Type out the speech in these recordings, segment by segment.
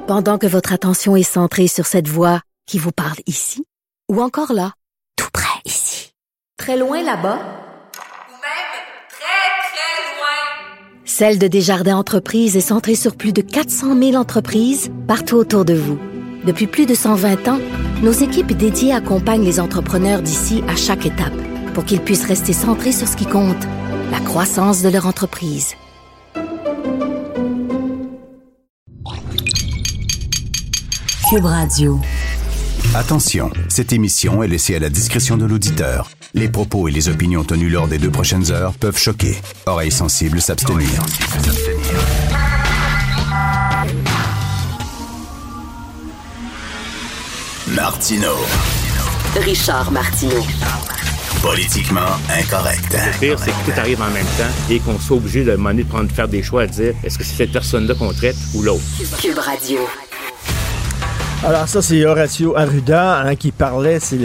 Pendant que votre attention est centrée sur cette voix qui vous parle ici, ou encore là, tout près ici, très loin là-bas, ou même très, très loin. Celle de Desjardins Entreprises est centrée sur plus de 400 000 entreprises partout autour de vous. Depuis plus de 120 ans, nos équipes dédiées accompagnent les entrepreneurs d'ici à chaque étape pour qu'ils puissent rester centrés sur ce qui compte, la croissance de leur entreprise. Cube Radio. Attention, cette émission est laissée à la discrétion de l'auditeur. Les propos et les opinions tenues lors des 2 prochaines heures peuvent choquer. Oreilles sensibles s'abstenir. Martineau. Richard Martineau. Politiquement incorrect. Le pire, c'est que tout arrive en même temps et qu'on soit obligé de faire des choix à dire est-ce que c'est cette personne-là qu'on traite ou l'autre. Cube Radio. Alors ça, c'est Horacio Arruda qui parlait, c'est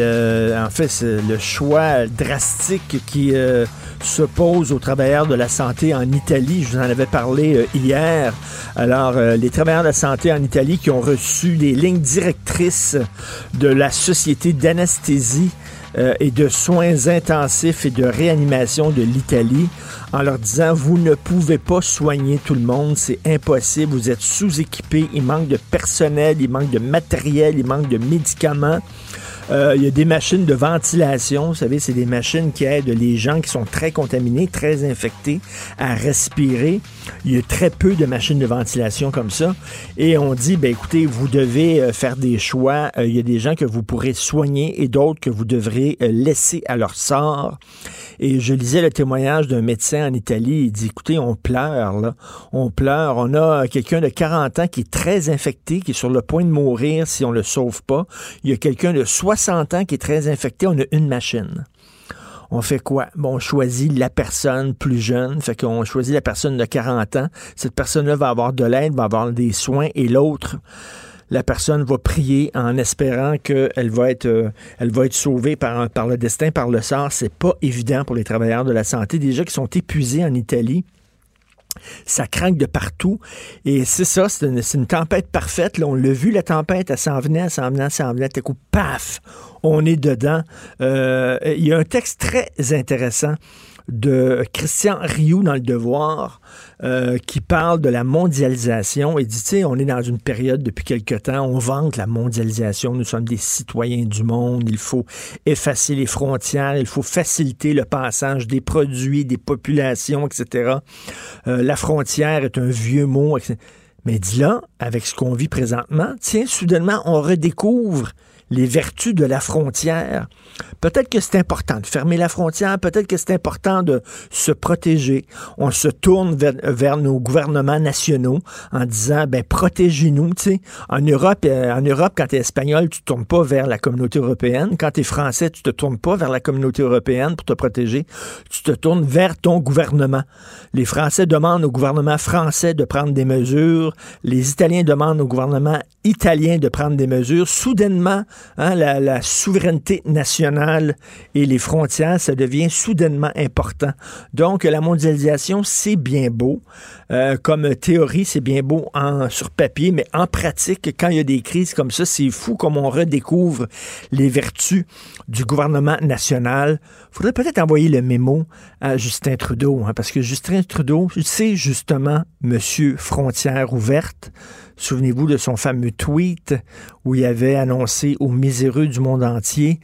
le choix drastique qui se pose aux travailleurs de la santé en Italie. Je vous en avais parlé hier. Alors, les travailleurs de la santé en Italie qui ont reçu les lignes directrices de la Société d'anesthésie et de soins intensifs et de réanimation de l'Italie en leur disant « Vous ne pouvez pas soigner tout le monde, c'est impossible, vous êtes sous-équipés, il manque de personnel, il manque de matériel, il manque de médicaments. » Il y a des machines de ventilation, vous savez, c'est des machines qui aident les gens qui sont très contaminés, très infectés à respirer. Il y a très peu de machines de ventilation comme ça. Et on dit, ben écoutez, vous devez faire des choix. Il y a des gens que vous pourrez soigner et d'autres que vous devrez laisser à leur sort. Et je lisais le témoignage d'un médecin en Italie. Il dit, écoutez, on pleure, là. On pleure. On a quelqu'un de 40 ans qui est très infecté, qui est sur le point de mourir si on le sauve pas. Il y a quelqu'un de 60 ans qui est très infecté. On a une machine. On fait quoi? Bon, on choisit la personne plus jeune. Fait qu'on choisit la personne de 40 ans. Cette personne-là va avoir de l'aide, va avoir des soins. Et l'autre, la personne va prier en espérant qu'elle va être sauvée par le destin, par le sort. C'est pas évident pour les travailleurs de la santé, déjà qui sont épuisés en Italie. Ça craque de partout. Et c'est ça, c'est une tempête parfaite. Là, on l'a vu, la tempête, elle s'en venait. Tout coup, paf, on est dedans. Il y a un texte très intéressant de Christian Rioux dans Le Devoir qui parle de la mondialisation et dit, tu sais, on est dans une période depuis quelque temps, on vante la mondialisation, nous sommes des citoyens du monde, il faut effacer les frontières, il faut faciliter le passage des produits, des populations, etc. La frontière est un vieux mot, etc. Mais dis là, avec ce qu'on vit présentement, tiens, soudainement, on redécouvre les vertus de la frontière. Peut-être que c'est important de fermer la frontière, peut-être que c'est important de se protéger. On se tourne vers nos gouvernements nationaux en disant, ben protégez-nous, tu sais. En Europe, quand t'es espagnol, tu te tournes pas vers la communauté européenne. Quand t'es français, tu te tournes pas vers la communauté européenne pour te protéger. Tu te tournes vers ton gouvernement. Les Français demandent au gouvernement français de prendre des mesures. Les Italiens demandent au gouvernement italien de prendre des mesures. Soudainement, la souveraineté nationale et les frontières, ça devient soudainement important. Donc, la mondialisation, c'est bien beau. Comme théorie, c'est bien beau sur papier, mais en pratique, quand il y a des crises comme ça, c'est fou comme on redécouvre les vertus du gouvernement national. Il faudrait peut-être envoyer le mémo à Justin Trudeau, parce que Justin Trudeau, c'est justement Monsieur Frontières ouvertes. Souvenez-vous de son fameux tweet où il avait annoncé aux miséreux du monde entier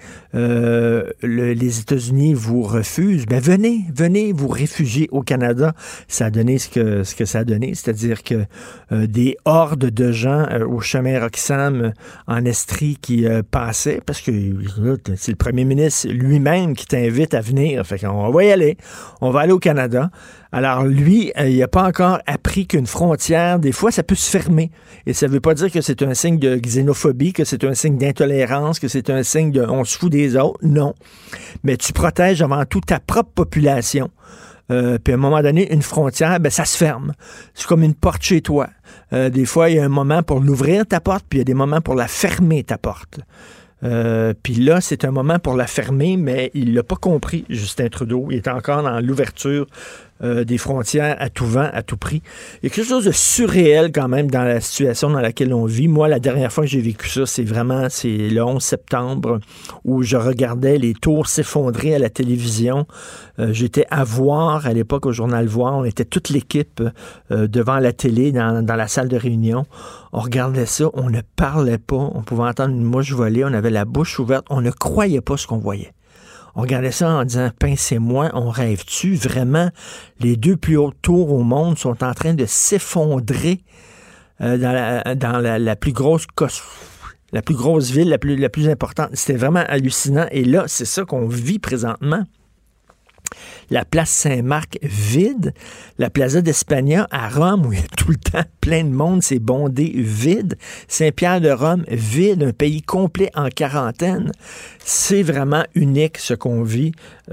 les États-Unis vous refusent. Ben venez vous réfugier au Canada. Ça a donné ce que ça a donné, c'est-à-dire que des hordes de gens au chemin Roxham en Estrie qui passaient, parce que c'est le premier ministre lui-même qui t'invite à venir. Fait qu'on va y aller. On va aller au Canada. Alors lui, il n'a pas encore appris qu'une frontière, des fois, ça peut se fermer. Et ça ne veut pas dire que c'est un signe de xénophobie, que c'est un signe d'intolérance, que c'est un signe de on se fout des autres. Non. Mais tu protèges avant tout ta propre population. Puis à un moment donné, une frontière, ben ça se ferme. C'est comme une porte chez toi. Des fois, il y a un moment pour l'ouvrir, ta porte, puis il y a des moments pour la fermer, ta porte. Puis là, c'est un moment pour la fermer, mais il l'a pas compris, Justin Trudeau. Il est encore dans l'ouverture des frontières à tout vent, à tout prix. Il y a quelque chose de surréel quand même dans la situation dans laquelle on vit. Moi, la dernière fois que j'ai vécu ça, c'est le 11 septembre où je regardais les tours s'effondrer à la télévision. J'étais à Voir, à l'époque, au journal Voir. On était toute l'équipe devant la télé, dans la salle de réunion. On regardait ça, on ne parlait pas, on pouvait entendre une mouche voler, on avait la bouche ouverte, on ne croyait pas ce qu'on voyait. On regardait ça en disant, pincez-moi, on rêve-tu? Vraiment, les 2 plus hautes tours au monde sont en train de s'effondrer dans la plus grosse ville, la plus importante. C'était vraiment hallucinant. Et là, c'est ça qu'on vit présentement. La place Saint-Marc vide, la Plaza d'Espagna à Rome, où il y a tout le temps plein de monde, c'est bondé, vide. Saint-Pierre-de-Rome, vide, un pays complet en quarantaine. C'est vraiment unique ce qu'on vit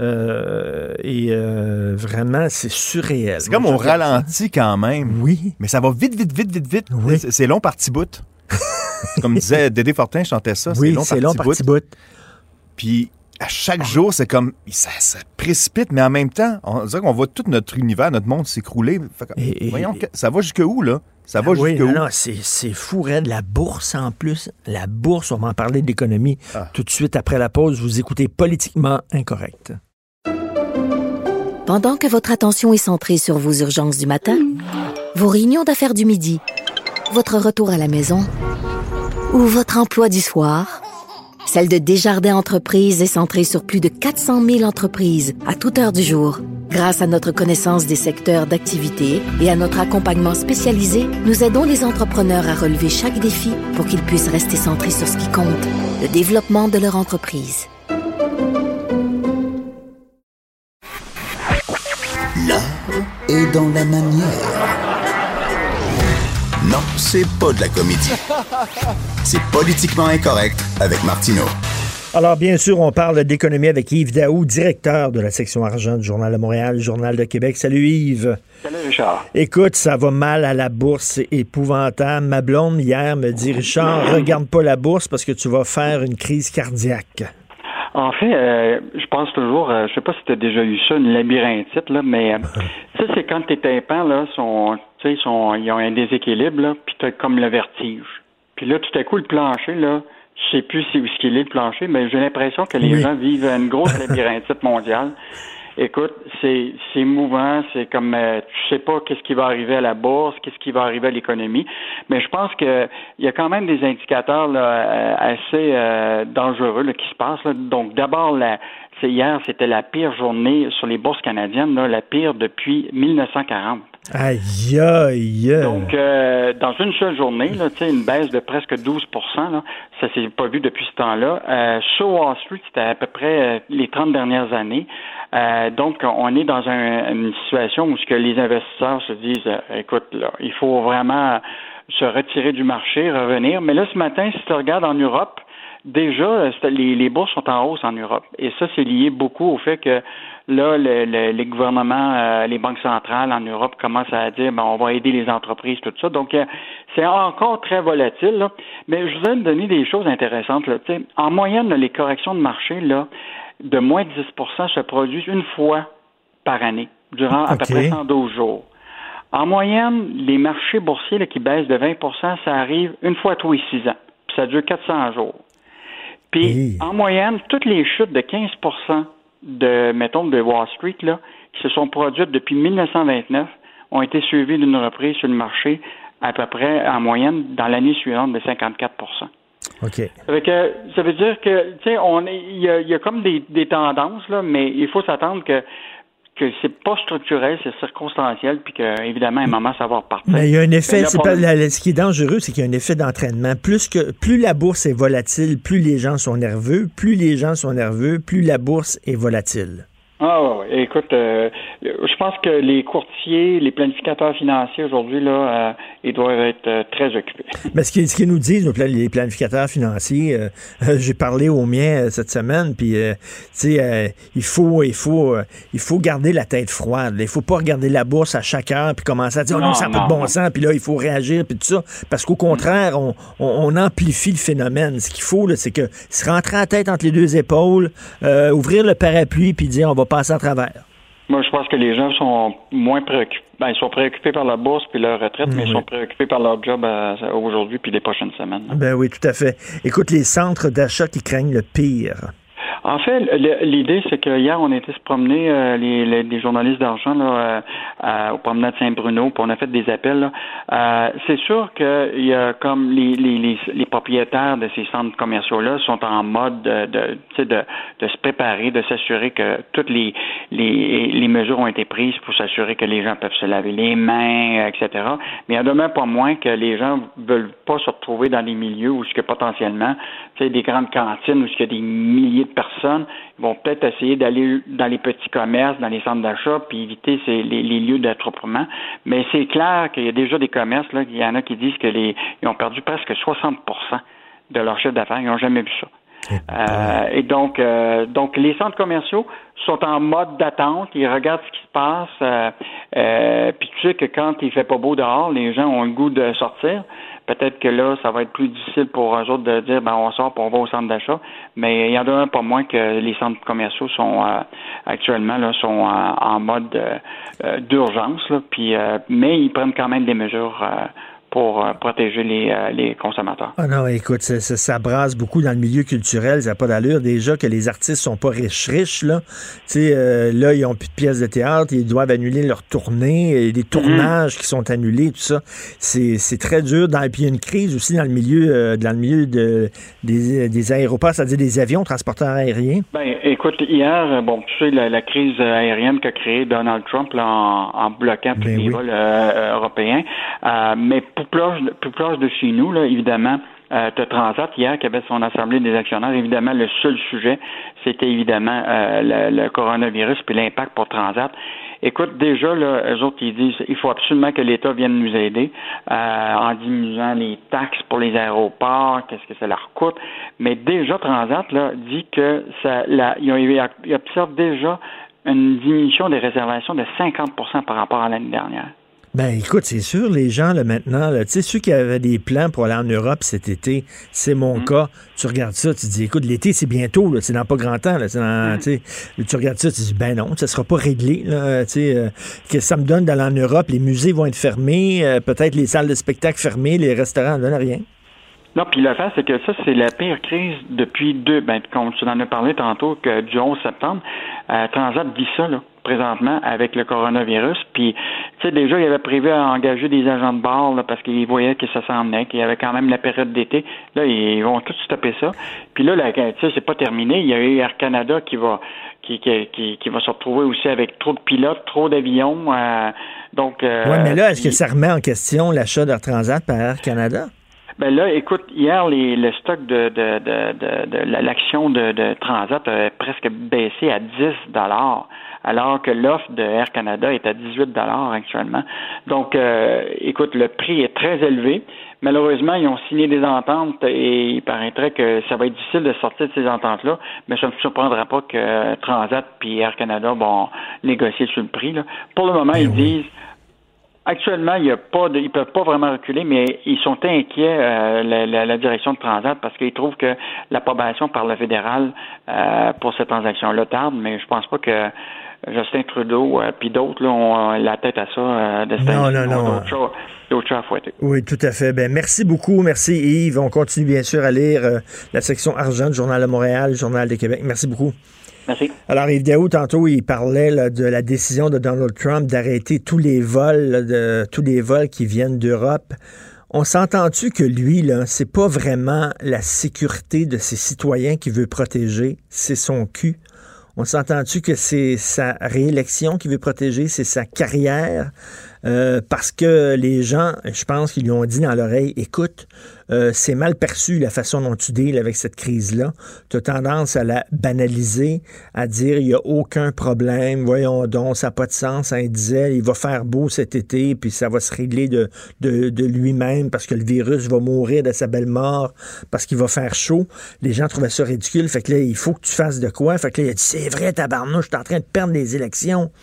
vraiment, c'est surréel. C'est comme on ralentit quand même. Oui. Mais ça va vite. Oui. C'est long par petits bouts. Comme disait Dédé Fortin, chantait ça. Oui, c'est long par petits bouts. Puis à chaque jour, c'est comme ça précipite, mais en même temps, on dirait qu'on voit tout notre univers, notre monde s'écrouler. Voyons, ça va jusqu'où, là? Ça va jusqu'où? Non, c'est fou, raide. La bourse, en plus. La bourse, on va en parler d'économie tout de suite après la pause. Vous écoutez Politiquement Incorrect. Pendant que votre attention est centrée sur vos urgences du matin, vos réunions d'affaires du midi, votre retour à la maison ou votre emploi du soir, celle de Desjardins Entreprises est centrée sur plus de 400 000 entreprises à toute heure du jour. Grâce à notre connaissance des secteurs d'activité et à notre accompagnement spécialisé, nous aidons les entrepreneurs à relever chaque défi pour qu'ils puissent rester centrés sur ce qui compte, le développement de leur entreprise. L'art est dans la manière. Non, c'est pas de la comédie. C'est Politiquement Incorrect avec Martineau. Alors, bien sûr, on parle d'économie avec Yves Daou, directeur de la section argent du Journal de Montréal, Journal de Québec. Salut Yves. Salut Richard. Écoute, ça va mal à la bourse, c'est épouvantable. Ma blonde, hier, me dit, Richard, regarde pas la bourse parce que tu vas faire une crise cardiaque. En fait, je pense toujours, je sais pas si tu as déjà eu ça, une labyrinthite, là, mais ça, c'est quand tes tympans, là, ils ont un déséquilibre, là, puis tu as comme le vertige. Puis là, tout à coup, le plancher, là, je sais plus où est le plancher, mais j'ai l'impression que les gens vivent une grosse labyrinthite mondiale. Écoute, c'est mouvant, c'est comme tu sais pas qu'est-ce qui va arriver à la bourse, qu'est-ce qui va arriver à l'économie, mais je pense que il y a quand même des indicateurs là, assez dangereux là, qui se passent. Là. Donc d'abord, hier, c'était la pire journée sur les bourses canadiennes, là, la pire depuis 1940. Aïe, aïe. Donc, dans une seule journée, là, une baisse de presque 12%, là, ça s'est pas vu depuis ce temps-là. Sur Wall Street, c'était à peu près les 30 dernières années. Donc, on est dans une situation où ce que les investisseurs se disent, écoute, là, il faut vraiment se retirer du marché, revenir. Mais là, ce matin, si tu regardes en Europe, déjà, les bourses sont en hausse en Europe. Et ça, c'est lié beaucoup au fait que là, les gouvernements, les banques centrales en Europe commencent à dire on va aider les entreprises, tout ça. Donc, c'est encore très volatile. Là. Mais je voudrais donner des choses intéressantes. Là. En moyenne, là, les corrections de marché, là, de moins de 10% se produisent une fois par année, durant à peu près 112 jours. En moyenne, les marchés boursiers là, qui baissent de 20%, ça arrive une fois tous les 6 ans. Puis ça dure 400 jours. Puis, en moyenne, toutes les chutes de 15% de Wall Street, là, qui se sont produites depuis 1929, ont été suivies d'une reprise sur le marché à peu près, en moyenne, dans l'année suivante, de 54%. OK. Ça veut dire que, tu sais, il y a comme des tendances, là, mais il faut s'attendre que c'est pas structurel, c'est circonstanciel, puis qu'évidemment, à un moment, ça va repartir. Mais il y a un effet, ce qui est dangereux, c'est qu'il y a un effet d'entraînement. Plus la bourse est volatile, plus les gens sont nerveux. Plus les gens sont nerveux, plus la bourse est volatile. Écoute, je pense que les courtiers, les planificateurs financiers aujourd'hui, là, ils doivent être très occupés. Mais ce qu'ils nous disent, les planificateurs financiers, j'ai parlé aux miens cette semaine, puis il faut garder la tête froide. Il faut pas regarder la bourse à chaque heure puis commencer à dire non, ça n'a pas de bon sens, puis là il faut réagir puis tout ça, parce qu'au contraire, on amplifie le phénomène. Ce qu'il faut, là, c'est que se rentrer la tête entre les deux épaules, ouvrir le parapluie puis dire on va passer à travers. Moi, je pense que les gens sont moins préoccupés. Ben, ils sont préoccupés par la bourse puis leur retraite, mais ils sont préoccupés par leur job aujourd'hui puis les prochaines semaines. Ben oui, tout à fait. Écoute, les centres d'achat qui craignent le pire. En fait, l'idée, c'est que hier, on était se promener, les journalistes d'argent là, au promenade Saint-Bruno, puis on a fait des appels. Là. C'est sûr qu'il y a comme les propriétaires de ces centres commerciaux-là sont en mode de se préparer, de s'assurer que toutes les mesures ont été prises pour s'assurer que les gens peuvent se laver les mains, etc. Mais il y en demeure pas moins que les gens veulent pas se retrouver dans des milieux où il y a potentiellement des grandes cantines où il y a des milliers de personnes, ils vont peut-être essayer d'aller dans les petits commerces, dans les centres d'achat, puis éviter les lieux d'attroupement. Mais c'est clair qu'il y a déjà des commerces, là, il y en a qui disent ils ont perdu presque 60% de leur chiffre d'affaires. Ils n'ont jamais vu ça. Et donc, les centres commerciaux sont en mode d'attente. Ils regardent ce qui se passe. Puis tu sais que quand il fait pas beau dehors, les gens ont le goût de sortir. Peut-être que là, ça va être plus difficile pour eux autres de dire, on sort et on va au centre d'achat. Mais il y en a pas moins que les centres commerciaux sont actuellement là sont en mode d'urgence. Là, mais ils prennent quand même des mesures pour protéger les consommateurs. Ah non, écoute, ça brasse beaucoup dans le milieu culturel, ça n'a pas d'allure. Déjà que les artistes sont pas riches, là. Tu sais, là, ils n'ont plus de pièces de théâtre, ils doivent annuler leur tournée, et des tournages qui sont annulés, tout ça. C'est très dur. Puis il y a une crise aussi dans le milieu des aéroports, c'est-à-dire des avions, transporteurs aériens. Ben, écoute, hier, tu sais, la crise aérienne qu'a créée Donald Trump là, en bloquant tous les vols européens, mais plus proche de chez nous, là, évidemment, t'as Transat hier qui avait son assemblée des actionnaires. Évidemment, le seul sujet, c'était évidemment le coronavirus puis l'impact pour Transat. Écoute, déjà, là, eux autres, ils disent il faut absolument que l'État vienne nous aider en diminuant les taxes pour les aéroports, qu'est-ce que ça leur coûte. Mais déjà, Transat là, dit que il observe déjà une diminution des réservations de 50% par rapport à l'année dernière. Ben écoute, c'est sûr, les gens là maintenant, tu sais, ceux qui avaient des plans pour aller en Europe cet été, c'est mon cas, tu regardes ça, tu te dis, écoute, l'été c'est bientôt, là, c'est dans pas grand temps, là, tu regardes ça, tu te dis, ben non, ça sera pas réglé, là, que ça me donne d'aller en Europe, les musées vont être fermés, peut-être les salles de spectacle fermées, les restaurants ne donnent rien. Non, puis l'affaire, c'est que ça, c'est la pire crise depuis comme tu en as parlé tantôt, que du 11 septembre, Transat vit ça, là, présentement, avec le coronavirus. Puis, tu sais, déjà, il avait prévu à engager des agents de bord, là, parce qu'ils voyaient que ça s'en venait, qu'il y avait quand même la période d'été. Là, ils vont tous stopper ça. Puis là, tu sais, c'est pas terminé. Il y a eu Air Canada qui va se retrouver aussi avec trop de pilotes, trop d'avions. Oui, mais là, est-ce que ça remet en question l'achat d'Air Transat par Air Canada? Ben là, écoute, hier, le stock de l'action de Transat a presque baissé à 10 $, alors que l'offre de Air Canada est à 18 $ actuellement. Donc, écoute, le prix est très élevé. Malheureusement, ils ont signé des ententes et il paraîtrait que ça va être difficile de sortir de ces ententes-là, mais ça ne me surprendra pas que Transat et Air Canada vont négocier sur le prix. Là. Pour le moment, ils disent... Actuellement, ils peuvent pas vraiment reculer, mais ils sont inquiets, la direction de Transat, parce qu'ils trouvent que l'approbation par le fédéral pour cette transaction-là tarde, mais je pense pas que Justin Trudeau puis d'autres là, ont la tête à ça de d'autres choses à fouetter. Oui, tout à fait. Ben merci beaucoup. Merci Yves. On continue bien sûr à lire la section argent du Journal de Montréal, le Journal de Québec. Merci beaucoup. Merci. Alors, Yves Daou, tantôt, il parlait là, de la décision de Donald Trump d'arrêter tous les vols qui viennent d'Europe. On s'entend-tu que lui, là, c'est pas vraiment la sécurité de ses citoyens qu'il veut protéger, c'est son cul? On s'entend-tu que c'est sa réélection qu'il veut protéger, c'est sa carrière? Parce que les gens, je pense qu'ils lui ont dit dans l'oreille, écoute, c'est mal perçu la façon dont tu deals avec cette crise-là. Tu as tendance à la banaliser, à dire il n'y a aucun problème, voyons donc, ça n'a pas de sens. Il disait, il va faire beau cet été, puis ça va se régler de lui-même parce que le virus va mourir de sa belle mort, parce qu'il va faire chaud. Les gens trouvaient ça ridicule, fait que là, il faut que tu fasses de quoi? Fait que là, il a dit, c'est vrai, tabarnouche, je suis en train de perdre les élections.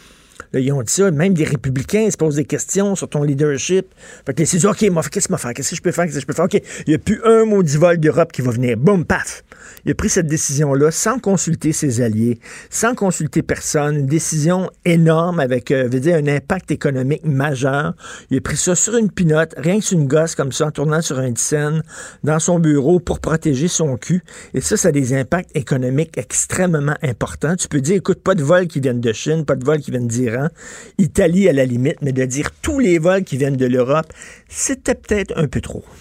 Là, ils ont dit ça. Même des républicains se posent des questions sur ton leadership. Fait que là, ils se disent, OK, moi, qu'est-ce que je peux faire? Qu'est-ce que je peux faire? Qu'est-ce que je peux faire? OK, il n'y a plus un maudit vol d'Europe qui va venir. Boum, paf! Il a pris cette décision-là sans consulter ses alliés, sans consulter personne. Une décision énorme avec, un impact économique majeur. Il a pris ça sur une pinotte, rien que sur une gosse comme ça, en tournant sur un scène dans son bureau pour protéger son cul. Et ça a des impacts économiques extrêmement importants. Tu peux dire, écoute, pas de vols qui viennent de Chine, pas de vols qui viennent d'Iran, Italie à la limite, mais de dire tous les vols qui viennent de l'Europe, c'était peut-être un peu trop.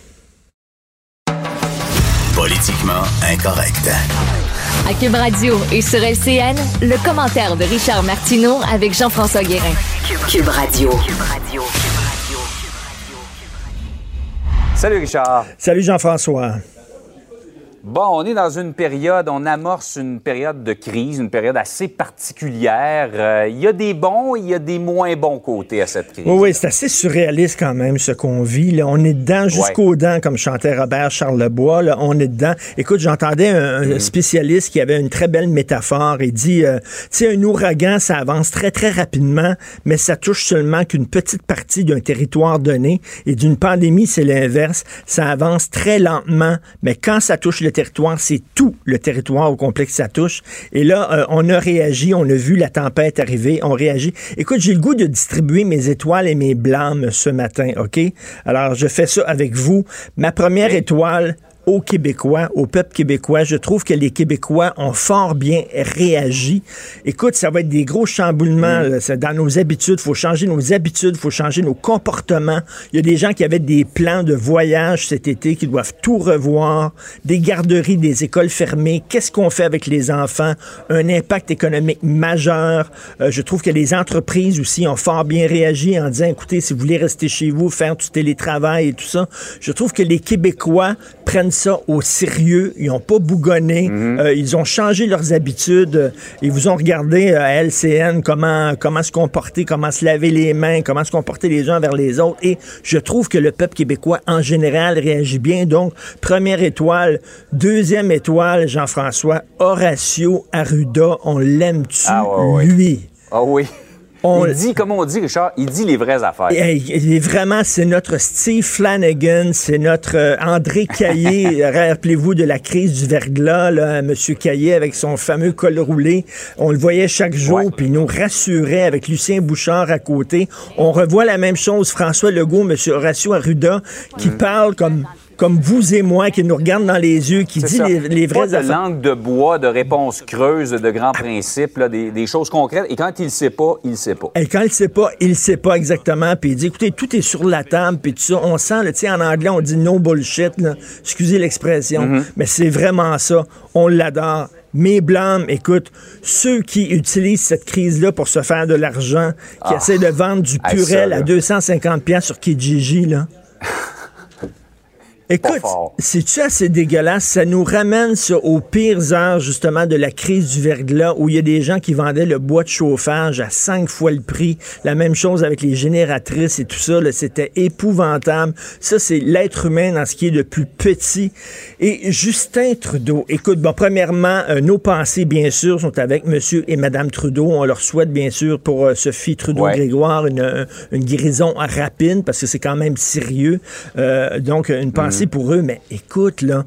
Politiquement incorrect. À Cube Radio et sur LCN, le commentaire de Richard Martineau avec Jean-François Guérin. Cube Radio. Salut Richard. Salut Jean-François. Bon, on est dans une période, on amorce une période de crise, une période assez particulière. Il y a des bons, il y a des moins bons côtés à cette crise. Oui, c'est assez surréaliste quand même ce qu'on vit. Là. On est dedans jusqu'aux dents, comme chantait Robert Charlebois. Là. On est dedans. Écoute, j'entendais un spécialiste qui avait une très belle métaphore. Il dit, tu sais, un ouragan, ça avance très, très rapidement, mais ça touche seulement qu'une petite partie d'un territoire donné. Et d'une pandémie, c'est l'inverse. Ça avance très lentement, mais quand ça touche le territoire, c'est tout le territoire au complet que ça touche. Et là, on a réagi, on a vu la tempête arriver, on réagit. Écoute, j'ai le goût de distribuer mes étoiles et mes blâmes ce matin, OK? Alors, je fais ça avec vous. Ma première étoile aux Québécois, au peuple québécois. Je trouve que les Québécois ont fort bien réagi. Écoute, ça va être des gros chamboulements là, dans nos habitudes. Il faut changer nos habitudes, il faut changer nos comportements. Il y a des gens qui avaient des plans de voyage cet été qui doivent tout revoir. Des garderies, des écoles fermées. Qu'est-ce qu'on fait avec les enfants? Un impact économique majeur. Je trouve que les entreprises aussi ont fort bien réagi en disant, écoutez, si vous voulez rester chez vous, faire du télétravail et tout ça, je trouve que les Québécois prennent ça au sérieux. Ils n'ont pas bougonné. Ils ont changé leurs habitudes. Ils vous ont regardé à LCN comment se comporter, comment se laver les mains, comment se comporter les uns vers les autres. Et je trouve que le peuple québécois, en général, réagit bien. Donc, première étoile. Deuxième étoile, Jean-François, Horacio Arruda. On l'aime-tu, lui? Ah oui. Il dit, comme on dit, Richard, il dit les vraies affaires. Vraiment, c'est notre Steve Flanagan, c'est notre André Caillé. Rappelez-vous de la crise du verglas, là, M. Caillé avec son fameux col roulé. On le voyait chaque jour, puis il nous rassurait avec Lucien Bouchard à côté. On revoit la même chose, François Legault, M. Horacio Arruda, qui parle comme vous et moi, qui nous regarde dans les yeux, qui dit les vraies affaires. Pas de langue de bois, de réponses creuses, de grands principes, là, des choses concrètes. Et quand il ne sait pas, il ne sait pas. Et quand il ne sait pas, il ne sait pas exactement. Puis il dit, écoutez, tout est sur la table, puis tout ça. On sent, tu sais, en anglais, on dit no bullshit, là. Excusez l'expression, mais c'est vraiment ça. On l'adore. Mes blâmes, écoute, ceux qui utilisent cette crise-là pour se faire de l'argent, qui essaient de vendre du Purel à 250$ sur Kijiji, là. Écoute, c'est-tu assez dégueulasse? Ça nous ramène ça aux pires heures, justement, de la crise du verglas, où il y a des gens qui vendaient le bois de chauffage à 5 fois le prix. La même chose avec les génératrices et tout ça, là, c'était épouvantable. Ça, c'est l'être humain dans ce qui est le plus petit. Et Justin Trudeau, écoute, bon, premièrement, nos pensées, bien sûr, sont avec monsieur et madame Trudeau. On leur souhaite, bien sûr, pour Sophie Trudeau-Grégoire, une guérison rapide, parce que c'est quand même sérieux. Donc, une pensée pour eux, mais écoute, là,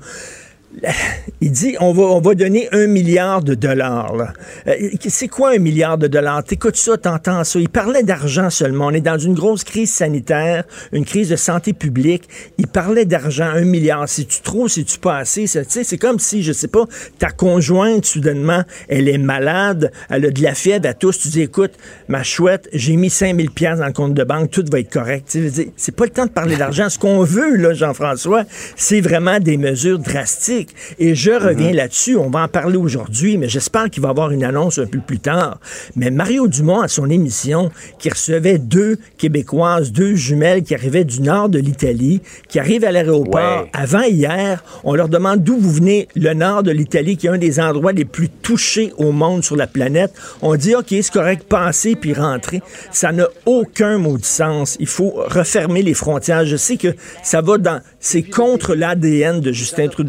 il dit, on va donner $1 milliard. Là. C'est quoi $1 milliard? T'écoutes ça, t'entends ça. Il parlait d'argent seulement. On est dans une grosse crise sanitaire, une crise de santé publique. Il parlait d'argent, $1 milliard. C'est-tu trop, c'est-tu pas assez? C'est comme si, je sais pas, ta conjointe, soudainement, elle est malade, elle a de la fièvre, à tous, tu dis, écoute, ma chouette, j'ai mis 5 000$ dans le compte de banque, tout va être correct. C'est pas le temps de parler d'argent. Ce qu'on veut, là, Jean-François, c'est vraiment des mesures drastiques. Et je reviens là-dessus, on va en parler aujourd'hui, mais j'espère qu'il va y avoir une annonce un peu plus tard. Mais Mario Dumont, à son émission, qui recevait 2 Québécoises, 2 jumelles qui arrivaient du nord de l'Italie, qui arrivent à l'aéroport avant hier, on leur demande d'où vous venez, le nord de l'Italie, qui est un des endroits les plus touchés au monde sur la planète. On dit, OK, c'est correct, passer puis rentrer. Ça n'a aucun mot de sens. Il faut refermer les frontières. Je sais que ça va c'est contre l'ADN de Justin Trudeau. Justin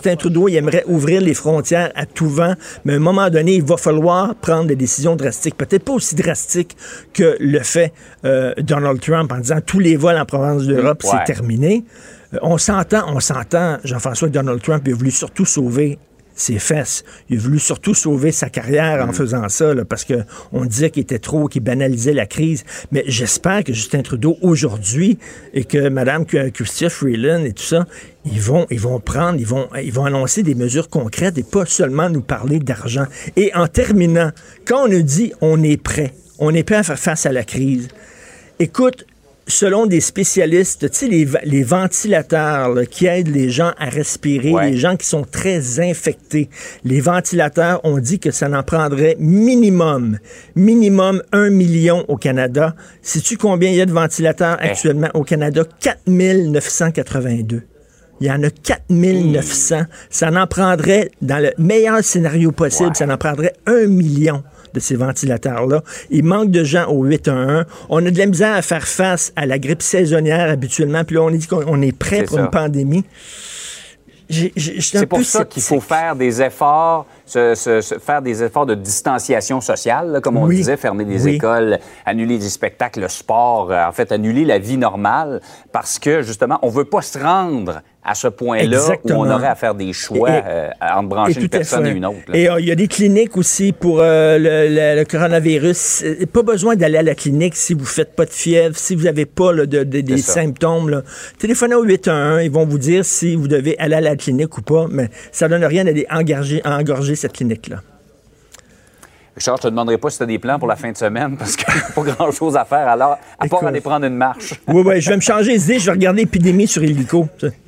Justin Trudeau, il aimerait ouvrir les frontières à tout vent, mais à un moment donné, il va falloir prendre des décisions drastiques. Peut-être pas aussi drastiques que le fait Donald Trump en disant tous les vols en province d'Europe, c'est terminé. On s'entend, Jean-François, que Donald Trump il a voulu surtout sauver ses fesses. Il a voulu surtout sauver sa carrière en faisant ça, là, parce qu'on disait qu'il banalisait la crise. Mais j'espère que Justin Trudeau, aujourd'hui, et que Mme Chrystia Freeland et tout ça, ils vont annoncer des mesures concrètes et pas seulement nous parler d'argent. Et en terminant, quand on nous dit on est prêt à faire face à la crise, écoute, selon des spécialistes, tu sais, les ventilateurs là, qui aident les gens à respirer, les gens qui sont très infectés, les ventilateurs, on dit que ça en prendrait minimum 1 million au Canada. Sais-tu combien il y a de ventilateurs actuellement au Canada? 4 982. Il y en a 4 900. Ça en prendrait, dans le meilleur scénario possible, ça en prendrait 1 million de ces ventilateurs-là. Il manque de gens au 811. On a de la misère à faire face à la grippe saisonnière habituellement, puis là, on dit qu'on est prêt pour une pandémie. C'est pour ça qu'il faut faire des efforts, faire des efforts de distanciation sociale, là, comme on disait, fermer des écoles, annuler des spectacles, le sport, en fait, annuler la vie normale, parce que, justement, on ne veut pas se rendre à ce point-là où on aurait à faire des choix entre brancher une personne et une autre. Là. Et il y a des cliniques aussi pour le coronavirus. Pas besoin d'aller à la clinique si vous ne faites pas de fièvre, si vous n'avez pas des symptômes. Là. Téléphonez au 811, ils vont vous dire si vous devez aller à la clinique ou pas, mais ça ne donne rien d'aller engorger cette clinique-là. Richard, je te demanderai pas si tu as des plans pour la fin de semaine parce qu'il n'y a pas grand-chose à faire alors, à part aller prendre une marche. Oui, je vais me changer les idées, je vais regarder Épidémie sur Illico.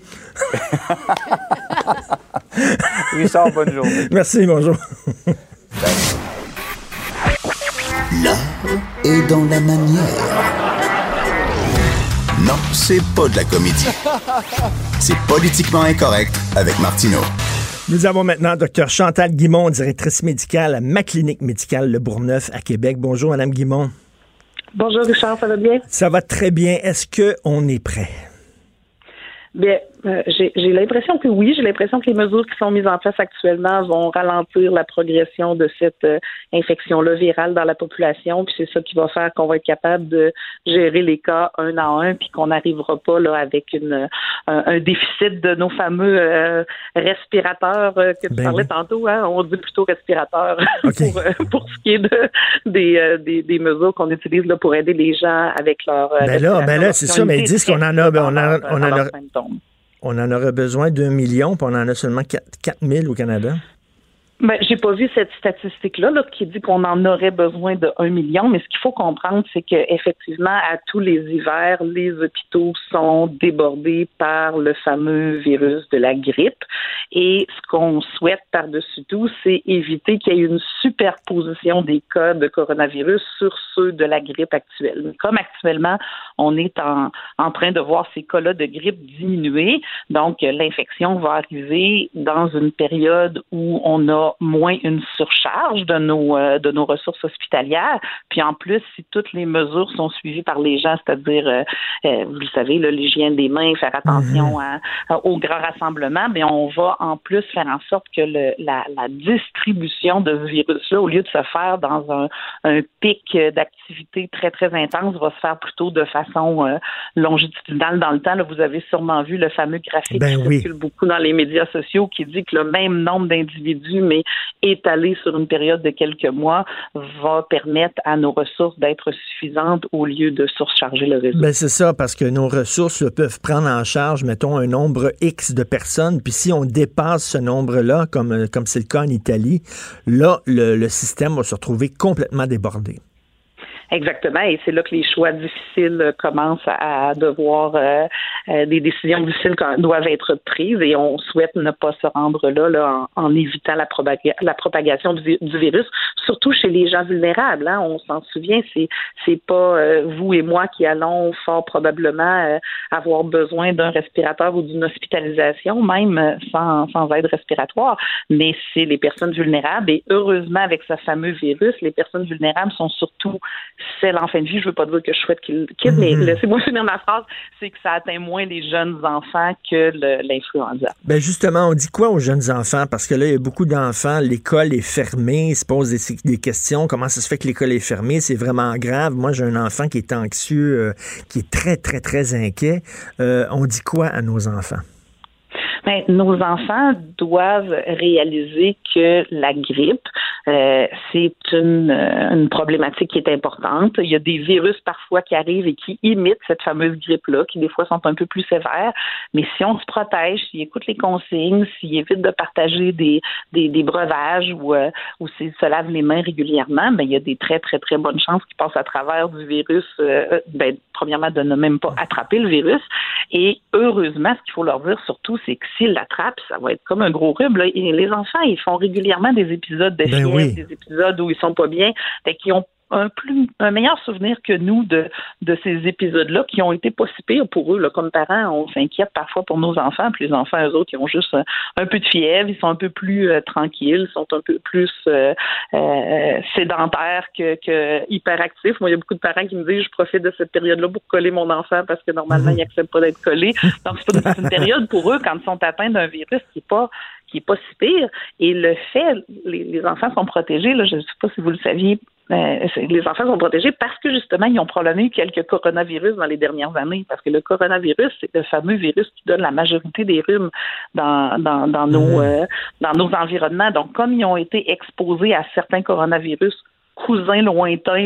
Richard, bonne journée. Merci, bonjour. L'art est dans la manière. Non, c'est pas de la comédie. C'est Politiquement incorrect avec Martineau. Nous avons maintenant Dr Chantal Guimond, directrice médicale à ma clinique médicale Le Bourgneuf à Québec. Bonjour, Mme Guimond. Bonjour, Richard, ça va bien? Ça va très bien. Est-ce qu'on est prêt? Bien, j'ai l'impression que oui. J'ai l'impression que les mesures qui sont mises en place actuellement vont ralentir la progression de cette infection-là virale dans la population. Puis c'est ça qui va faire qu'on va être capable de gérer les cas un à un, puis qu'on n'arrivera pas là avec un déficit de nos fameux respirateurs que tu parlais tantôt. Hein? On dit plutôt respirateurs pour ce qui est des mesures qu'on utilise là pour aider les gens avec leur là, c'est ça. Mais ils disent qu'on en a. On en aurait besoin d'1 million, puis on en a seulement 4 000 au Canada. Ben, j'ai pas vu cette statistique-là qui dit qu'on en aurait besoin de 1 million, mais ce qu'il faut comprendre, c'est qu'effectivement, à tous les hivers, les hôpitaux sont débordés par le fameux virus de la grippe. Et ce qu'on souhaite par-dessus tout, c'est éviter qu'il y ait une superposition des cas de coronavirus sur ceux de la grippe actuelle. Mais comme actuellement, on est en train de voir ces cas-là de grippe diminuer, donc l'infection va arriver dans une période où on a moins une surcharge de nos ressources hospitalières. Puis en plus, si toutes les mesures sont suivies par les gens, c'est-à-dire, vous le savez, l'hygiène des mains, faire attention aux grands rassemblements, bien, on va en plus faire en sorte que la distribution de ce virus-là, au lieu de se faire dans un pic d'activité très, très intense, va se faire plutôt de façon longitudinale dans le temps. Là, vous avez sûrement vu le fameux graphique qui circule beaucoup dans les médias sociaux qui dit que le même nombre d'individus, mais étalé sur une période de quelques mois, va permettre à nos ressources d'être suffisantes au lieu de surcharger le réseau. Ben c'est ça, parce que nos ressources peuvent prendre en charge, mettons, un nombre X de personnes, puis si on dépasse ce nombre-là, comme c'est le cas en Italie, là, le système va se retrouver complètement débordé. Exactement, et c'est là que les choix difficiles commencent à devoir, des décisions difficiles doivent être prises, et on souhaite ne pas se rendre là en évitant la propagation du virus, surtout chez les gens vulnérables. Hein. On s'en souvient, c'est pas vous et moi qui allons fort probablement avoir besoin d'un respirateur ou d'une hospitalisation, même sans aide respiratoire, mais c'est les personnes vulnérables, et heureusement avec ce fameux virus, les personnes vulnérables sont surtout celle en fin de vie, je veux pas dire que je souhaite qu'il quitte, mais laissez-moi finir ma phrase, c'est que ça atteint moins les jeunes enfants que l'influenza. Ben justement, on dit quoi aux jeunes enfants? Parce que là, il y a beaucoup d'enfants, l'école est fermée, ils se posent des questions. Comment ça se fait que l'école est fermée? C'est vraiment grave. Moi, j'ai un enfant qui est anxieux, qui est très, très, très inquiet. On dit quoi à nos enfants? Ben, nos enfants doivent réaliser que la grippe, c'est une problématique qui est importante. Il y a des virus parfois qui arrivent et qui imitent cette fameuse grippe-là, qui des fois sont un peu plus sévères. Mais si on se protège, s'il écoute les consignes, s'il évite de partager des breuvages ou s'il se lave les mains régulièrement, ben il y a des très, très, très bonnes chances qu'ils passent à travers du virus. Premièrement, de ne même pas attraper le virus. Et heureusement, ce qu'il faut leur dire surtout, c'est que s'ils l'attrapent, ça va être comme un gros rhume. Là. Et les enfants, ils font régulièrement des épisodes de fièvre, des épisodes où ils sont pas bien, qui ont un meilleur souvenir que nous de ces épisodes-là qui ont été pas si pires pour eux. Là. Comme parents, on s'inquiète parfois pour nos enfants, puis les enfants, eux autres, ils ont juste un peu de fièvre, ils sont un peu plus tranquilles, ils sont un peu plus sédentaires que hyperactifs. Moi, il y a beaucoup de parents qui me disent, je profite de cette période-là pour coller mon enfant parce que normalement, il n'accepte pas d'être collé. Donc, c'est une période pour eux quand ils sont atteints d'un virus qui est pas si pire. Et le fait, les enfants sont protégés, là, je ne sais pas si vous le saviez, les enfants sont protégés parce que justement, ils ont probablement eu quelques coronavirus dans les dernières années. Parce que le coronavirus, c'est le fameux virus qui donne la majorité des rhumes dans nos environnements. Donc, comme ils ont été exposés à certains coronavirus cousins lointains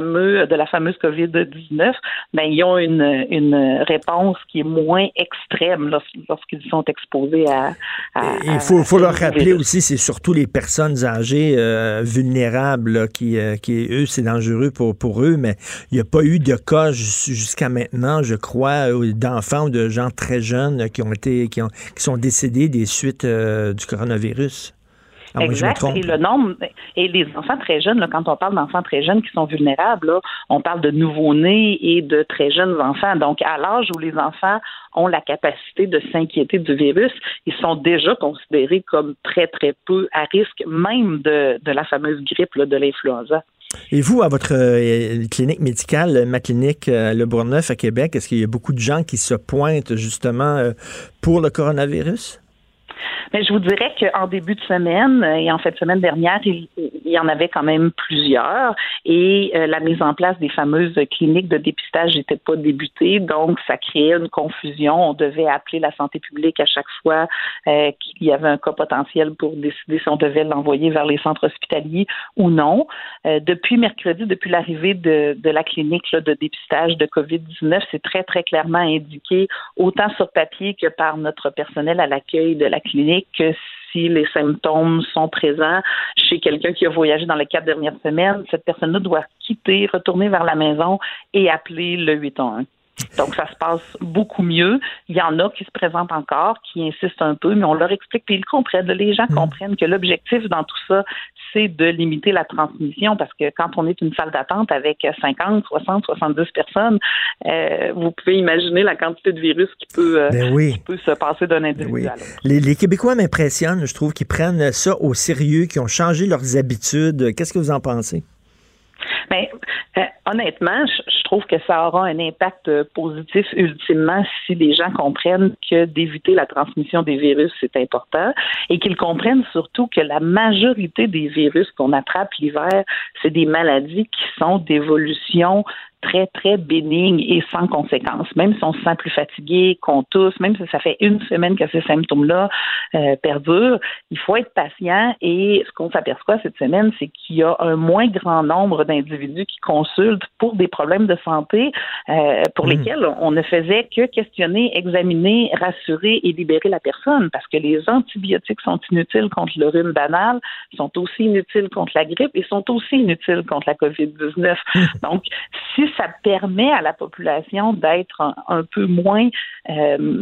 de la fameuse COVID-19, ben ils ont une réponse qui est moins extrême lorsqu'ils sont exposés à il faut leur rappeler aussi, c'est surtout les personnes âgées vulnérables là, qui eux, c'est dangereux pour eux, mais il n'y a pas eu de cas jusqu'à maintenant, je crois, d'enfants ou de gens très jeunes qui sont décédés des suites du coronavirus. Exact. Et le nombre, et les enfants très jeunes, là, quand on parle d'enfants très jeunes qui sont vulnérables, là, on parle de nouveau-nés et de très jeunes enfants. Donc, à l'âge où les enfants ont la capacité de s'inquiéter du virus, ils sont déjà considérés comme très, très peu à risque, même de la fameuse grippe, là, de l'influenza. Et vous, à votre clinique médicale, ma clinique Le Bourgneuf à Québec, est-ce qu'il y a beaucoup de gens qui se pointent justement pour le coronavirus? Mais je vous dirais qu'en début de semaine et en fin de semaine dernière, il y en avait quand même plusieurs et la mise en place des fameuses cliniques de dépistage n'était pas débutée, donc ça créait une confusion. On devait appeler la santé publique à chaque fois qu'il y avait un cas potentiel pour décider si on devait l'envoyer vers les centres hospitaliers ou non. Depuis mercredi, depuis l'arrivée de la clinique là, de dépistage de COVID-19, c'est très, très clairement indiqué, autant sur papier que par notre personnel à l'accueil de la clinique, que si les symptômes sont présents chez quelqu'un qui a voyagé dans les 4 dernières semaines, cette personne-là doit quitter, retourner vers la maison et appeler le 811. Donc, ça se passe beaucoup mieux. Il y en a qui se présentent encore, qui insistent un peu, mais on leur explique, puis ils comprennent. Les gens comprennent que l'objectif dans tout ça, c'est de limiter la transmission, parce que quand on est une salle d'attente avec 50, 60, 70 personnes, vous pouvez imaginer la quantité de virus qui peut se passer d'un individu à l'autre. Les Québécois m'impressionnent, je trouve, qu'ils prennent ça au sérieux, qui ont changé leurs habitudes. Qu'est-ce que vous en pensez? Mais honnêtement, je trouve que ça aura un impact positif ultimement si les gens comprennent que d'éviter la transmission des virus, c'est important et qu'ils comprennent surtout que la majorité des virus qu'on attrape l'hiver, c'est des maladies qui sont d'évolution très, très bénigne et sans conséquences. Même si on se sent plus fatigué, qu'on tousse, même si ça fait une semaine que ces symptômes-là perdurent, il faut être patient et ce qu'on s'aperçoit cette semaine, c'est qu'il y a un moins grand nombre d'individus qui consultent pour des problèmes de santé pour lesquels on ne faisait que questionner, examiner, rassurer et libérer la personne parce que les antibiotiques sont inutiles contre le rhume banal, sont aussi inutiles contre la grippe et sont aussi inutiles contre la COVID-19. Donc, si ça permet à la population d'être un peu moins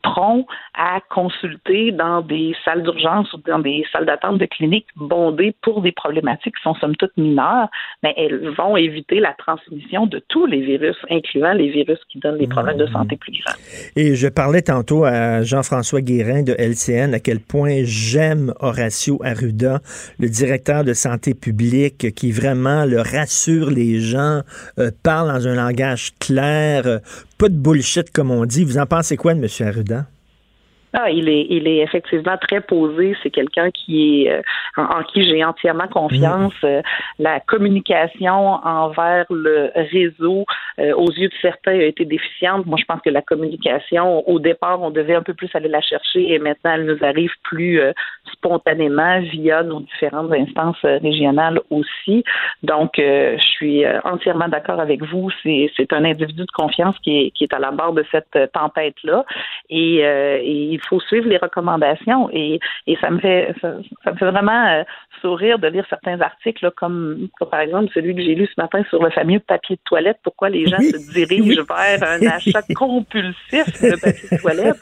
prompts à consulter dans des salles d'urgence ou dans des salles d'attente de cliniques bondées pour des problématiques qui sont somme toute mineures, mais elles vont éviter la transmission de tous les virus, incluant les virus qui donnent des problèmes de santé plus grands. Et je parlais tantôt à Jean-François Guérin de LCN à quel point j'aime Horacio Arruda, le directeur de santé publique, qui vraiment rassure les gens, parle dans un langage clair, pas de bullshit comme on dit. Vous en pensez quoi de M. Arruda? Il est effectivement très posé. C'est quelqu'un qui est en qui j'ai entièrement confiance. La communication envers le réseau, aux yeux de certains, a été déficiente. Moi, je pense que la communication, au départ, on devait un peu plus aller la chercher et maintenant, elle nous arrive plus spontanément via nos différentes instances régionales aussi. Donc, je suis entièrement d'accord avec vous. C'est un individu de confiance qui est à la barre de cette tempête-là. Et il faut suivre les recommandations et ça me fait vraiment sourire de lire certains articles là, comme par exemple celui que j'ai lu ce matin sur le fameux papier de toilette, pourquoi les gens se dirigent vers un achat compulsif de papier de toilette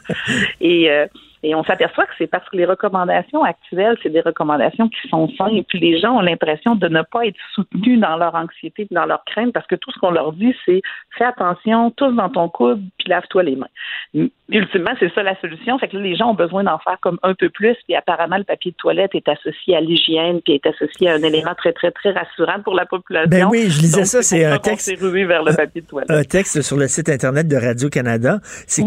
et on s'aperçoit que c'est parce que les recommandations actuelles, c'est des recommandations qui sont simples. Puis les gens ont l'impression de ne pas être soutenus dans leur anxiété, dans leur crainte, parce que tout ce qu'on leur dit, c'est fais attention, touche dans ton coude, puis lave-toi les mains. Ultimement, c'est ça la solution. Fait que là, les gens ont besoin d'en faire comme un peu plus. Puis apparemment, le papier de toilette est associé à l'hygiène, puis est associé à un élément très, très, très rassurant pour la population. Ben oui, je lisais donc, ça. C'est un texte. On s'est rué vers le papier de toilette. Un texte sur le site Internet de Radio-Canada. C'est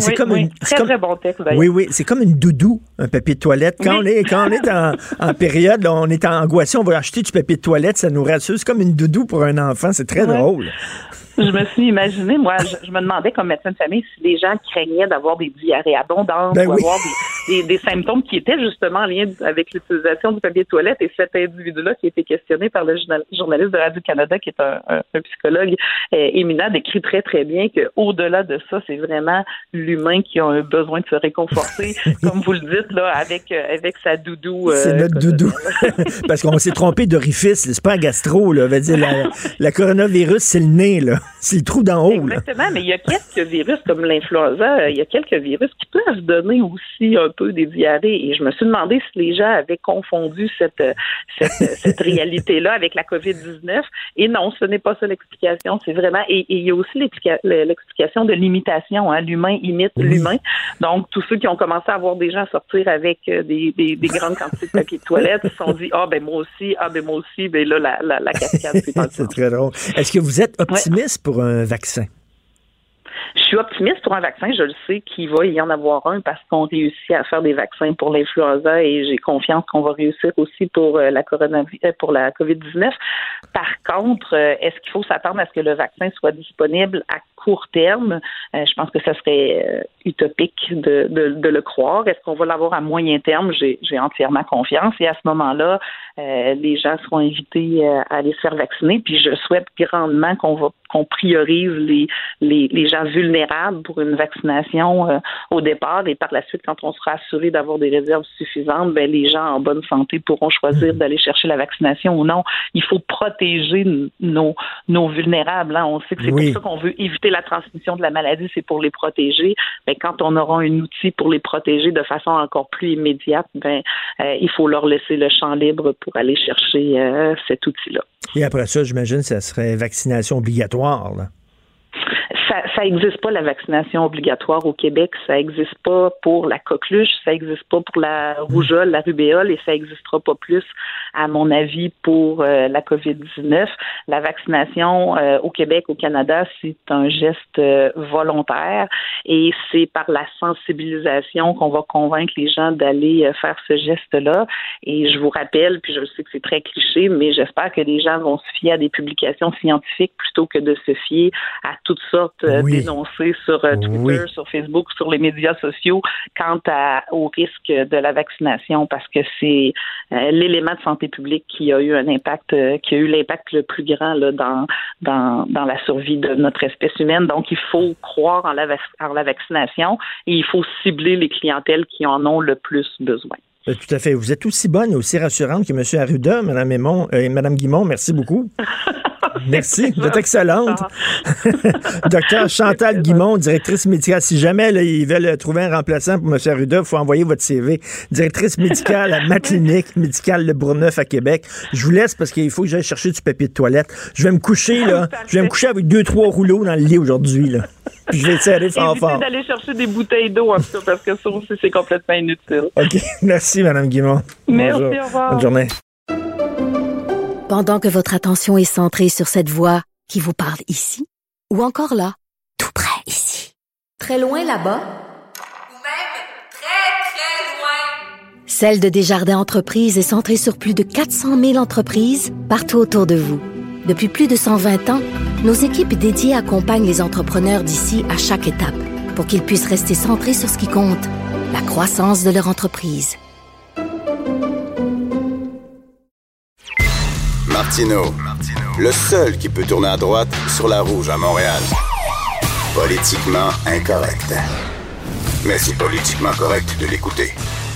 très bon texte, d'ailleurs. Oui, c'est comme une doudou, un papier de toilette. Quand on est en période, là, on est angoissé, on va acheter du papier de toilette, ça nous rassure. C'est comme une doudou pour un enfant. C'est très drôle. Je me suis imaginé, moi, je me demandais comme médecin de famille si les gens craignaient d'avoir des diarrhées abondantes ou avoir des symptômes qui étaient justement en lien avec l'utilisation du papier de toilette. Et cet individu-là qui a été questionné par le journaliste de Radio-Canada, qui est un psychologue éminent, décrit très, très bien qu'au-delà de ça, c'est vraiment l'humain qui a un besoin de se réconforter, comme vous le dites, là, avec sa doudou. C'est notre doudou. Parce qu'on s'est trompé d'orifice. C'est pas un gastro, là. On va dire, la coronavirus, c'est le nez, là. C'est le trou d'en haut. Exactement, mais il y a quelques virus comme l'influenza, il y a quelques virus qui peuvent donner aussi un peu des diarrhées. Et je me suis demandé si les gens avaient confondu cette réalité-là avec la COVID-19. Et non, ce n'est pas ça l'explication. C'est vraiment... Et il y a aussi l'explication de l'imitation. Hein. L'humain imite l'humain. Donc, tous ceux qui ont commencé à voir des gens sortir avec des grandes quantités de papier de toilette se sont dit « Ah, ben moi aussi, ben là, la cascade, c'est pas C'est très drôle. Est-ce que vous êtes optimiste pour un vaccin? Je suis optimiste pour un vaccin. Je le sais qu'il va y en avoir un parce qu'on réussit à faire des vaccins pour l'influenza et j'ai confiance qu'on va réussir aussi pour la COVID-19. Par contre, est-ce qu'il faut s'attendre à ce que le vaccin soit disponible à court terme? Je pense que ça serait utopique de le croire. Est-ce qu'on va l'avoir à moyen terme? J'ai entièrement confiance et à ce moment-là, les gens seront invités à aller se faire vacciner. Puis je souhaite grandement qu'on priorise les gens vulnérables pour une vaccination au départ et par la suite, quand on sera assuré d'avoir des réserves suffisantes, ben les gens en bonne santé pourront choisir d'aller chercher la vaccination ou non. Il faut protéger nos vulnérables. Hein. On sait que c'est pour ça qu'on veut éviter la transmission de la maladie, c'est pour les protéger. Ben, quand on aura un outil pour les protéger de façon encore plus immédiate, il faut leur laisser le champ libre pour aller chercher cet outil-là. Et après ça, j'imagine que ça serait vaccination obligatoire, là. Ça n'existe pas, la vaccination obligatoire au Québec. Ça n'existe pas pour la coqueluche, ça n'existe pas pour la rougeole, la rubéole et ça n'existera pas plus, à mon avis, pour la COVID-19. La vaccination au Québec, au Canada, c'est un geste volontaire et c'est par la sensibilisation qu'on va convaincre les gens d'aller faire ce geste-là. Et je vous rappelle, puis je sais que c'est très cliché, mais j'espère que les gens vont se fier à des publications scientifiques plutôt que de se fier à toutes sortes d'énoncés sur Twitter, sur Facebook, sur les médias sociaux quant au risque de la vaccination parce que c'est l'élément de santé publique qui a eu un impact, qui a eu l'impact le plus grand là, dans la survie de notre espèce humaine. Donc, il faut croire en la vaccination et il faut cibler les clientèles qui en ont le plus besoin. Tout à fait. Vous êtes aussi bonne et aussi rassurante que M. Arruda, Mme Guimond. Merci beaucoup. Merci, vous êtes excellente. Docteur Chantal Guimond, directrice médicale. Si jamais là, ils veulent trouver un remplaçant pour M. Arruda, il faut envoyer votre CV. Directrice médicale à ma clinique médicale Le Bourgneuf à Québec. Je vous laisse parce qu'il faut que j'aille chercher du papier de toilette. Je vais me coucher, là. Je vais me coucher avec 2-3 rouleaux dans le lit aujourd'hui, là. Puis je vais tirer fort. Évitez d'aller chercher des bouteilles d'eau, en tout cas, parce que ça aussi, c'est complètement inutile. OK. Merci, Mme Guimond. Merci, bonjour. au revoir. Bonne journée. Pendant que votre attention est centrée sur cette voix qui vous parle ici, ou encore là, tout près ici, très loin là-bas, ou même très, très loin, Celle de Desjardins Entreprises est centrée sur plus de 400 000 entreprises partout autour de vous. Depuis plus de 120 ans, nos équipes dédiées accompagnent les entrepreneurs d'ici à chaque étape pour qu'ils puissent rester centrés sur ce qui compte, la croissance de leur entreprise. Martineau, le seul qui peut tourner à droite sur la rouge à Montréal. Politiquement incorrect. Mais c'est politiquement correct de l'écouter.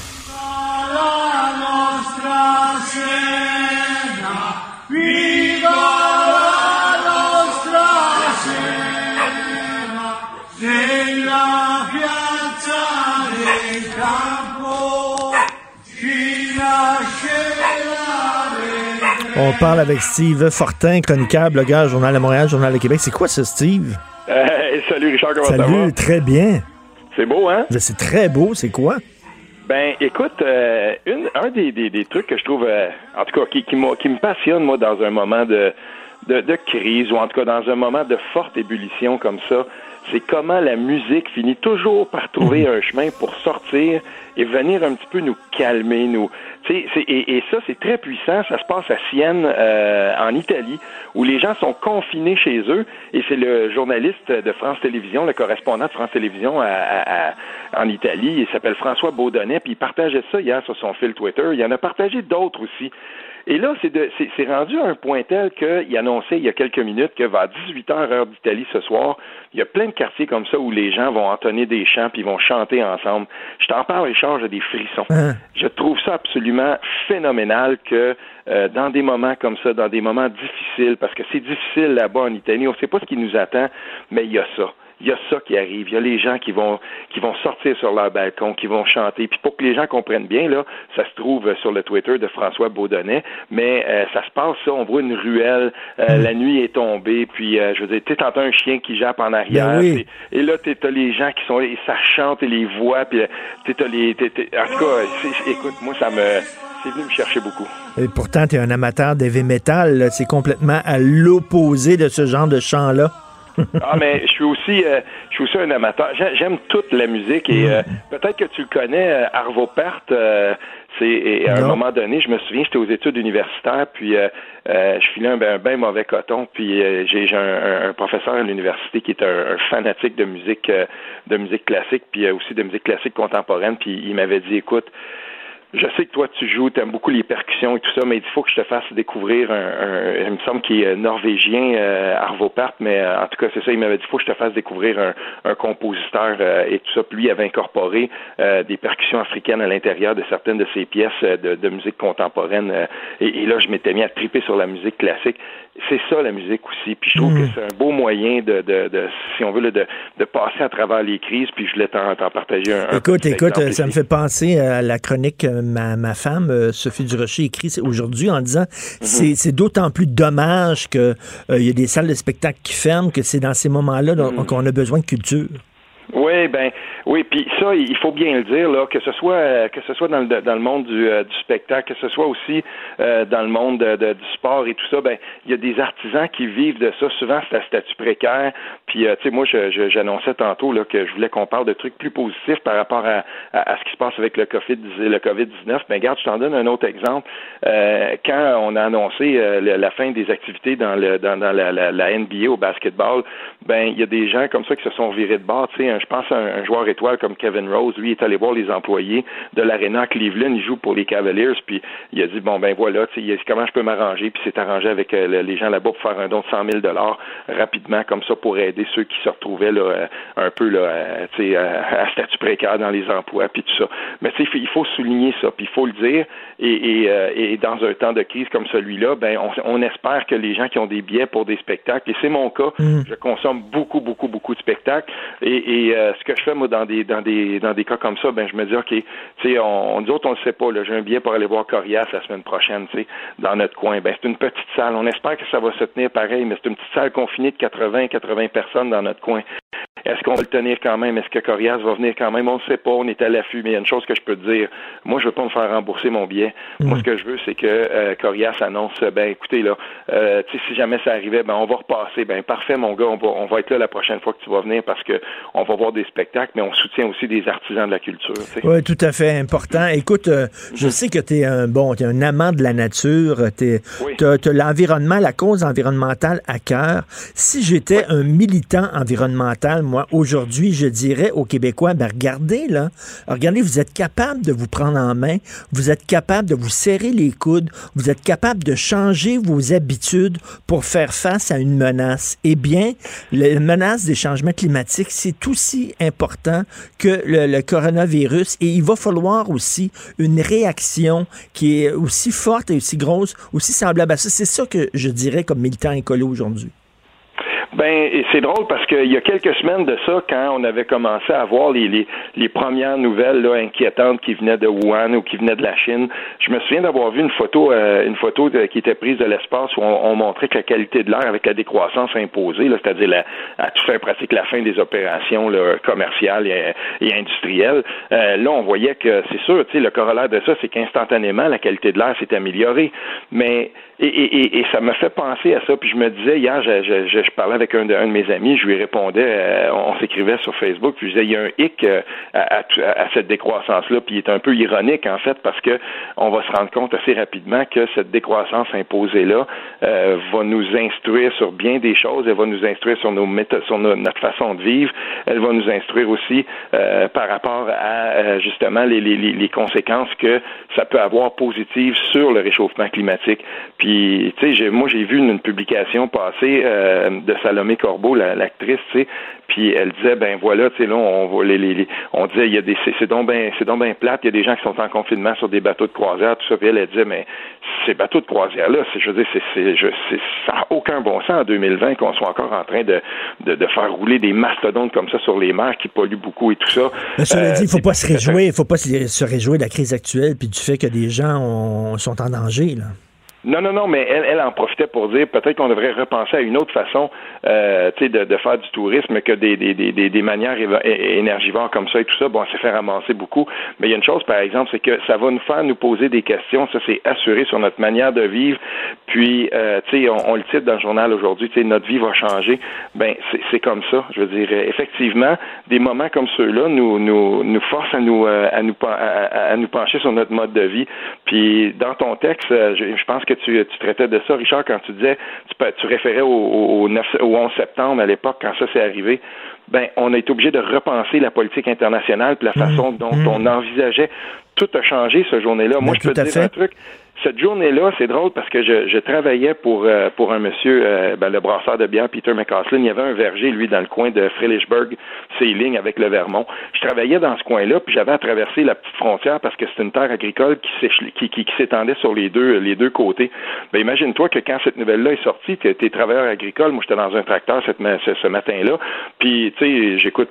On parle avec Steve Fortin, chroniqueur, blogueur, Journal de Montréal, Journal de Québec. C'est quoi ça, Steve? Salut Richard, comment ça va? Salut, très bien. C'est beau, hein? C'est très beau, c'est quoi? Ben, écoute, un des trucs que je trouve, en tout cas, qui me passionne, moi, dans un moment de crise, ou en tout cas dans un moment de forte ébullition comme ça, c'est comment la musique finit toujours par trouver un chemin pour sortir et venir un petit peu nous calmer, et ça, c'est très puissant. Ça se passe à Sienne, en Italie, où les gens sont confinés chez eux, et c'est le journaliste de France Télévisions, le correspondant de France Télévisions en Italie, il s'appelle François Baudonnet, puis il partageait ça hier sur son fil Twitter. Il en a partagé d'autres aussi. Et là, c'est rendu à un point tel qu'il annonçait il y a quelques minutes que vers 18h, heure d'Italie ce soir, il y a plein de quartiers comme ça où les gens vont entonner des chants puis ils vont chanter ensemble. Je t'en parle, Richard, j'ai des frissons. Je trouve ça absolument phénoménal que dans des moments comme ça, dans des moments difficiles, parce que c'est difficile là-bas en Italie, on ne sait pas ce qui nous attend, mais il y a ça. Il y a ça qui arrive. Il y a les gens qui vont sortir sur leur balcon, qui vont chanter. Puis pour que les gens comprennent bien, là, ça se trouve sur le Twitter de François Baudonnet, mais ça se passe, ça, on voit une ruelle, la nuit est tombée, puis je veux dire, tu t'entends un chien qui jappe en arrière, oui. et là, t'as les gens qui sont là, et ça chante, et les voix, puis en tout cas, écoute, moi, c'est venu me chercher beaucoup. Et pourtant, tu es un amateur d'heavy metal, là. C'est complètement à l'opposé de ce genre de chant-là. Mais je suis aussi un amateur. J'aime toute la musique et peut-être que tu le connais, Arvo Pärt. À un moment donné, je me souviens, j'étais aux études universitaires, puis je filais un bien mauvais coton, puis j'ai un professeur à l'université qui est un fanatique de musique classique, puis aussi de musique classique contemporaine, puis il m'avait dit, écoute, je sais que toi, tu joues, tu aimes beaucoup les percussions et tout ça, mais il faut que je te fasse découvrir il me semble qu'il est norvégien, Arvo Pärt, mais en tout cas, c'est ça, il m'avait dit, il faut que je te fasse découvrir un compositeur et tout ça. Puis lui, il avait incorporé des percussions africaines à l'intérieur de certaines de ses pièces de musique contemporaine. Et là, je m'étais mis à triper sur la musique classique. C'est ça, la musique aussi. Puis je trouve que c'est un beau moyen si on veut, de passer à travers les crises. Puis je voulais t'en partager un Écoute, exemple ça me fait penser à la chronique ma femme, Sophie Durocher, écrit aujourd'hui en disant c'est d'autant plus dommage que il y a des salles de spectacle qui ferment, que c'est dans ces moments-là qu'on a besoin de culture. Oui, puis ça, il faut bien le dire, là, que ce soit dans le monde du spectacle, que ce soit aussi dans le monde du sport et tout ça, il y a des artisans qui vivent de ça. Souvent, c'est à statut précaire. Puis, tu sais, moi, j'annonçais tantôt là que je voulais qu'on parle de trucs plus positifs par rapport à ce qui se passe avec le COVID-19. Mais regarde, je t'en donne un autre exemple. Quand on a annoncé la fin des activités dans la NBA au basketball, il y a des gens comme ça qui se sont virés de bord. Tu sais, je pense à un joueur étoile comme Kevin Rose. Lui, il est allé voir les employés de l'Arena à Cleveland. Il joue pour les Cavaliers. Puis il a dit, voilà, tu sais, comment je peux m'arranger? Puis il s'est arrangé avec les gens là-bas pour faire un don de $100,000 rapidement, comme ça, pour aider aider ceux qui se retrouvaient là, un peu là, à statut précaire dans les emplois, puis tout ça. Mais il faut souligner ça, puis il faut le dire. Et dans un temps de crise comme celui-là, ben on espère que les gens qui ont des billets pour des spectacles, et c'est mon cas, je consomme beaucoup de spectacles. Et ce que je fais moi dans des cas comme ça, ben je me dis ok, nous autres on le sait pas. Là, j'ai un billet pour aller voir Corias la semaine prochaine, dans notre coin. Ben c'est une petite salle. On espère que ça va se tenir pareil, mais c'est une petite salle confinée de 80 personnes dans notre coin. Est-ce qu'on va le tenir quand même? Est-ce que Corias va venir quand même? On ne sait pas, on est à l'affût, mais il y a une chose que je peux te dire. Moi, je veux pas me faire rembourser mon billet. Moi, ce que je veux, c'est que Corias annonce, écoutez, là, si jamais ça arrivait, on va repasser. Parfait, mon gars, on va être là la prochaine fois que tu vas venir parce que on va voir des spectacles, mais on soutient aussi des artisans de la culture. Oui, tout à fait important. Écoute, je sais que t'es un amant de la nature, t'as l'environnement, la cause environnementale à cœur. Si j'étais un militant environnemental, moi, aujourd'hui, je dirais aux Québécois, regardez, vous êtes capable de vous prendre en main, vous êtes capable de vous serrer les coudes, vous êtes capable de changer vos habitudes pour faire face à une menace. Eh bien, la menace des changements climatiques, c'est aussi important que le coronavirus, et il va falloir aussi une réaction qui est aussi forte et aussi grosse, aussi semblable à ça. C'est ça que je dirais comme militant écolo aujourd'hui. Et c'est drôle parce qu'il y a quelques semaines de ça, quand on avait commencé à voir les premières nouvelles là, inquiétantes qui venaient de Wuhan ou qui venaient de la Chine, je me souviens d'avoir vu une photo qui était prise de l'espace où on montrait que la qualité de l'air avec la décroissance imposée, là, c'est-à-dire à tout faire pratique la fin des opérations là, commerciales et industrielles. Là, on voyait que c'est sûr, le corollaire de ça, c'est qu'instantanément, la qualité de l'air s'est améliorée. Mais et ça me fait penser à ça. Puis je me disais, hier, je parlais avec un de mes amis, je lui répondais, on s'écrivait sur Facebook, puis je disais, il y a un hic à cette décroissance-là, puis il est un peu ironique, en fait, parce que on va se rendre compte assez rapidement que cette décroissance imposée-là va nous instruire sur bien des choses, elle va nous instruire sur nos méthodes, sur notre façon de vivre, elle va nous instruire aussi par rapport à, justement, les conséquences que ça peut avoir positives sur le réchauffement climatique. Puis, tu sais, moi, j'ai vu une publication passer de Salomé Corbeau, l'actrice, tu sais, puis elle disait, voilà, tu sais, là, on disait, il y a c'est donc bien plate, il y a des gens qui sont en confinement sur des bateaux de croisière, tout ça, puis elle disait, mais ces bateaux de croisière-là, je veux dire, ça n'a aucun bon sens en 2020 qu'on soit encore en train de faire rouler des mastodontes comme ça sur les mers qui polluent beaucoup et tout ça. Mais cela dit, il ne faut pas se réjouir de la crise actuelle puis du fait que des gens sont en danger, là. Non, mais elle en profitait pour dire peut-être qu'on devrait repenser à une autre façon de faire du tourisme que des manières énergivores comme ça et tout ça. Bon, c'est faire ramasser beaucoup. Mais il y a une chose, par exemple, c'est que ça va nous faire nous poser des questions. Ça, c'est assuré sur notre manière de vivre. Puis, on le titre dans le journal aujourd'hui, notre vie va changer. C'est comme ça. Je veux dire, effectivement, des moments comme ceux-là nous forcent à nous pencher sur notre mode de vie. Puis, dans ton texte, je pense que tu traitais de ça, Richard, quand tu disais, tu référais au 11 septembre à l'époque, quand ça s'est arrivé. On a été obligé de repenser la politique internationale puis la façon dont on envisageait. Tout a changé ce journée-là. Moi, je peux te dire un truc. Cette journée-là, c'est drôle parce que je travaillais pour un monsieur, le brasseur de bière, Peter McCaslin. Il y avait un verger, lui, dans le coin de Frelichburg, ses lignes avec le Vermont. Je travaillais dans ce coin-là, puis j'avais à traverser la petite frontière parce que c'est une terre agricole qui s'étendait sur les deux côtés. Imagine-toi que quand cette nouvelle-là est sortie, que t'es travailleur agricole, moi j'étais dans un tracteur ce matin-là, puis tu sais, j'écoutais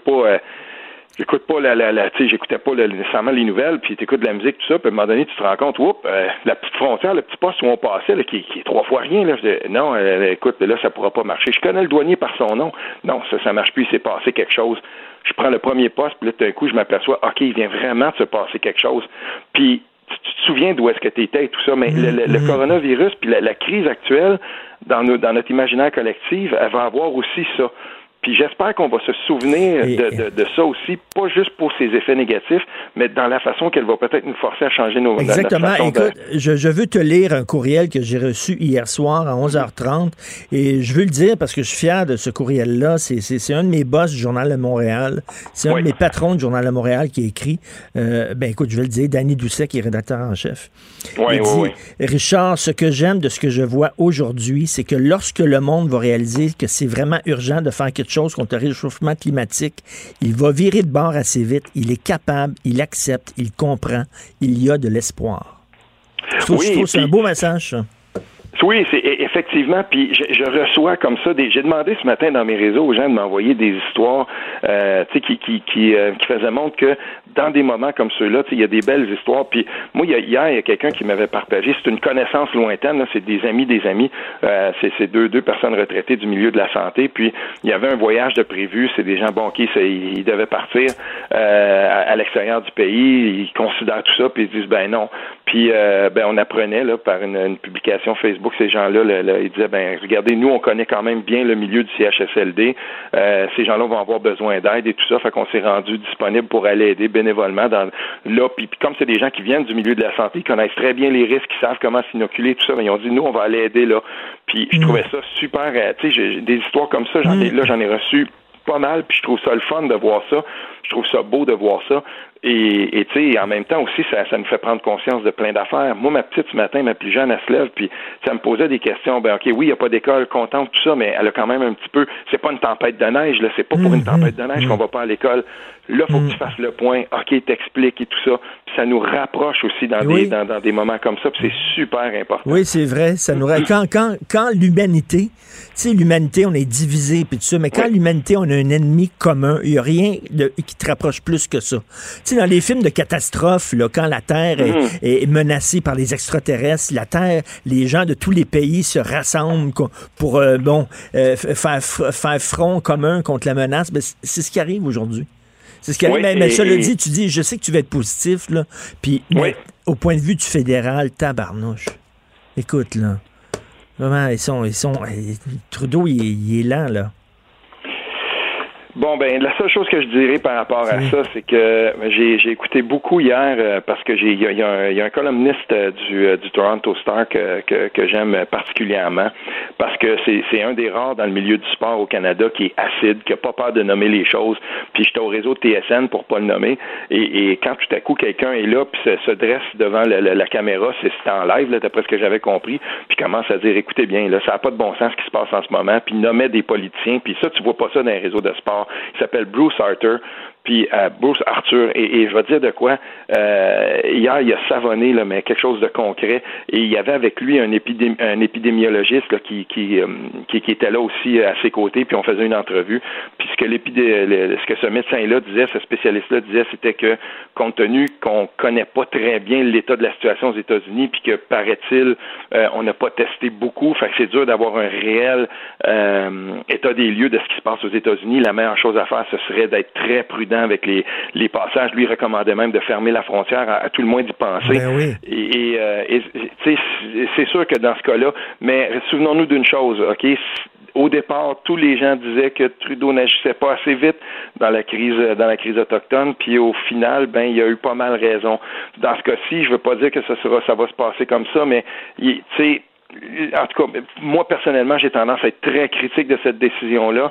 pas nécessairement les nouvelles, puis t'écoutes de la musique, tout ça, puis à un moment donné, tu te rends compte, la petite frontière, le petit poste où on passait, là, qui est 3 fois rien, là, non, écoute, là, ça pourra pas marcher. Je connais le douanier par son nom. Non, ça marche plus, il s'est passé quelque chose. Je prends le premier poste, puis là, tout d'un coup, je m'aperçois, OK, il vient vraiment de se passer quelque chose. Puis, tu te souviens d'où est-ce que t'étais et tout ça, mais le coronavirus, puis la crise actuelle, dans notre imaginaire collectif, elle va avoir aussi ça. Puis j'espère qu'on va se souvenir de ça aussi, pas juste pour ses effets négatifs, mais dans la façon qu'elle va peut-être nous forcer à changer nos... Exactement. Écoute, je veux te lire un courriel que j'ai reçu hier soir à 11h30, et je veux le dire parce que je suis fier de ce courriel-là. C'est un de mes boss du Journal de Montréal. C'est un de mes patrons du Journal de Montréal qui a écrit. Écoute, je vais le dire, Danny Doucet, qui est rédacteur en chef. Il dit, Richard, ce que j'aime de ce que je vois aujourd'hui, c'est que lorsque le monde va réaliser que c'est vraiment urgent de faire quelque chose chose contre le réchauffement climatique. Il va virer de bord assez vite. Il est capable, il accepte, il comprend. Il y a de l'espoir. Je trouve que c'est un beau message, ça. Oui, c'est effectivement. Puis je reçois comme ça j'ai demandé ce matin dans mes réseaux aux gens de m'envoyer des histoires, qui faisaient montre que dans des moments comme ceux-là, il y a des belles histoires. Puis moi, hier, il y a quelqu'un qui m'avait partagé. C'est une connaissance lointaine. Là, c'est des amis. C'est deux personnes retraitées du milieu de la santé. Puis il y avait un voyage de prévu. C'est des gens ils devaient partir à l'extérieur du pays. Ils considèrent tout ça. Puis ils disent non. Puis on apprenait là par une publication Facebook. Ces gens-là, ils disaient, regardez, nous, on connaît quand même bien le milieu du CHSLD. Ces gens-là vont avoir besoin d'aide et tout ça. Fait qu'on s'est rendu disponible pour aller aider bénévolement puis comme c'est des gens qui viennent du milieu de la santé, ils connaissent très bien les risques, ils savent comment s'inoculer, tout ça. Mais ils ont dit, nous, on va aller aider là. Puis je trouvais ça super. J'ai des histoires comme ça, j'en ai reçu pas mal, puis je trouve ça le fun de voir ça. Je trouve ça beau de voir ça. Et tu sais, en même temps aussi, ça nous fait prendre conscience de plein d'affaires. Moi, ma petite, ce matin, ma plus jeune, elle se lève, puis ça me posait des questions. OK, oui, il n'y a pas d'école, contente, tout ça, mais elle a quand même un petit peu... C'est pas une tempête de neige, là. C'est pas pour une tempête de neige qu'on va pas à l'école. Là, il faut que tu fasses le point. OK, t'expliques et tout ça. Puis ça nous rapproche aussi dans des moments comme ça, puis c'est super important. Oui, c'est vrai. Ça nous quand l'humanité... Tu sais, l'humanité, on est divisé, puis tout ça, mais quand l'humanité, on a un ennemi commun, il n'y a rien qui te rapproche plus que ça. Tu sais, dans les films de catastrophes, là, quand la Terre est menacée par les extraterrestres, la Terre, les gens de tous les pays se rassemblent pour faire front commun contre la menace. Ben, c'est ce qui arrive aujourd'hui. C'est ce qui arrive. Mais ça le dit, tu dis, je sais que tu vas être positif, là, puis au point de vue du fédéral, tabarnouche. Écoute, là. Vraiment, Trudeau, il est lent, là. Bon, la seule chose que je dirais par rapport à ça, c'est que j'ai écouté beaucoup hier parce que il y a un columniste du Toronto Star que j'aime particulièrement parce que c'est un des rares dans le milieu du sport au Canada qui est acide, qui a pas peur de nommer les choses. Puis j'étais au réseau de TSN pour pas le nommer et quand tout à coup quelqu'un est là puis se dresse devant la caméra, c'est en live là, d'après ce que j'avais compris, puis commence à dire écoutez bien là, ça a pas de bon sens ce qui se passe en ce moment, puis nommait des politiciens, puis ça tu vois pas ça dans les réseaux de sport. Il s'appelle Bruce Arthur. Puis Bruce Arthur, et je vais te dire de quoi, hier, il a savonné, là, mais quelque chose de concret, et il y avait avec lui un épidémiologiste là, qui était là aussi à ses côtés, puis on faisait une entrevue, puis ce que ce médecin-là disait, ce spécialiste-là disait, c'était que, compte tenu qu'on connaît pas très bien l'état de la situation aux États-Unis, puis que, paraît-il, on n'a pas testé beaucoup, fait que c'est dur d'avoir un réel état des lieux de ce qui se passe aux États-Unis. La meilleure chose à faire, ce serait d'être très prudent avec les passages. Lui, il recommandait même de fermer la frontière, à tout le moins d'y penser. Et c'est sûr que dans ce cas-là, mais souvenons-nous d'une chose, OK? Au départ, tous les gens disaient que Trudeau n'agissait pas assez vite dans la crise autochtone, puis au final, il y a eu pas mal raison. Dans ce cas-ci, je veux pas dire que ça va se passer comme ça, mais tu sais, en tout cas, moi personnellement, j'ai tendance à être très critique de cette décision-là.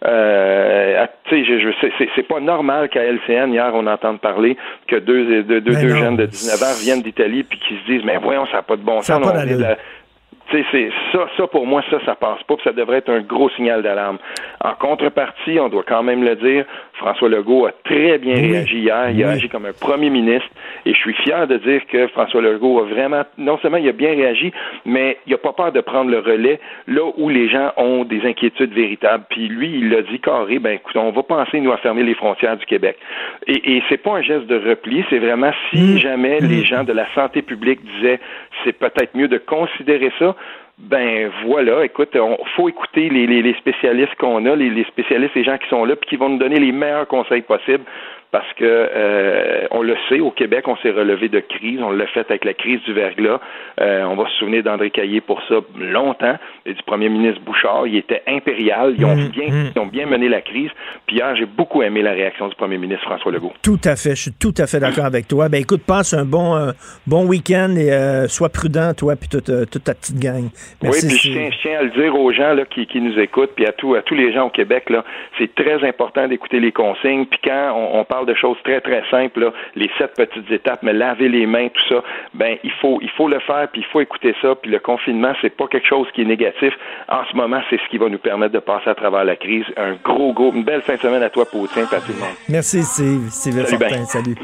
C'est pas normal qu'à LCN, hier, on entende parler que deux jeunes de 19 ans viennent d'Italie puis qui se disent, mais voyons, ça n'a pas de bon sens. C'est ça pour moi, ça passe pas, puis ça devrait être un gros signal d'alarme. En contrepartie, on doit quand même le dire, François Legault a très bien réagi hier. Il a agi comme un premier ministre, et je suis fier de dire que François Legault a vraiment, non seulement il a bien réagi, mais il a pas peur de prendre le relais là où les gens ont des inquiétudes véritables. Puis lui, il l'a dit carré, écoute, on va penser, nous, à fermer les frontières du Québec. Et c'est pas un geste de repli, c'est vraiment si jamais les gens de la santé publique disaient c'est peut-être mieux de considérer ça, voilà, écoute, faut écouter les spécialistes qu'on a, les spécialistes, les gens qui sont là, puis qui vont nous donner les meilleurs conseils possibles. Parce que on le sait, au Québec, on s'est relevé de crise. On l'a fait avec la crise du verglas. On va se souvenir d'André Caillé pour ça longtemps, et du premier ministre Bouchard. Il était impérial. Ils ont bien mené la crise. Puis hier, j'ai beaucoup aimé la réaction du premier ministre François Legault. Tout à fait. Je suis tout à fait d'accord avec toi. Écoute, passe un bon week-end et sois prudent, toi, puis toute ta petite gang. Merci, oui, puis je tiens à le dire aux gens là, qui nous écoutent, puis à tous les gens au Québec, là, c'est très important d'écouter les consignes. Puis quand on parle parle de choses très, très simples, là, les 7 petites étapes, mais laver les mains, tout ça, ben il faut le faire, puis il faut écouter ça, puis le confinement, c'est pas quelque chose qui est négatif. En ce moment, c'est ce qui va nous permettre de passer à travers la crise. Une belle fin de semaine à toi, Pautien, et à tout le monde. Merci, Steve Fortin. Salut.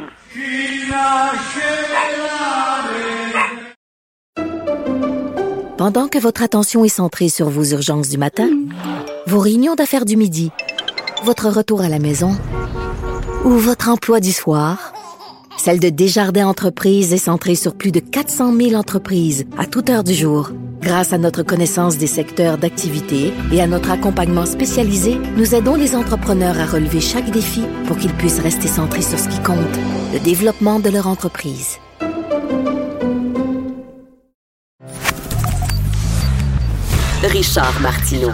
Pendant que votre attention est centrée sur vos urgences du matin, vos réunions d'affaires du midi, votre retour à la maison ou votre emploi du soir, celle de Desjardins Entreprises est centrée sur plus de 400 000 entreprises à toute heure du jour. Grâce à notre connaissance des secteurs d'activité et à notre accompagnement spécialisé, nous aidons les entrepreneurs à relever chaque défi pour qu'ils puissent rester centrés sur ce qui compte, le développement de leur entreprise. Richard Martineau.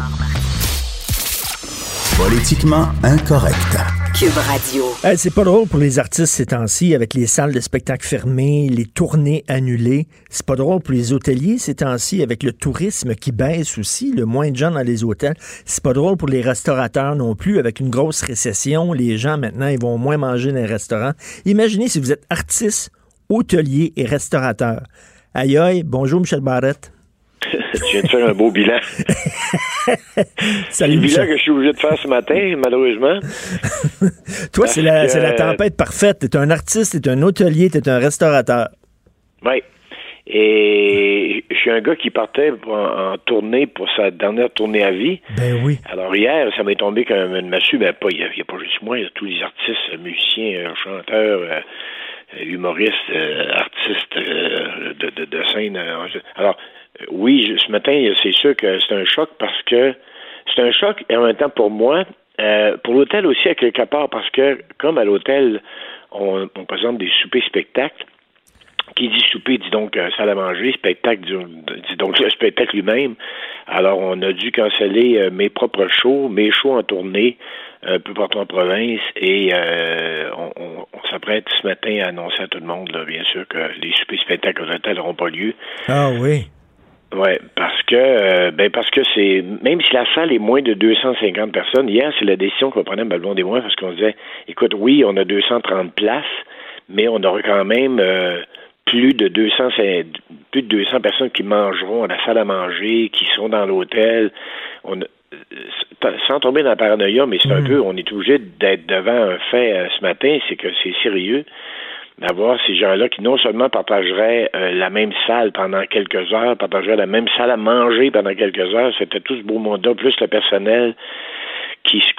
Politiquement incorrect. Cube Radio. C'est pas drôle pour les artistes ces temps-ci, avec les salles de spectacle fermées, les tournées annulées. C'est pas drôle pour les hôteliers ces temps-ci, avec le tourisme qui baisse aussi, le moins de gens dans les hôtels. C'est pas drôle pour les restaurateurs non plus, avec une grosse récession. Les gens, maintenant, ils vont moins manger dans les restaurants. Imaginez si vous êtes artiste, hôtelier et restaurateur. Aïe aïe, bonjour Michel Barrette. Tu viens de faire un beau bilan. Salut, le Michel. bilan que je suis obligé de faire ce matin, malheureusement. Toi, c'est la tempête parfaite. T'es un artiste, t'es un hôtelier, t'es un restaurateur. Oui. Et je suis un gars qui partait en tournée pour sa dernière tournée à vie. Ben oui. Alors hier, ça m'est tombé comme une massue. Ben pas, il n'y a pas juste moi, il y a tous les artistes, musiciens, chanteurs, humoristes, artistes de scène. Alors, oui, ce matin, c'est sûr que c'est un choc parce que c'est un choc et en même temps pour moi, pour l'hôtel aussi à quelque part parce que comme à l'hôtel, on présente des soupers-spectacles. Qui dit souper dit donc salle à manger, spectacle dit donc le spectacle lui-même. Alors on a dû canceller mes propres shows, mes shows en tournée un peu partout en province et on s'apprête ce matin à annoncer à tout le monde, là, bien sûr, que les soupers-spectacles aux hôtels n'auront pas lieu. Ah oui. Ouais, parce que c'est même si la salle est moins de 250 personnes, hier c'est la décision qu'on prenait Balbon et moi parce qu'on disait écoute, oui, on a 230 places, mais on aura quand même plus de 200 personnes qui mangeront à la salle à manger, qui seront dans l'hôtel. Sans tomber dans la paranoïa, mais c'est un peu, on est obligé d'être devant un fait ce matin, c'est que c'est sérieux d'avoir ces gens-là qui non seulement partageraient la même salle pendant quelques heures, partageraient la même salle à manger pendant quelques heures, c'était tout ce beau monde-là, plus le personnel qui se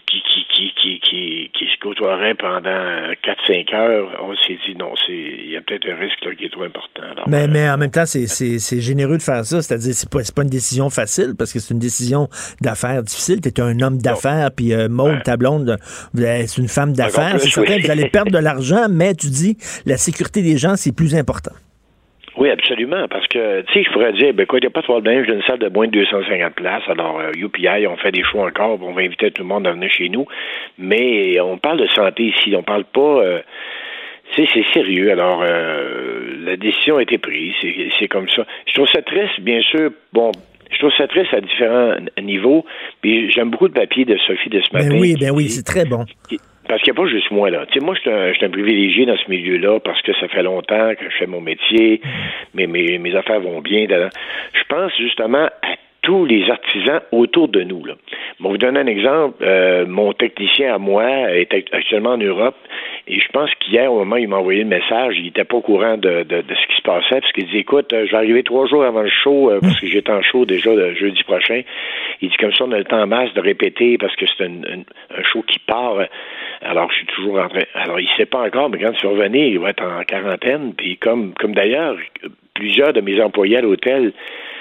côtoierait pendant 4-5 heures, on s'est dit non, il y a peut-être un risque là, qui est trop important. Alors, mais en même temps, c'est généreux de faire ça, c'est-à-dire c'est pas une décision facile parce que c'est une décision d'affaires difficile. T'es un homme d'affaires, puis Maude, ta blonde, c'est une femme d'affaires. C'est certain que vous allez perdre de l'argent, mais tu dis la sécurité des gens, c'est plus important. Oui, absolument, parce que, tu sais, je pourrais dire, ben quoi, il n'y a pas de problème, j'ai une salle de moins de 250 places, alors UPI, on fait des shows encore, on va inviter tout le monde à venir chez nous, mais on parle de santé ici, on parle pas, tu sais, c'est sérieux, alors la décision a été prise, c'est comme ça. Je trouve ça triste, bien sûr, je trouve ça triste à différents niveaux, puis j'aime beaucoup le papier de Sophie de ce matin. Ben oui, c'est très bon. Parce qu'il n'y a pas juste moi, là. Tu sais, moi, je suis un privilégié dans ce milieu-là parce que ça fait longtemps que je fais mon métier, mes affaires vont bien. Je pense justement à tous les artisans autour de nous, là. Bon, vous donner un exemple. Mon technicien à moi est actuellement en Europe et je pense qu'hier, au moment où il m'a envoyé le message, il n'était pas au courant de ce qui se passait parce qu'il dit, écoute, je vais arriver 3 jours avant le show parce que j'étais en show déjà le jeudi prochain. Il dit, comme ça, on a le temps en masse de répéter parce que c'est un show qui part. Alors, je suis toujours en train... Alors, il ne sait pas encore, mais quand il va revenir, il va être en quarantaine. Puis comme d'ailleurs, plusieurs de mes employés à l'hôtel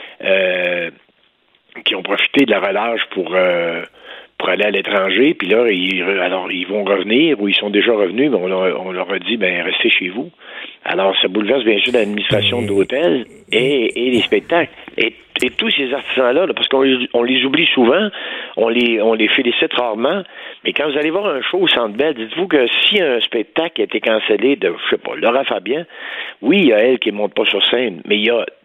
qui ont profité de la relâche pour aller à l'étranger, puis là, ils vont revenir, ou ils sont déjà revenus, mais on leur a dit, restez chez vous. Alors, ça bouleverse bien sûr l'administration de l'hôtel et les spectacles. Et tous ces artisans-là, parce qu'on les oublie souvent, on les félicite rarement, mais quand vous allez voir un show au Centre Bell, dites-vous que si un spectacle a été cancellé de, je sais pas, Laura Fabian, oui, il y a elle qui ne monte pas sur scène, mais il y a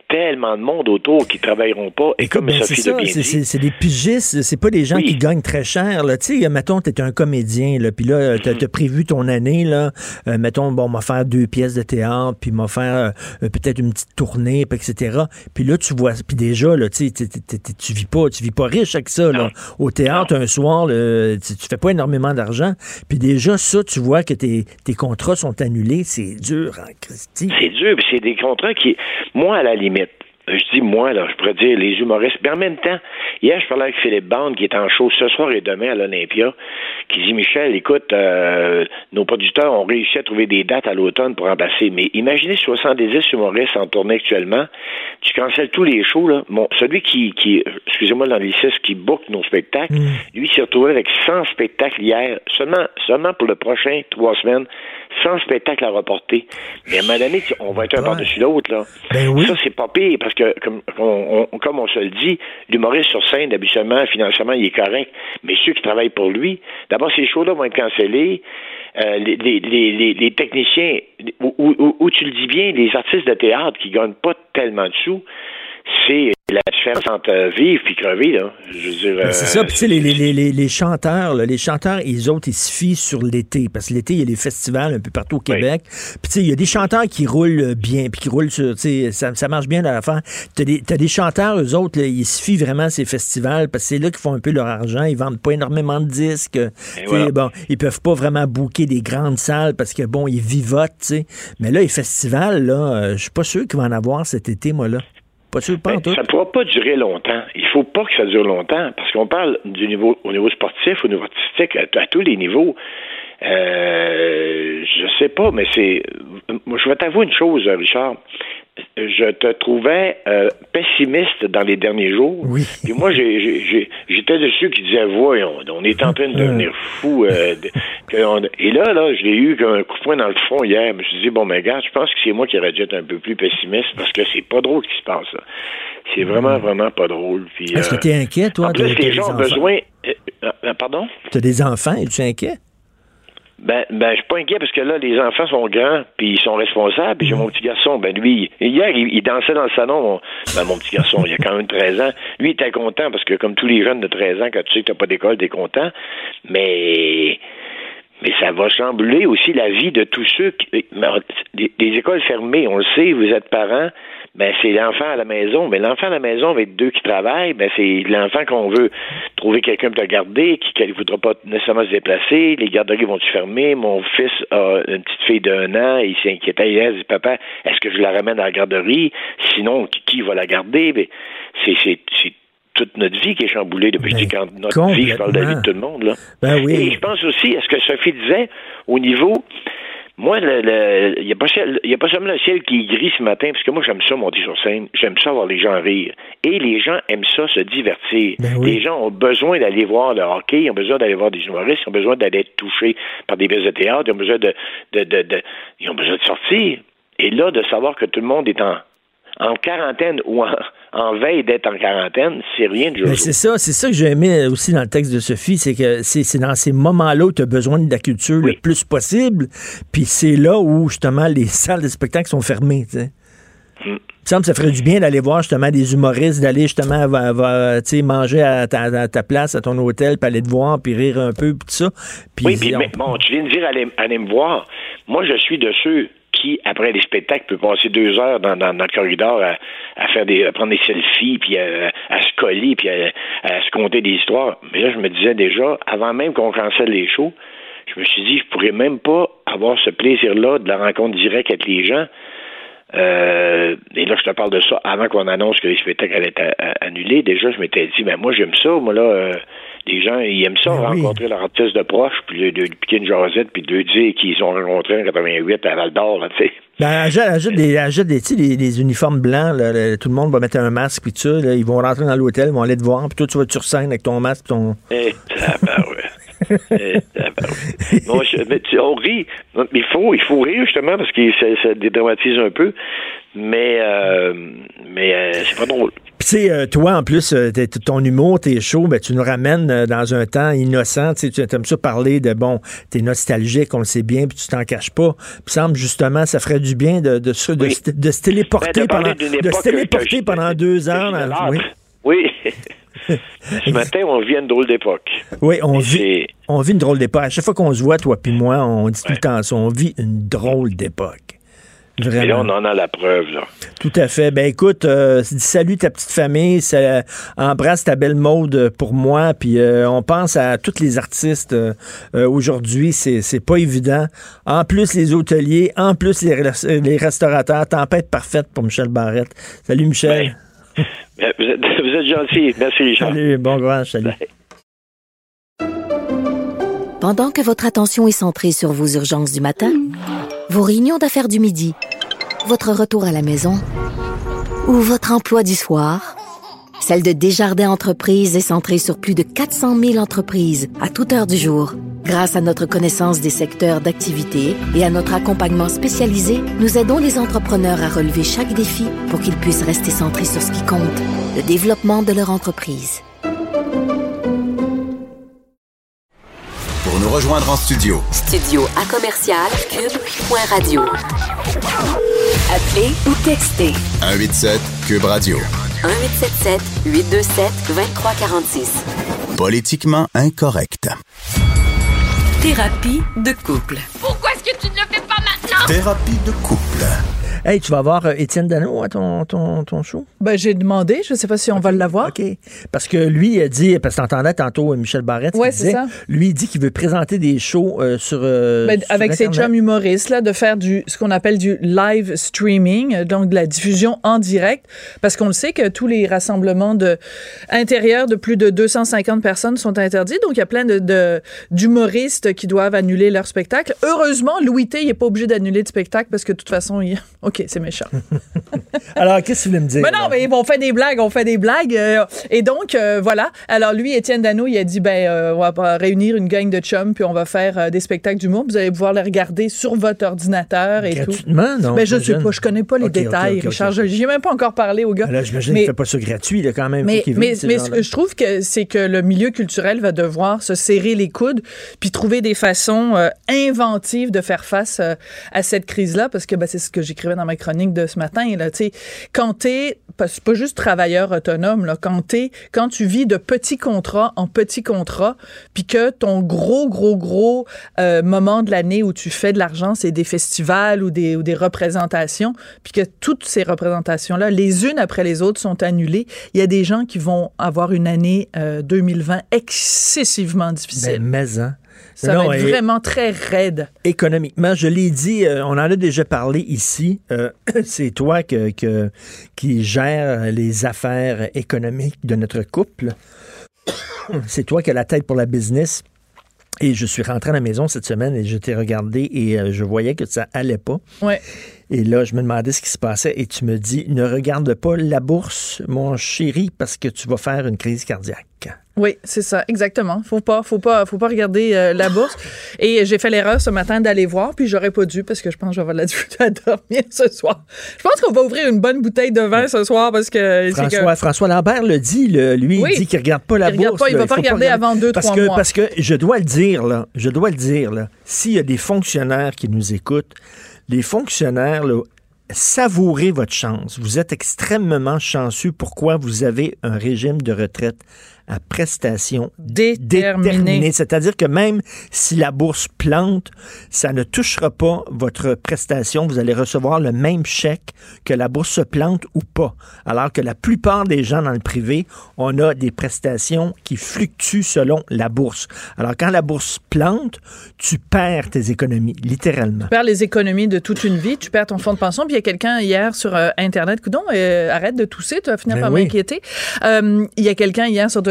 tellement de monde autour qui travailleront pas. Et comme Sophie l'a bien dit... C'est des pigistes, c'est pas des gens qui gagnent très cher. Tu sais, mettons, t'es un comédien, là, puis là, t'as prévu ton année, là, mettons, bon, m'a faire 2 pièces de théâtre, puis m'a faire peut-être une petite tournée, puis etc. Puis là, tu vois, puis déjà, là, tu vis pas riche avec ça, là. Au théâtre, un soir, là, tu fais pas énormément d'argent, puis déjà, ça, tu vois que tes contrats sont annulés, c'est dur, hein, Christy. C'est dur, puis c'est des contrats qui, moi, à la limite, je dis moi, là, je pourrais dire les humoristes. Mais en même temps, hier, je parlais avec Philippe Bande, qui est en show ce soir et demain à l'Olympia, qui dit, Michel, écoute, nos producteurs ont réussi à trouver des dates à l'automne pour remplacer. Mais imaginez 70 humoristes en tournée actuellement. Tu cancelles tous les shows, là. Bon, celui qui excusez-moi l'anglicisme, qui book nos spectacles, lui, s'est retrouvé avec 100 spectacles hier, seulement pour le prochain 3 semaines. 100 spectacles à reporter. Mais à un moment donné, on va être un par-dessus l'autre, là. Ben oui. Ça, c'est pas pire, parce que, comme on se le dit, l'humoriste sur scène, habituellement, financièrement, il est correct. Mais ceux qui travaillent pour lui, d'abord, ces shows-là vont être cancellés. Les techniciens, ou tu le dis bien, les artistes de théâtre qui gagnent pas tellement de sous, c'est la différence entre vivre puis crever, là. Je veux dire, c'est ça. Puis tu sais, les chanteurs, là, ils se fient sur l'été. Parce que l'été, il y a les festivals un peu partout au Québec. Puis tu sais, il y a des chanteurs qui roulent bien, puis qui roulent sur, tu sais, ça marche bien dans l'affaire. T'as des chanteurs, eux autres, là, ils se fient vraiment à ces festivals, parce que c'est là qu'ils font un peu leur argent. Ils vendent pas énormément de disques. Voilà. Bon, ils peuvent pas vraiment booker des grandes salles, parce que bon, ils vivotent, tu sais. Mais là, les festivals, là, je suis pas sûr qu'il va en avoir cet été, moi, là. Pas sûr, pas en tout. Ça ne pourra pas durer longtemps. Il faut pas que ça dure longtemps, parce qu'on parle au niveau sportif, au niveau artistique, à tous les niveaux. Je sais pas, mais je vais t'avouer une chose, Richard. Je te trouvais pessimiste dans les derniers jours. Oui. Puis moi, j'étais de ceux qui disaient, voyons, on est en train de devenir fou. Et là, je l'ai eu comme un coup de poing dans le front hier. Je me suis dit, bon, mais gars, je pense que c'est moi qui aurais dû être un peu plus pessimiste, parce que c'est pas drôle ce qui se passe, là. C'est vraiment, vraiment pas drôle. Puis, est-ce que t'es inquiet, toi? En plus, les gens ont besoin... pardon? T'as des enfants, es-tu inquiet? Ben, je suis pas inquiet, parce que là, les enfants sont grands, puis ils sont responsables. Puis j'ai mon petit garçon, lui, hier, il dansait dans le salon. Mon petit garçon, il a quand même 13 ans. Lui, il était content, parce que comme tous les jeunes de 13 ans, quand tu sais que t'as pas d'école, t'es content. Mais ça va chambouler aussi la vie de tous ceux des écoles fermées, on le sait, vous êtes parents, c'est l'enfant à la maison. Mais l'enfant à la maison, avec 2 qui travaillent, c'est l'enfant qu'on veut trouver quelqu'un pour le garder, qui ne voudra pas nécessairement se déplacer. Les garderies vont-tu fermer? Mon fils a une petite fille d'1 an, il s'inquiétait hier, il dit, papa, est-ce que je la ramène à la garderie? Sinon, qui va la garder? Mais c'est toute notre vie qui est chamboulée depuis quand notre vie, je parle de la vie de tout le monde, là. Ben oui. Et je pense aussi à ce que Sophie disait au niveau... Moi, il n'y a pas seulement le ciel qui est gris ce matin, parce que moi, j'aime ça monter sur scène, j'aime ça voir les gens rire. Et les gens aiment ça, se divertir. Ben oui. Les gens ont besoin d'aller voir le hockey, ils ont besoin d'aller voir des humoristes, ils ont besoin d'aller être touchés par des pièces de théâtre, ils ont besoin ils ont besoin de sortir. Et là, de savoir que tout le monde est en quarantaine ou en veille d'être en quarantaine, c'est rien de jojo. C'est ça que j'ai aimé aussi dans le texte de Sophie, c'est que c'est dans ces moments-là où tu as besoin de la culture le plus possible, puis c'est là où, justement, les salles de spectacle sont fermées, tu sais. Il me semble que ça ferait du bien d'aller voir, justement, des humoristes, d'aller, justement, manger à ta place, à ton hôtel, puis aller te voir, puis rire un peu, puis tout ça. Puis mais tu viens de dire aller me voir. Moi, je suis de ceux qui, après les spectacles, peut passer 2 heures dans le corridor à prendre des selfies, puis à se coller, puis à se conter des histoires. Mais là, je me disais déjà, avant même qu'on cancelle les shows, je me suis dit, je pourrais même pas avoir ce plaisir-là de la rencontre directe avec les gens. Et là, je te parle de ça avant qu'on annonce que les spectacles allaient être annulés. Déjà, je m'étais dit, moi, j'aime ça. Moi, là, les gens, ils aiment ça, rencontrer leur artiste de proche, puis de piquer une jasette, puis de lui dire qu'ils ont rencontré en 88 à Val-d'Or, là, tu sais. Ajoute des uniformes blancs, là, tout le monde va mettre un masque, puis tout ça, là, ils vont rentrer dans l'hôtel, ils vont aller te voir, puis toi, tu vas sur scène avec ton masque, ton... Bon, on rit. Il faut rire, justement, parce que ça dédramatise un peu. Mais c'est pas drôle. Puis tu sais, toi, en plus, ton humour, tes shows, ben, tu nous ramènes dans un temps innocent. Tu aimes ça parler de, bon, t'es nostalgique, on le sait bien, puis tu t'en caches pas. Puis il semble, justement, ça ferait du bien de se téléporter pendant 2 heures. Oui. Ce matin, on vit une drôle d'époque. Oui, on vit une drôle d'époque. À chaque fois qu'on se voit, toi puis moi, on dit tout le temps ça. On vit une drôle d'époque. Vraiment. Et là, on en a la preuve, là. Tout à fait. Ben écoute, salut ta petite famille, embrasse ta belle Maude pour moi, puis on pense à tous les artistes aujourd'hui, c'est pas évident. En plus, les hôteliers, en plus, les restaurateurs, tempête parfaite pour Michel Barrette. Salut, Michel. Ben, vous êtes gentil. Merci, Richard. Salut, bon courage, salut. Pendant que votre attention est centrée sur vos urgences du matin, vos réunions d'affaires du midi, votre retour à la maison ou votre emploi du soir, celle de Desjardins Entreprises est centrée sur plus de 400 000 entreprises à toute heure du jour. Grâce à notre connaissance des secteurs d'activité et à notre accompagnement spécialisé, nous aidons les entrepreneurs à relever chaque défi pour qu'ils puissent rester centrés sur ce qui compte, le développement de leur entreprise. Pour nous rejoindre en studio. Studio à commercial cube.radio. Appelez ou textez. 187 Cube Radio. 1877-827-2346. Politiquement incorrect. Thérapie de couple. Pourquoi est-ce que tu ne le fais pas maintenant? Thérapie de couple. Hey, tu vas voir Étienne Dano à ton show? Ben, j'ai demandé. Je ne sais pas si on va l'avoir. OK. Parce que lui, il a dit, parce que t'entendais tantôt Michel Barrette, ouais, c'est ça. Lui, il dit qu'il veut présenter des shows sur avec ses chums humoristes, là, de faire ce qu'on appelle du live streaming, donc de la diffusion en direct, parce qu'on le sait que tous les rassemblements intérieurs de plus de 250 personnes sont interdits, donc il y a plein d'humoristes qui doivent annuler leur spectacle. Heureusement, Louis T, il n'est pas obligé d'annuler de spectacle, parce que de toute façon, OK, c'est méchant. Alors, qu'est-ce que tu voulais me dire? Mais non, mais on fait des blagues. Et donc, voilà. Alors, lui, Étienne Dano, il a dit, on va réunir une gang de chums, puis on va faire des spectacles d'humour. Vous allez pouvoir les regarder sur votre ordinateur et gratuitement, tout. Non? Ben, je sais pas, je connais pas les détails, Richard. J'y ai même pas encore parlé au gars. Là, j'imagine qu'il fait pas ça gratuit, là, quand même. Mais je trouve que c'est que le milieu culturel va devoir se serrer les coudes, puis trouver des façons inventives de faire face à cette crise-là, parce que c'est ce que j'écrivais dans ma chronique de ce matin, là, tu sais, quand t'es, c'est pas juste travailleur autonome, là, quand tu vis de petits contrats en petits contrats, puis que ton gros moment de l'année où tu fais de l'argent, c'est des festivals ou des représentations, puis que toutes ces représentations-là, les unes après les autres, sont annulées, il y a des gens qui vont avoir une année 2020 excessivement difficile. Ça va être vraiment très raide. Économiquement, je l'ai dit, on en a déjà parlé ici. C'est toi qui gères les affaires économiques de notre couple. C'est toi qui as la tête pour la business. Et je suis rentré à la maison cette semaine et je t'ai regardé et je voyais que ça allait pas. Ouais. Et là, je me demandais ce qui se passait et tu me dis, ne regarde pas la bourse, mon chéri, parce que tu vas faire une crise cardiaque. Oui, c'est ça, exactement. Faut pas regarder la bourse. Et j'ai fait l'erreur ce matin d'aller voir, puis j'aurais pas dû parce que je pense que je vais avoir de la difficulté à dormir ce soir. Je pense qu'on va ouvrir une bonne bouteille de vin ce soir parce que François Lambert le dit, lui, il dit qu'il regarde pas la bourse. Il va pas regarder avant 2-3 mois. Parce que je dois le dire là, s'il y a des fonctionnaires qui nous écoutent, les fonctionnaires, là, savourez votre chance. Vous êtes extrêmement chanceux. Pourquoi? Vous avez un régime de retraite à prestations déterminées. C'est-à-dire que même si la bourse plante, ça ne touchera pas votre prestation. Vous allez recevoir le même chèque que la bourse se plante ou pas. Alors que la plupart des gens dans le privé, on a des prestations qui fluctuent selon la bourse. Alors quand la bourse plante, tu perds tes économies, littéralement. Tu perds les économies de toute une vie, tu perds ton fonds de pension. Puis il y a quelqu'un hier sur Internet, coudonc, arrête de tousser, tu vas finir par m'inquiéter. Il y a quelqu'un hier sur Twitter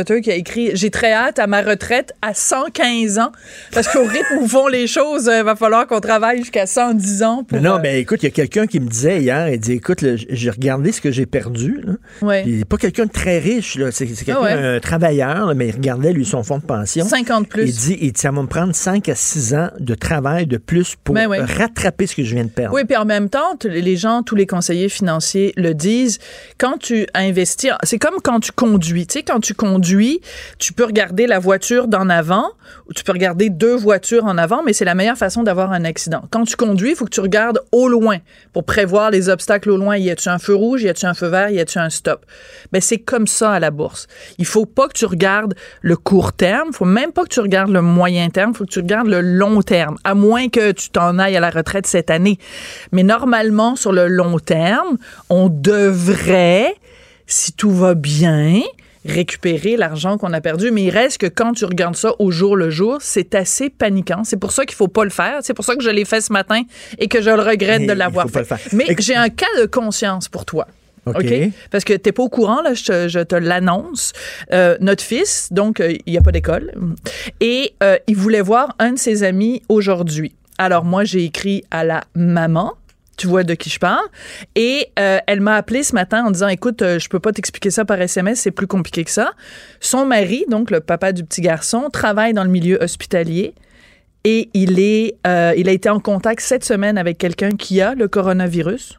newsletter qui a écrit « J'ai très hâte à ma retraite à 115 ans, parce qu'au rythme où vont les choses, il va falloir qu'on travaille jusqu'à 110 ans. » Non, ben écoute, il y a quelqu'un qui me disait hier, il dit « Écoute, j'ai regardé ce que j'ai perdu. » Il n'est pas quelqu'un de très riche, là. C'est quelqu'un, un travailleur, là, mais il regardait, lui, son fonds de pension. 50 plus. Il dit ça va me prendre 5 à 6 ans de travail de plus pour rattraper ce que je viens de perdre. Oui, puis en même temps, les gens, tous les conseillers financiers le disent, quand tu investis, c'est comme quand tu conduis. Tu sais, quand tu conduis, tu peux regarder la voiture d'en avant, ou tu peux regarder 2 voitures en avant, mais c'est la meilleure façon d'avoir un accident. Quand tu conduis, il faut que tu regardes au loin pour prévoir les obstacles au loin. Y a-tu un feu rouge? Y a-tu un feu vert? Y a-tu un stop? Ben, c'est comme ça à la bourse. Il faut pas que tu regardes le court terme. Faut même pas que tu regardes le moyen terme. Faut que tu regardes le long terme. À moins que tu t'en ailles à la retraite cette année. Mais normalement, sur le long terme, on devrait, si tout va bien, récupérer l'argent qu'on a perdu. Mais il reste que quand tu regardes ça au jour le jour, c'est assez paniquant. C'est pour ça qu'il faut pas le faire. C'est pour ça que je l'ai fait ce matin et que je le regrette de l'avoir fait. Mais j'ai un cas de conscience pour toi. OK? Parce que t'es pas au courant, là, je te l'annonce. Notre fils, donc, il n'y a pas d'école. Et il voulait voir un de ses amis aujourd'hui. Alors, moi, j'ai écrit à la maman. Tu vois de qui je parle. Et elle m'a appelé ce matin en disant, écoute, je peux pas t'expliquer ça par SMS, c'est plus compliqué que ça. Son mari, donc le papa du petit garçon, travaille dans le milieu hospitalier et il a été en contact cette semaine avec quelqu'un qui a le coronavirus.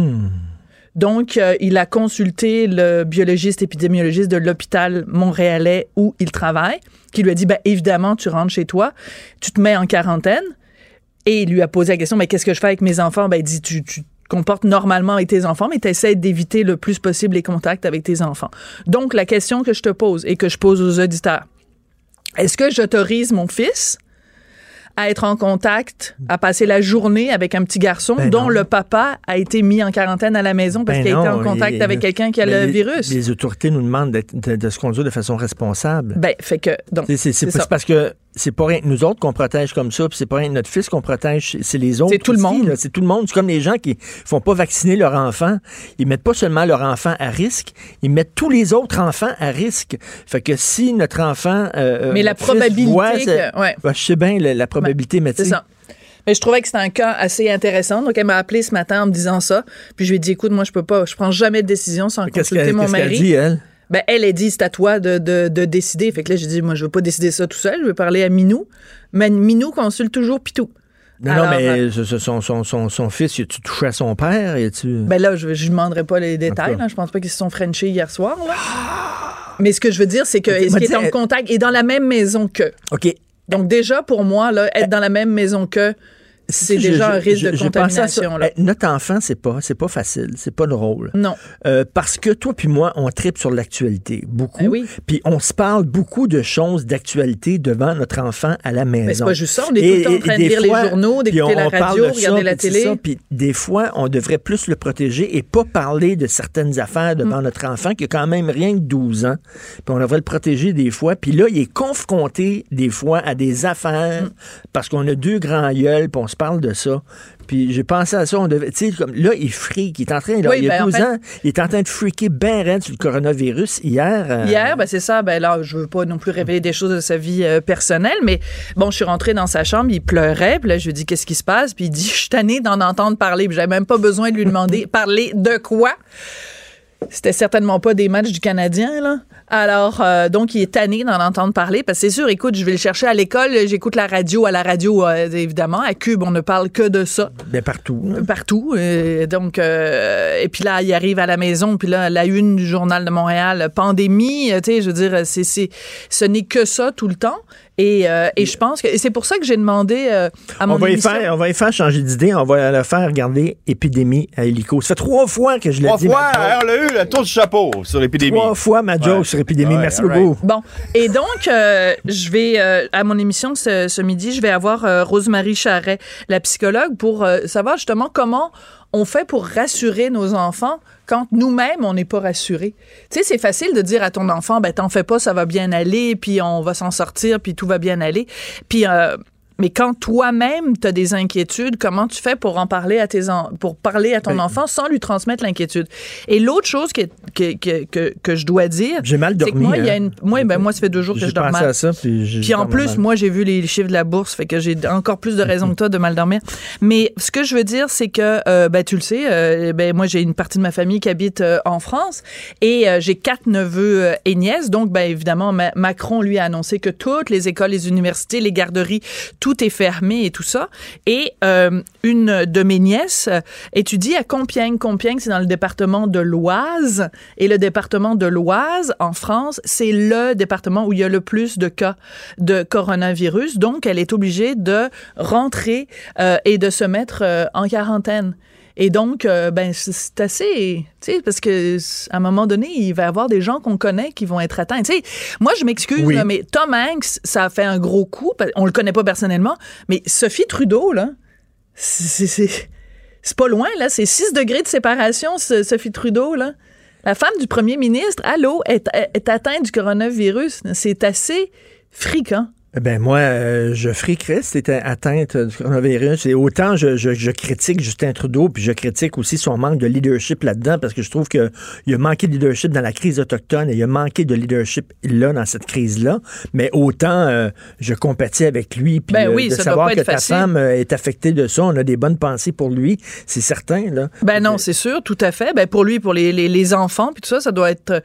Donc, il a consulté le biologiste épidémiologiste de l'hôpital montréalais où il travaille, qui lui a dit, ben évidemment, tu rentres chez toi, tu te mets en quarantaine. Et il lui a posé la question, mais qu'est-ce que je fais avec mes enfants? Ben, il dit, tu te comportes normalement avec tes enfants, mais tu essaies d'éviter le plus possible les contacts avec tes enfants. Donc, la question que je te pose et que je pose aux auditeurs, est-ce que j'autorise mon fils à être en contact, à passer la journée avec un petit garçon dont le papa a été mis en quarantaine à la maison parce qu'il a été en contact avec quelqu'un qui a le virus? Les autorités nous demandent de se conduire de façon responsable. Ben, fait que... donc c'est parce que c'est pas rien que nous autres qu'on protège comme ça, puis c'est pas rien que notre fils qu'on protège, c'est les autres. C'est tout le monde. Là, c'est tout le monde. C'est comme les gens qui font pas vacciner leur enfant. Ils mettent pas seulement leur enfant à risque, ils mettent tous les autres enfants à risque. Fait que si notre enfant... mais la probabilité je sais bien la probabilité, mais c'est ça. Mais je trouvais que c'était un cas assez intéressant. Donc, elle m'a appelé ce matin en me disant ça. Puis je lui ai dit, écoute, moi, je prends jamais de décision sans consulter mon mari. Qu'est-ce qu'elle dit, elle? Ben, elle a dit, c'est à toi de décider. Fait que là, j'ai dit, moi, je veux pas décider ça tout seul. Je veux parler à Minou. Mais Minou consulte toujours Pitou. Non, mais son fils, tu touché à son père? Ben là, je lui demanderai pas les détails. Là. Je pense pas qu'ils se sont frenchés hier soir. Là. Mais ce que je veux dire, c'est que est-ce qu'il est en contact et dans la même maison que? OK. Donc déjà, pour moi, là, être dans la même maison que... C'est déjà un risque de contamination. Là. Notre enfant, c'est pas facile, c'est pas drôle. Non. Parce que toi puis moi, on tripe sur l'actualité beaucoup. Oui. Puis on se parle beaucoup de choses d'actualité devant notre enfant à la maison. Mais c'est pas juste ça, on est tout le temps en train de lire les journaux, d'écouter la radio, regarder la télé. Puis des fois, on devrait plus le protéger et pas parler de certaines affaires devant notre enfant qui a quand même rien que 12 ans. Puis on devrait le protéger des fois. Puis là, il est confronté des fois à des affaires parce qu'on a 2 grands gueules, puis on se parle de ça. Puis j'ai pensé à ça, on devait, tu sais, comme là, il freak, il est en train, là, il y a 12 ans, il est en train de freaker ben raide sur le coronavirus hier. Hier, ben c'est ça, ben là, je veux pas non plus révéler des choses de sa vie personnelle, mais bon, je suis rentrée dans sa chambre, il pleurait, puis là, je lui ai dit, qu'est-ce qui se passe? Puis il dit, je suis tannée d'en entendre parler, puis j'avais même pas besoin de lui demander, parler de quoi? C'était certainement pas des matchs du Canadien, là. Alors, donc, il est tanné d'en entendre parler, parce que c'est sûr, écoute, je vais le chercher à l'école, j'écoute la radio, évidemment, à Cube, on ne parle que de ça. Ben partout. Hein. Partout. Donc, et puis là, il arrive à la maison, puis là, la une du Journal de Montréal, pandémie, tu sais, je veux dire, ce n'est que ça tout le temps. Et je pense que c'est pour ça que j'ai demandé à mon émission... On va y faire changer d'idée. On va le faire regarder Épidémie à Illico. Ça fait 3 fois que je l'ai dit. 3 fois, on l'a eu, la tour du chapeau sur Épidémie. 3 fois ma joke sur Épidémie. Merci beaucoup. Bon, et donc, je vais, à mon émission ce midi, je vais avoir Rosemarie Charret, la psychologue, pour savoir justement comment on fait pour rassurer nos enfants quand nous-mêmes, on n'est pas rassurés. Tu sais, c'est facile de dire à ton enfant, ben t'en fais pas, ça va bien aller, puis on va s'en sortir, puis tout va bien aller. Puis, mais quand toi-même, tu as des inquiétudes, comment tu fais pour en parler pour parler à ton enfant sans lui transmettre l'inquiétude? Et l'autre chose qui que je dois dire. J'ai mal dormi. Moi, ça fait 2 jours que je dors mal. J'ai pensé à ça, puis en plus, moi, j'ai vu les chiffres de la bourse, fait que j'ai encore plus de raisons que toi de mal dormir. Mais ce que je veux dire, c'est que, tu le sais, moi, j'ai une partie de ma famille qui habite en France et j'ai 4 neveux et nièces. Donc, évidemment, Macron, lui, a annoncé que toutes les écoles, les universités, les garderies, tout est fermé et tout ça. Et une de mes nièces étudie à Compiègne. Compiègne, c'est dans le département de l'Oise. Et le département de l'Oise, en France, c'est le département où il y a le plus de cas de coronavirus. Donc, elle est obligée de rentrer et de se mettre en quarantaine. Et donc, c'est assez, tu sais, parce que à un moment donné, il va y avoir des gens qu'on connaît qui vont être atteints. Tu sais, moi, je m'excuse, là, mais Tom Hanks, ça a fait un gros coup. On le connaît pas personnellement, mais Sophie Trudeau, là, c'est pas loin, là. C'est 6 degrés de séparation, Sophie Trudeau, là. La femme du premier ministre, allô, est atteinte du coronavirus. C'est assez fréquent. Moi, je friquerais si t'étais atteinte du coronavirus. Et autant je critique Justin Trudeau, puis je critique aussi son manque de leadership là-dedans, parce que je trouve qu'il a manqué de leadership dans la crise autochtone et il a manqué de leadership là, dans cette crise-là. Mais autant je compatis avec lui, puis de savoir que ta femme est affectée de ça, on a des bonnes pensées pour lui, c'est certain, là. Non, c'est sûr, tout à fait. Pour lui, pour les enfants, puis tout ça, ça doit être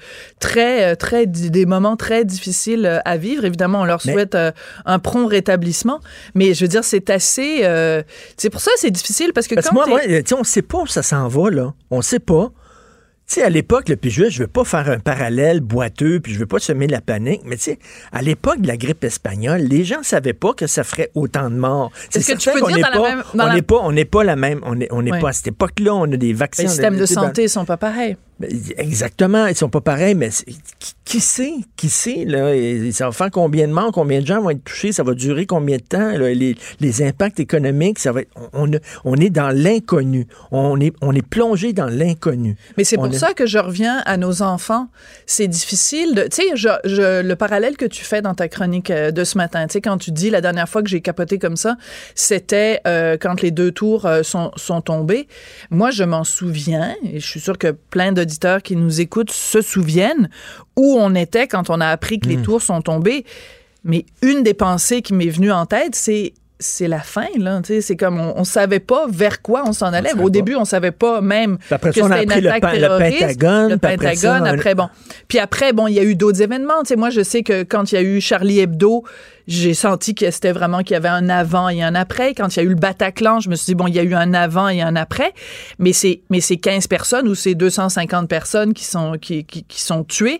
des moments très difficiles à vivre. Évidemment, on leur souhaite un prompt rétablissement, mais je veux dire, c'est assez... c'est pour ça que c'est difficile, parce que on sait pas où ça s'en va, là. On sait pas. Tu sais, à l'époque, puis je veux pas faire un parallèle boiteux, puis je veux pas semer la panique, mais tu sais, à l'époque de la grippe espagnole, les gens savaient pas que ça ferait autant de morts. Est-ce que tu peux dire on n'est pas la même, on n'est pas à cette époque-là, on a des vaccins. Les systèmes de santé sont pas pareils. Exactement, ils sont pas pareils, mais qui sait, là, et ça va faire combien de morts, combien de gens vont être touchés, ça va durer combien de temps, là, les impacts économiques, ça va être, on est dans l'inconnu, on est plongé dans l'inconnu. Mais c'est pour ça que je reviens à nos enfants, c'est difficile tu sais, le parallèle que tu fais dans ta chronique de ce matin, tu sais, quand tu dis la dernière fois que j'ai capoté comme ça, c'était quand les 2 tours sont tombés. Moi, je m'en souviens, et je suis sûre que plein d'auditeurs qui nous écoutent se souviennent où on était quand on a appris que les tours sont tombés. Mais une des pensées qui m'est venue en tête, c'est la fin, là. Tu sais, c'est comme on savait pas vers quoi on s'en allait. Au début, on savait pas même après que ça, c'était une attaque terroriste. Le Pentagone. Après, il y a eu d'autres événements. Tu sais, moi, je sais que quand il y a eu Charlie Hebdo, j'ai senti que c'était vraiment qu'il y avait un avant et un après. Quand il y a eu le Bataclan, je me suis dit, il y a eu un avant et un après. Mais c'est 15 personnes ou c'est 250 personnes qui sont tuées.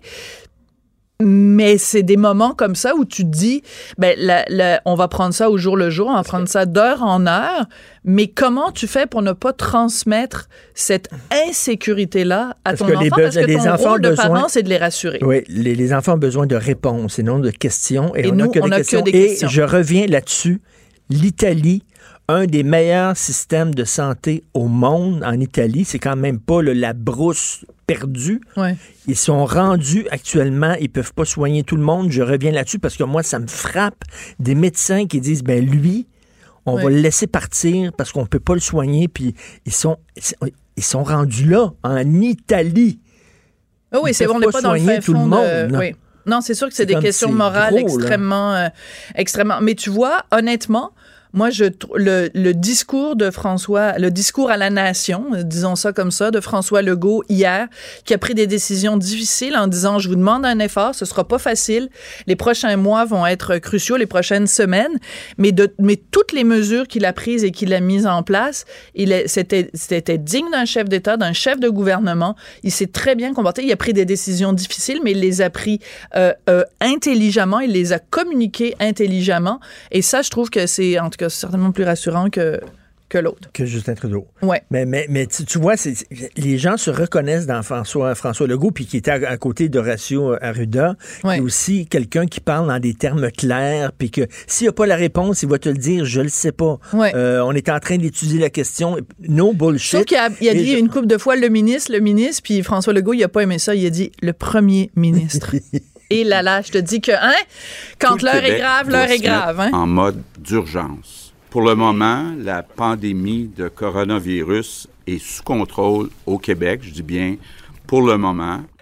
Mais c'est des moments comme ça où tu te dis, on va prendre ça au jour le jour, on va prendre ça d'heure en heure, mais comment tu fais pour ne pas transmettre cette insécurité-là à ton enfant? Parce que ton rôle de parent, c'est de les rassurer. Oui, les enfants ont besoin de réponses et non de questions. Et nous, on n'a que des questions. Et je reviens là-dessus, l'Italie, un des meilleurs systèmes de santé au monde en Italie, c'est quand même pas la brousse perdue. Ouais. Ils sont rendus actuellement, ils peuvent pas soigner tout le monde. Je reviens là-dessus parce que moi, ça me frappe des médecins qui disent, lui, on va le laisser partir parce qu'on peut pas le soigner. Puis ils sont rendus là, en Italie. Oh oui, on n'est pas dans le fin fond de... Oui. Non, c'est sûr que c'est des questions morales extrêmement... Mais tu vois, honnêtement, moi, le discours de François, le discours à la nation, disons ça comme ça, de François Legault hier, qui a pris des décisions difficiles en disant, je vous demande un effort, ce sera pas facile, les prochains mois vont être cruciaux, les prochaines semaines, mais toutes les mesures qu'il a prises et qu'il a mises en place, c'était digne d'un chef d'État, d'un chef de gouvernement. Il s'est très bien comporté, il a pris des décisions difficiles, mais il les a pris intelligemment, il les a communiquées intelligemment, et ça, je trouve que c'est, en tout cas, certainement plus rassurant que l'autre. Que Justin Trudeau. Ouais. Mais tu vois, les gens se reconnaissent dans François Legault, puis qui était à côté d'Horacio Arruda, qui est aussi quelqu'un qui parle dans des termes clairs, puis que s'il n'a pas la réponse, il va te le dire, je le sais pas. Ouais. On est en train d'étudier la question. No bullshit. Sauf qu'il a dit une couple de fois le ministre, puis François Legault, il a pas aimé ça, il a dit le premier ministre. Et là, je te dis que, quand l'heure est grave, l'heure est grave. En mode d'urgence. Pour le moment, la pandémie de coronavirus est sous contrôle au Québec, je dis bien pour le moment.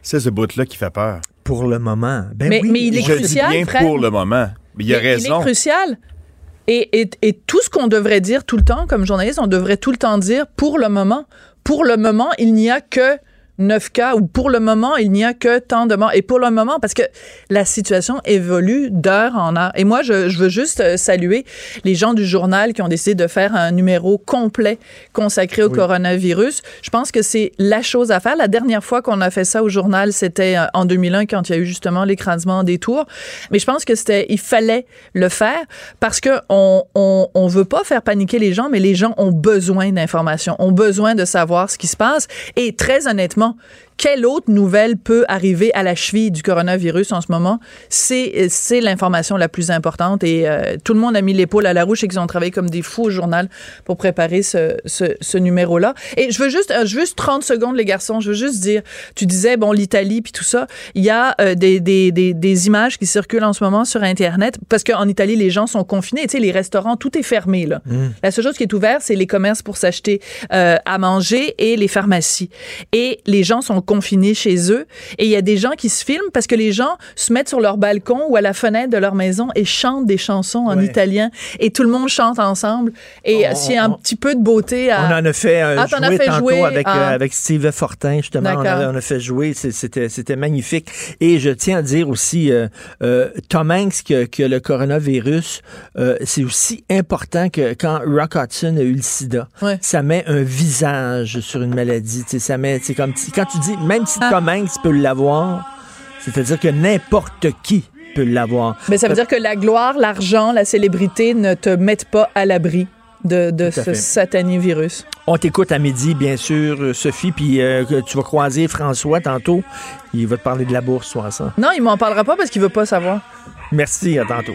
C'est ce bout-là qui fait peur. Pour le moment. Ben mais oui, il est crucial, je dis bien Fred. pour le moment. Mais il a raison. Il est crucial. Et tout ce qu'on devrait dire tout le temps, comme journaliste, on devrait tout le temps dire pour le moment. Pour le moment, il n'y a que 9 cas, ou pour le moment, il n'y a que tant de morts. Et pour le moment, parce que la situation évolue d'heure en heure. Et moi, je veux juste saluer les gens du journal qui ont décidé de faire un numéro complet consacré au coronavirus. Je pense que c'est la chose à faire. La dernière fois qu'on a fait ça au journal, c'était en 2001, quand il y a eu justement l'écrasement des tours. Mais je pense que il fallait le faire parce que on veut pas faire paniquer les gens, mais les gens ont besoin d'informations, ont besoin de savoir ce qui se passe. Et très honnêtement, quelle autre nouvelle peut arriver à la cheville du coronavirus en ce moment? C'est l'information la plus importante et tout le monde a mis l'épaule à la roue et qu'ils ont travaillé comme des fous au journal pour préparer ce numéro-là. Et je veux juste 30 secondes, les garçons, je veux juste dire, tu disais, bon, l'Italie puis tout ça, il y a des images qui circulent en ce moment sur Internet parce qu'en Italie, les gens sont confinés. Tu sais, les restaurants, tout est fermé, là. La seule chose qui est ouverte, c'est les commerces pour s'acheter à manger et les pharmacies. Et les gens sont confinés chez eux et il y a des gens qui se filment parce que les gens se mettent sur leur balcon ou à la fenêtre de leur maison et chantent des chansons en italien et tout le monde chante ensemble et s'il y a un petit peu de beauté à... On en a fait jouer tantôt avec Steve Fortin, justement. On a fait jouer, c'était magnifique. Et je tiens à dire aussi, Tom Hanks qui a le coronavirus, c'est aussi important que quand Rock Hudson a eu le sida. Ça met un visage sur une maladie. Ça met, c'est comme quand tu dis, même si Tom Hanks peut l'avoir, c'est-à-dire que n'importe qui peut l'avoir. Mais ça veut dire que la gloire, l'argent, la célébrité ne te mettent pas à l'abri de ce satané virus. On t'écoute à midi, bien sûr, Sophie, puis tu vas croiser François tantôt. Il va te parler de la bourse, soit ça. Non, il m'en parlera pas parce qu'il veut pas savoir. Merci, à tantôt.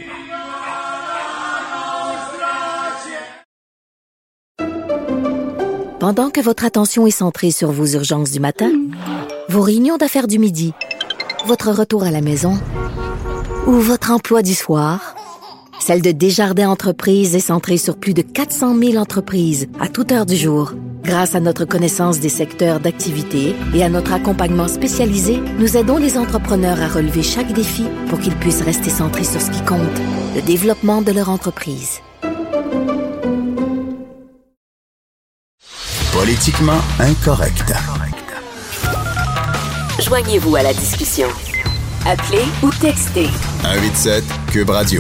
Pendant que votre attention est centrée sur vos urgences du matin, vos réunions d'affaires du midi, votre retour à la maison ou votre emploi du soir, celle de Desjardins Entreprises est centrée sur plus de 400 000 entreprises à toute heure du jour. Grâce à notre connaissance des secteurs d'activité et à notre accompagnement spécialisé, nous aidons les entrepreneurs à relever chaque défi pour qu'ils puissent rester centrés sur ce qui compte, le développement de leur entreprise. Politiquement incorrect. Joignez-vous à la discussion. Appelez ou textez. 187 Cube Radio.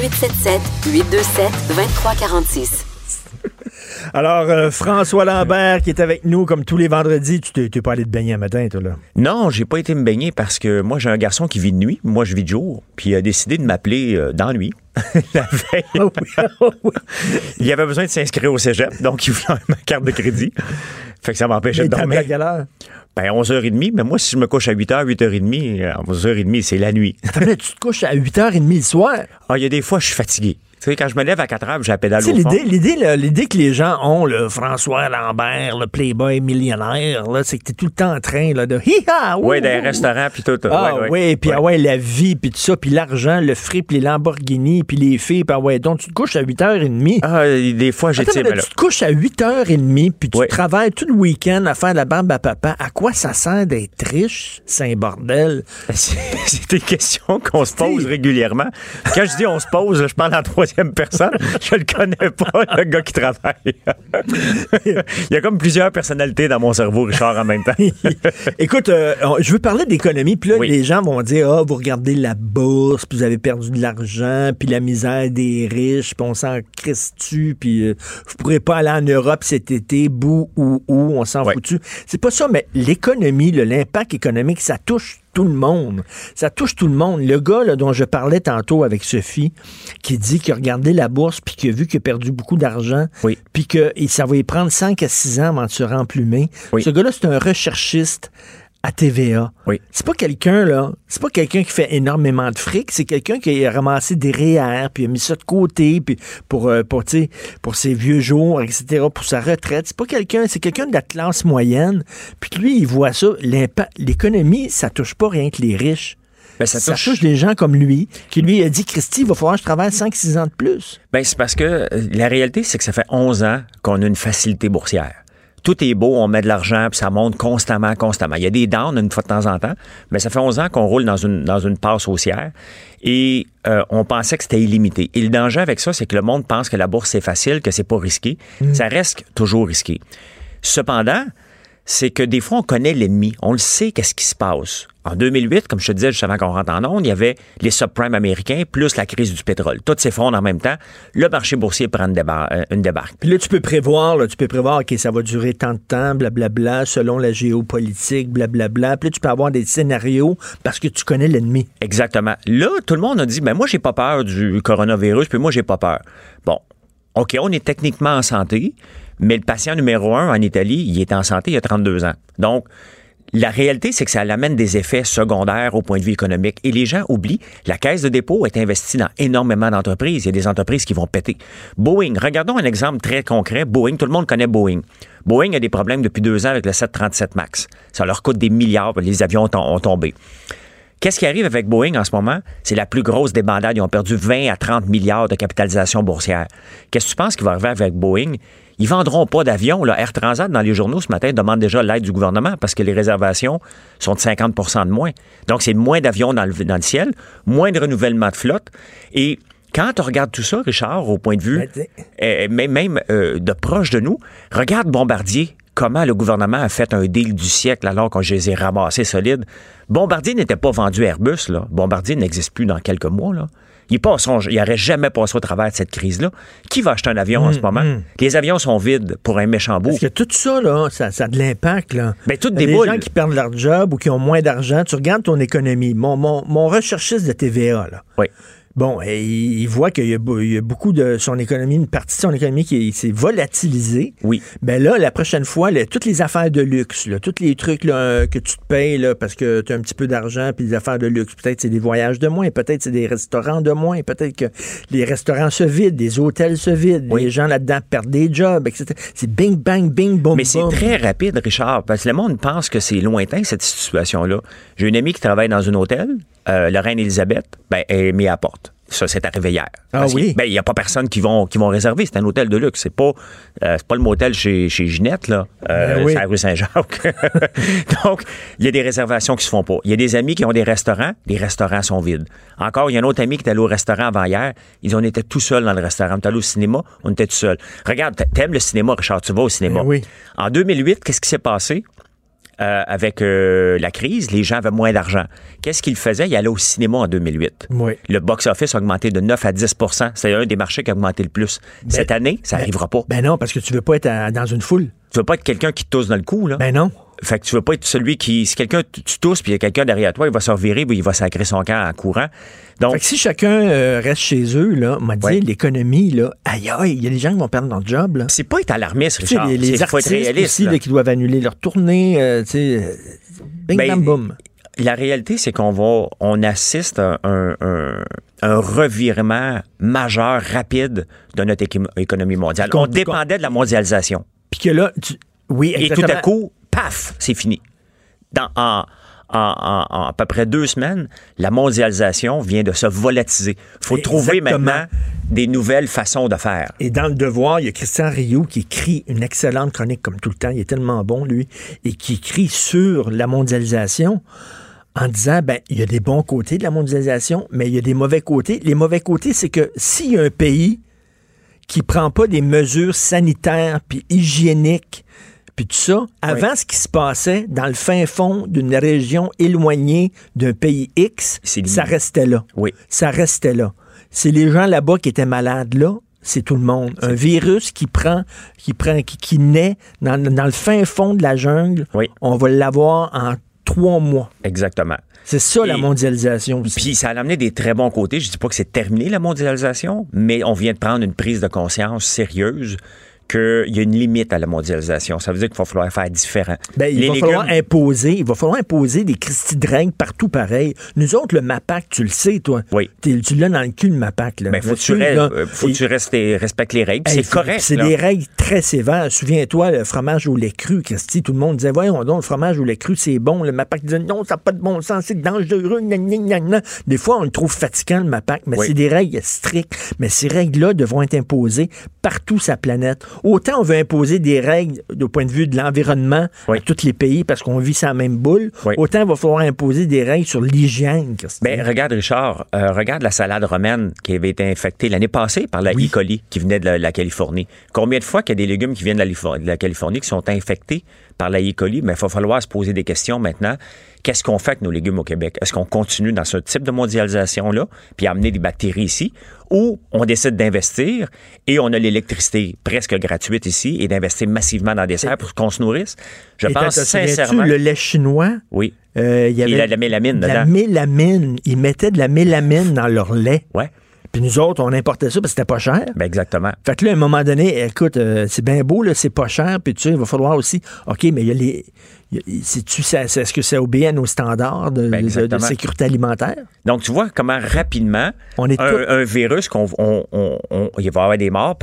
1877-827-2346. Alors, François Lambert qui est avec nous comme tous les vendredis. Tu t'es pas allé te baigner un matin, toi, là? Non, j'ai pas été me baigner parce que moi, j'ai un garçon qui vit de nuit. Moi, je vis de jour. Puis il a décidé de m'appeler dans la nuit. La veille. Il avait besoin de s'inscrire au cégep, donc il voulait ma carte de crédit. Fait que ça m'empêchait de dormir. À quelle heure? Ben, 11h30. Mais moi, si je me couche à 8h, 8h30, 11h30, c'est la nuit. Attends, tu te couches à 8h30 le soir? Ah, il y a des fois, je suis fatigué. Tu sais, quand je me lève à 4h, j'ai la pédale au fond. L'idée que les gens ont, le François Lambert, le playboy millionnaire, là, c'est que t'es tout le temps en train là, de hi-ha! Oui, dans les restaurants, puis tout. Oui, puis la vie, puis tout ça, puis l'argent, le fric, puis les Lamborghini, puis les filles, puis donc tu te couches à 8h30. Ah, des fois, tu te couches à 8h30, puis tu travailles tout le week-end à faire de la barbe à papa. À quoi ça sert d'être riche, c'est un bordel? C'est des questions qu'on se pose régulièrement. Quand je dis on se pose, là, je parle en troisième personne. Je le connais pas, le gars qui travaille. Il y a comme plusieurs personnalités dans mon cerveau, Richard, en même temps. Écoute, je veux parler d'économie, puis là, les gens vont dire, vous regardez la bourse, puis vous avez perdu de l'argent, puis la misère des riches, puis on s'en crisse-tu, puis vous pourrez pas aller en Europe cet été, on s'en foutu. C'est pas ça, mais l'économie, l'impact économique, ça touche tout le monde. Ça touche tout le monde. Le gars là, dont je parlais tantôt avec Sophie, qui dit qu'il a regardé la bourse puis qu'il a vu qu'il a perdu beaucoup d'argent, puis que ça va y prendre 5 à 6 ans avant de se remplumer. Ce gars-là, c'est un recherchiste à TVA. C'est pas quelqu'un qui fait énormément de fric, c'est quelqu'un qui a ramassé des REER, puis a mis ça de côté, puis pour ses vieux jours, etc., pour sa retraite. C'est quelqu'un de la classe moyenne, puis lui, il voit ça, l'économie, ça touche pas rien que les riches. Ben, ça touche les gens comme lui, qui lui a dit, Christy, il va falloir que je travaille 5-6 ans de plus. Ben, c'est parce que la réalité, c'est que ça fait 11 ans qu'on a une facilité boursière. tout est beau, on met de l'argent, puis ça monte constamment. Il y a des downs une fois de temps en temps, mais ça fait 11 ans qu'on roule dans une passe haussière et on pensait que c'était illimité. Et le danger avec ça, c'est que le monde pense que la bourse, c'est facile, que c'est pas risqué. Ça reste toujours risqué. Cependant, c'est que des fois, on connaît l'ennemi. On le sait qu'est-ce qui se passe. En 2008, comme je te disais juste avant qu'on rentre en onde, il y avait les subprimes américains plus la crise du pétrole. Tout s'effondre en même temps. Le marché boursier prend une débarque. Puis là, tu peux prévoir, OK, ça va durer tant de temps, blablabla, selon la géopolitique, blablabla. Puis là, tu peux avoir des scénarios parce que tu connais l'ennemi. Exactement. Là, tout le monde a dit, moi, j'ai pas peur du coronavirus, puis moi, j'ai pas peur. Bon, OK, on est techniquement en santé, mais le patient numéro 1 en Italie, il est en santé il y a 32 ans. Donc, la réalité, c'est que ça amène des effets secondaires au point de vue économique. Et les gens oublient, la Caisse de dépôt est investie dans énormément d'entreprises. Il y a des entreprises qui vont péter. Boeing, regardons un exemple très concret. Boeing, tout le monde connaît Boeing. Boeing a des problèmes depuis 2 ans avec le 737 MAX. Ça leur coûte des milliards, les avions ont tombé. Qu'est-ce qui arrive avec Boeing en ce moment? C'est la plus grosse débandade. Ils ont perdu 20 à 30 milliards de capitalisation boursière. Qu'est-ce que tu penses qui va arriver avec Boeing? Ils vendront pas d'avions. Air Transat, dans les journaux ce matin, demande déjà l'aide du gouvernement parce que les réservations sont de 50 % de moins. Donc, c'est moins d'avions dans le ciel, moins de renouvellement de flotte. Et quand tu regardes tout ça, Richard, au point de vue, même de proche de nous, regarde Bombardier. Comment le gouvernement a fait un deal du siècle alors qu'on les a ramassés solides. Bombardier n'était pas vendu à Airbus. Là. Bombardier n'existe plus dans quelques mois. Là. Il n'aurait jamais passé au travers de cette crise-là. Qui va acheter un avion en ce moment? Les avions sont vides pour un méchant bout. Parce que tout ça, là, ça a de l'impact. Là. Ben, toutes des boules. gens qui perdent leur job ou qui ont moins d'argent. Tu regardes ton économie. Mon recherchiste de TVA, là. Oui. Bon, il voit qu'il y a beaucoup de son économie, une partie de son économie qui s'est volatilisée. Oui. Ben là, la prochaine fois, toutes les affaires de luxe, là, tous les trucs là, que tu te payes là, parce que tu as un petit peu d'argent, puis des affaires de luxe, peut-être c'est des voyages de moins, peut-être c'est des restaurants de moins, peut-être que les restaurants se vident, des hôtels se vident, les gens là-dedans perdent des jobs, etc. C'est bing, bang, bing, boom, mais c'est très rapide, Richard, parce que le monde pense que c'est lointain, cette situation-là. J'ai une amie qui travaille dans un hôtel, la reine Élisabeth, elle est mise à la porte. Ça, c'est arrivé hier. Ah oui? Il n'y a pas personne qui vont réserver. C'est un hôtel de luxe. C'est pas le motel chez Ginette, là. C'est la rue Saint-Jacques. Donc, il y a des réservations qui se font pas. Il y a des amis qui ont des restaurants. Les restaurants sont vides. Encore, il y a un autre ami qui est allé au restaurant avant hier. On était tout seuls dans le restaurant. On est allé au cinéma. On était tout seuls. Regarde, t'aimes le cinéma, Richard. Tu vas au cinéma. Oui. En 2008, qu'est-ce qui s'est passé? Avec la crise, les gens avaient moins d'argent. Qu'est-ce qu'ils faisaient? Ils allaient au cinéma en 2008. Oui. Le box-office a augmenté de 9 à 10 %. C'est un des marchés qui a augmenté le plus. Cette année, ça n'arrivera pas. Ben non, parce que tu veux pas être dans une foule. Tu veux pas être quelqu'un qui te tousse dans le cou, là. Ben non. Fait que tu veux pas être celui qui... Si quelqu'un, tu tousses, puis il y a quelqu'un derrière toi, il va se revirer, puis il va sacrer son camp en courant. Donc, fait que si chacun reste chez eux, là, on m'a dit, l'économie, là, aïe, il y a des gens qui vont perdre leur job, là. C'est pas être alarmiste, Richard. Les artistes faut être réaliste, aussi, là, qui doivent annuler leur tournée, tu sais, bing, bam, boum. La réalité, c'est on assiste à un revirement majeur, rapide de notre économie mondiale. On dépendait de la mondialisation. Puis que là, oui, exactement. Et tout à coup, paf, c'est fini. En à peu près 2 semaines, la mondialisation vient de se volatiliser. Il faut trouver maintenant des nouvelles façons de faire. Et dans Le Devoir, il y a Christian Rioux qui écrit une excellente chronique comme tout le temps. Il est tellement bon, lui, et qui écrit sur la mondialisation en disant, il y a des bons côtés de la mondialisation, mais il y a des mauvais côtés. Les mauvais côtés, c'est que s'il y a un pays qui prend pas des mesures sanitaires puis hygiéniques puis tout ça, avant ce qui se passait dans le fin fond d'une région éloignée d'un pays X, ça restait là. Oui. Ça restait là. C'est les gens là-bas qui étaient malades là, c'est tout le monde. Un virus qui naît dans le fin fond de la jungle, on va l'avoir en 3 mois. Exactement. C'est ça, la mondialisation. Puis ça a amené des très bons côtés. Je dis pas que c'est terminé, la mondialisation, mais on vient de prendre une prise de conscience sérieuse qu'il y a une limite à la mondialisation. Ça veut dire qu'il va falloir faire différent. Il va falloir imposer des Christie de règles partout pareil. Nous autres, le MAPAC, tu le sais, toi. Oui. Tu l'as dans le cul, le MAPAC. Là. Faut que tu respectes les règles. C'est correct. C'est des règles très sévères. Souviens-toi, le fromage au lait cru, Christie, tout le monde disait, voyons donc, le fromage au lait cru, c'est bon. Le MAPAC disait, non, ça n'a pas de bon sens, c'est dangereux. Des fois, on le trouve fatigant, le MAPAC, mais c'est des règles strictes. Mais ces règles-là devront être imposées partout sur la planète. Autant on veut imposer des règles du point de vue de l'environnement à tous les pays parce qu'on vit sur la même boule, autant il va falloir imposer des règles sur l'hygiène. Ben, regarde, Richard, regarde la salade romaine qui avait été infectée l'année passée par la E. coli qui venait de la Californie. Combien de fois qu'il y a des légumes qui viennent de la Californie qui sont infectés par la E. coli? Mais il va falloir se poser des questions maintenant. Qu'est-ce qu'on fait avec nos légumes au Québec? Est-ce qu'on continue dans ce type de mondialisation-là, puis amener des bactéries ici, ou on décide d'investir et on a l'électricité presque gratuite ici et d'investir massivement dans des serres pour qu'on se nourrisse? Je pense sincèrement... Le lait chinois? Oui. Il y avait il a de la mélamine dedans. La mélamine. Ils mettaient de la mélamine dans leur lait. Ouais. Puis nous autres, on importait ça parce que c'était pas cher. Ben exactement. Fait que là, à un moment donné, écoute, c'est bien beau, là, c'est pas cher, puis tu sais, il va falloir aussi... OK, mais il y a les... Est-ce que ça obéit à nos standards de sécurité alimentaire? Donc, tu vois comment rapidement, un virus, il va y avoir des morts,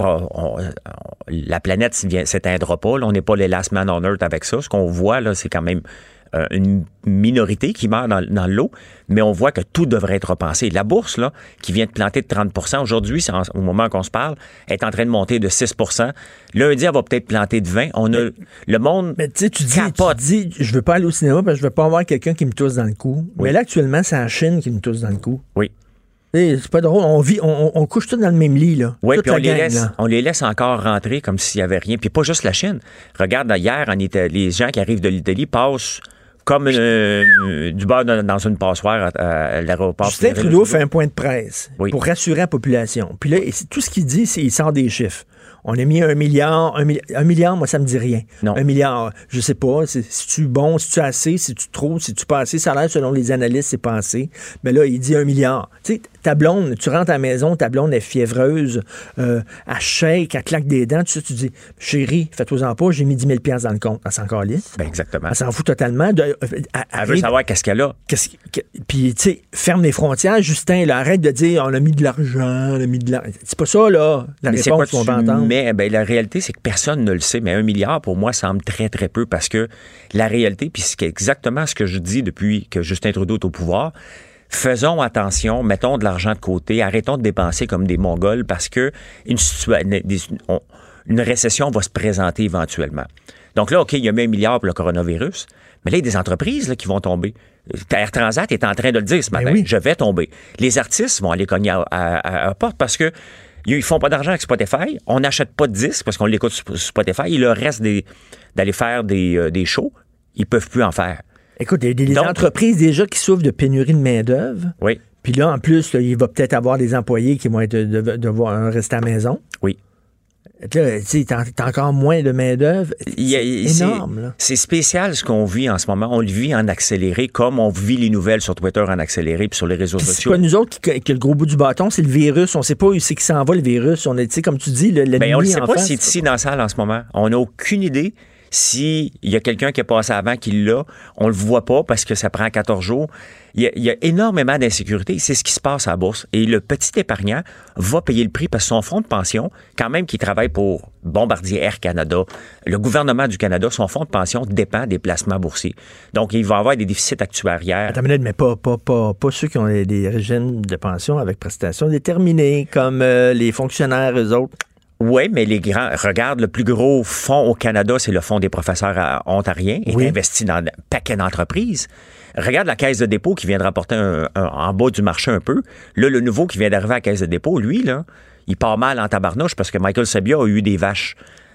la planète s'éteindra pas. Là, on n'est pas les last man on earth avec ça. Ce qu'on voit, là, c'est quand même une minorité qui meurt dans l'eau, mais on voit que tout devrait être repensé. La bourse, là, qui vient de planter de 30%, aujourd'hui, au moment qu'on se parle, est en train de monter de 6%. Lundi, elle va peut-être planter de 20%. Le monde capote. Tu dis, je veux pas aller au cinéma parce que je veux pas avoir quelqu'un qui me tousse dans le cou. Oui. Mais là, actuellement, c'est la Chine qui me tousse dans le cou. Oui. C'est pas drôle. On couche tous dans le même lit, là. Oui, puis on les laisse encore rentrer comme s'il n'y avait rien. Puis pas juste la Chine. Regarde, hier, en Italie, les gens qui arrivent de l'Italie passent comme du beurre dans une passoire à l'aéroport. Justin Trudeau fait un point de presse pour rassurer la population. Puis là, tout ce qu'il dit, c'est qu'il sort des chiffres. On a mis 1 milliard. 1 milliard, moi, ça me dit rien. Non. 1 milliard, je sais pas. Si-tu bon, si-tu assez, si-tu trop, si-tu pas assez. Ça a l'air, selon les analystes, c'est pas assez. Mais là, il dit 1 milliard. Tu sais, ta blonde, tu rentres à la maison, ta blonde est fiévreuse, elle shake, elle claque des dents. Tu dis, chérie, fais-toi-en pas, j'ai mis 10 000 $ dans le compte. Elle s'en calisse. Ben exactement. Elle s'en fout totalement. Elle veut savoir qu'est-ce qu'elle a. Puis, tu sais, ferme les frontières. Justin, là, arrête de dire, on a mis de l'argent, on a mis de l'argent. C'est pas ça, là, la réponse qu'on va entendre. Mais la réalité, c'est que personne ne le sait. Mais 1 milliard, pour moi, semble très, très peu parce que la réalité, puis c'est exactement ce que je dis depuis que Justin Trudeau est au pouvoir, faisons attention, mettons de l'argent de côté, arrêtons de dépenser comme des Mongols parce que une récession va se présenter éventuellement. Donc là, OK, il y a mis 1 milliard pour le coronavirus, mais là, il y a des entreprises là, qui vont tomber. Air Transat est en train de le dire ce matin. Je vais tomber. Les artistes vont aller cogner à la porte parce que ils font pas d'argent avec Spotify. On n'achète pas de disques parce qu'on l'écoute sur Spotify. Il leur reste d'aller faire des shows. Ils peuvent plus en faire. Écoute, il y a des entreprises déjà qui souffrent de pénurie de main-d'œuvre. Oui. Puis là, en plus, là, il va peut-être avoir des employés qui vont devoir rester à la maison. Oui. Là, tu sais, t'as encore moins de main-d'œuvre. C'est énorme, là. C'est spécial ce qu'on vit en ce moment. On le vit en accéléré, comme on vit les nouvelles sur Twitter en accéléré puis sur les réseaux sociaux. C'est pas nous autres qui a le gros bout du bâton, c'est le virus. On sait pas où c'est qui s'en va, le virus. On est, tu sais, comme tu dis, l'ennemi on ne sait pas face. si c'est ici dans la salle en ce moment. On n'a aucune idée. S'il y a quelqu'un qui est passé avant qui l'a, on le voit pas parce que ça prend 14 jours. Il y a énormément d'insécurité. C'est ce qui se passe à la bourse. Et le petit épargnant va payer le prix parce que son fonds de pension, quand même qu'il travaille pour Bombardier Air Canada, le gouvernement du Canada, son fonds de pension dépend des placements boursiers. Donc, il va avoir des déficits actuariaires. Attends une minute, mais pas ceux qui ont des régimes de pension avec prestations déterminées, comme les fonctionnaires, eux autres. Oui, mais les grands... Regarde, le plus gros fonds au Canada, c'est le Fonds des professeurs ontariens. Il est investi dans un paquet d'entreprises. Regarde la Caisse de dépôt qui vient de rapporter en bas du marché un peu. Là, le nouveau qui vient d'arriver à la Caisse de dépôt, lui, là, il part mal en tabarnouche parce que Michael Sabia a eu des vaches...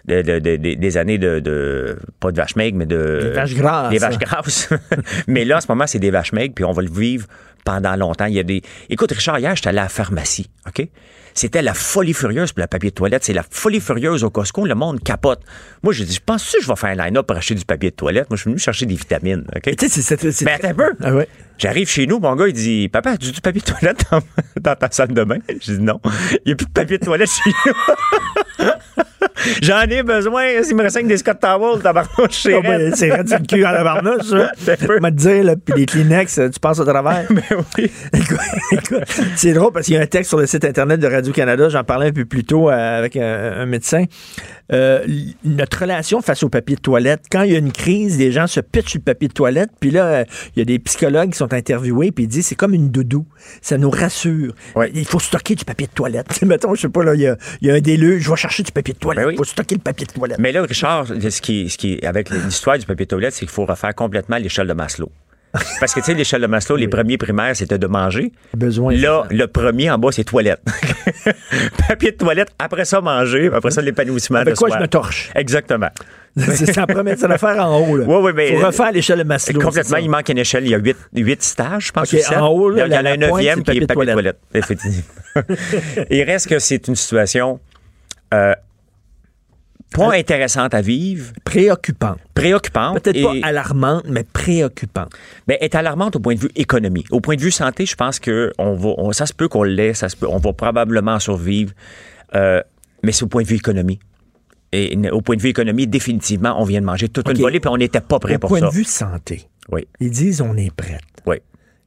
des années pas de vaches maigres, mais des vaches grasses. Des vaches grasses. Mais là, en ce moment, c'est des vaches maigres, puis on va le vivre pendant longtemps. Écoute, Richard, hier, j'étais allé à la pharmacie, OK? C'était la folie furieuse pour le papier de toilette. C'est la folie furieuse au Costco. Le monde capote. Moi, je dis, je pense que je vais faire un line-up pour acheter du papier de toilette. Moi, je suis venu chercher des vitamines, OK? Mais attends un peu. Ah ouais. J'arrive chez nous, mon gars, il dit, papa, as-tu du papier de toilette dans ta salle de bain? Je dis, non. Il n'y a plus de papier de toilette chez nous. J'en ai besoin. Il me reste des Scott Towels, tabarnouche. C'est red sur le cul à la barnouche, ça. Je vais te dire, là, puis les Kleenex, tu passes au travers. Mais oui. Écoute, c'est drôle parce qu'il y a un texte sur le site Internet de Radio-Canada, j'en parlais un peu plus tôt avec un médecin. notre relation face au papier de toilette. Quand il y a une crise, les gens se pitchent sur le papier de toilette, puis là, il y a des psychologues qui sont interviewés, puis ils disent c'est comme une doudou. Ça nous rassure. Ouais. Il faut stocker du papier de toilette. Mettons, je sais pas, là, il y a un déluge, je vais chercher du papier de toilette. Il faut stocker le papier de toilette. Mais là, Richard, ce qui avec l'histoire du papier de toilette, c'est qu'il faut refaire complètement l'échelle de Maslow. Parce que, tu sais, l'échelle de Maslow, les premiers primaires, c'était de manger. Là, le premier en bas, c'est toilette. Papier de toilette, après ça, manger, après ça, l'épanouissement de soi. Avec quoi je me torche? Exactement. C'est la première affaire en haut. Oui, mais faut refaire l'échelle de Maslow. Complètement, il manque une échelle. Il y a 8 stages, je pense. Okay, en haut, là, il y en a un 9e qui est papier de toilette. Effectivement. Il reste que c'est une situation... pas intéressante à vivre. Préoccupante. Peut-être pas alarmante, mais préoccupante. Mais est alarmante au point de vue économie. Au point de vue santé, je pense que ça se peut qu'on l'ait, on va probablement survivre, mais c'est au point de vue économie. Et au point de vue économie, définitivement, on vient de manger toute une volée, puis on n'était pas prêt pour ça. Au point de vue santé, ils disent on est prêt. Oui.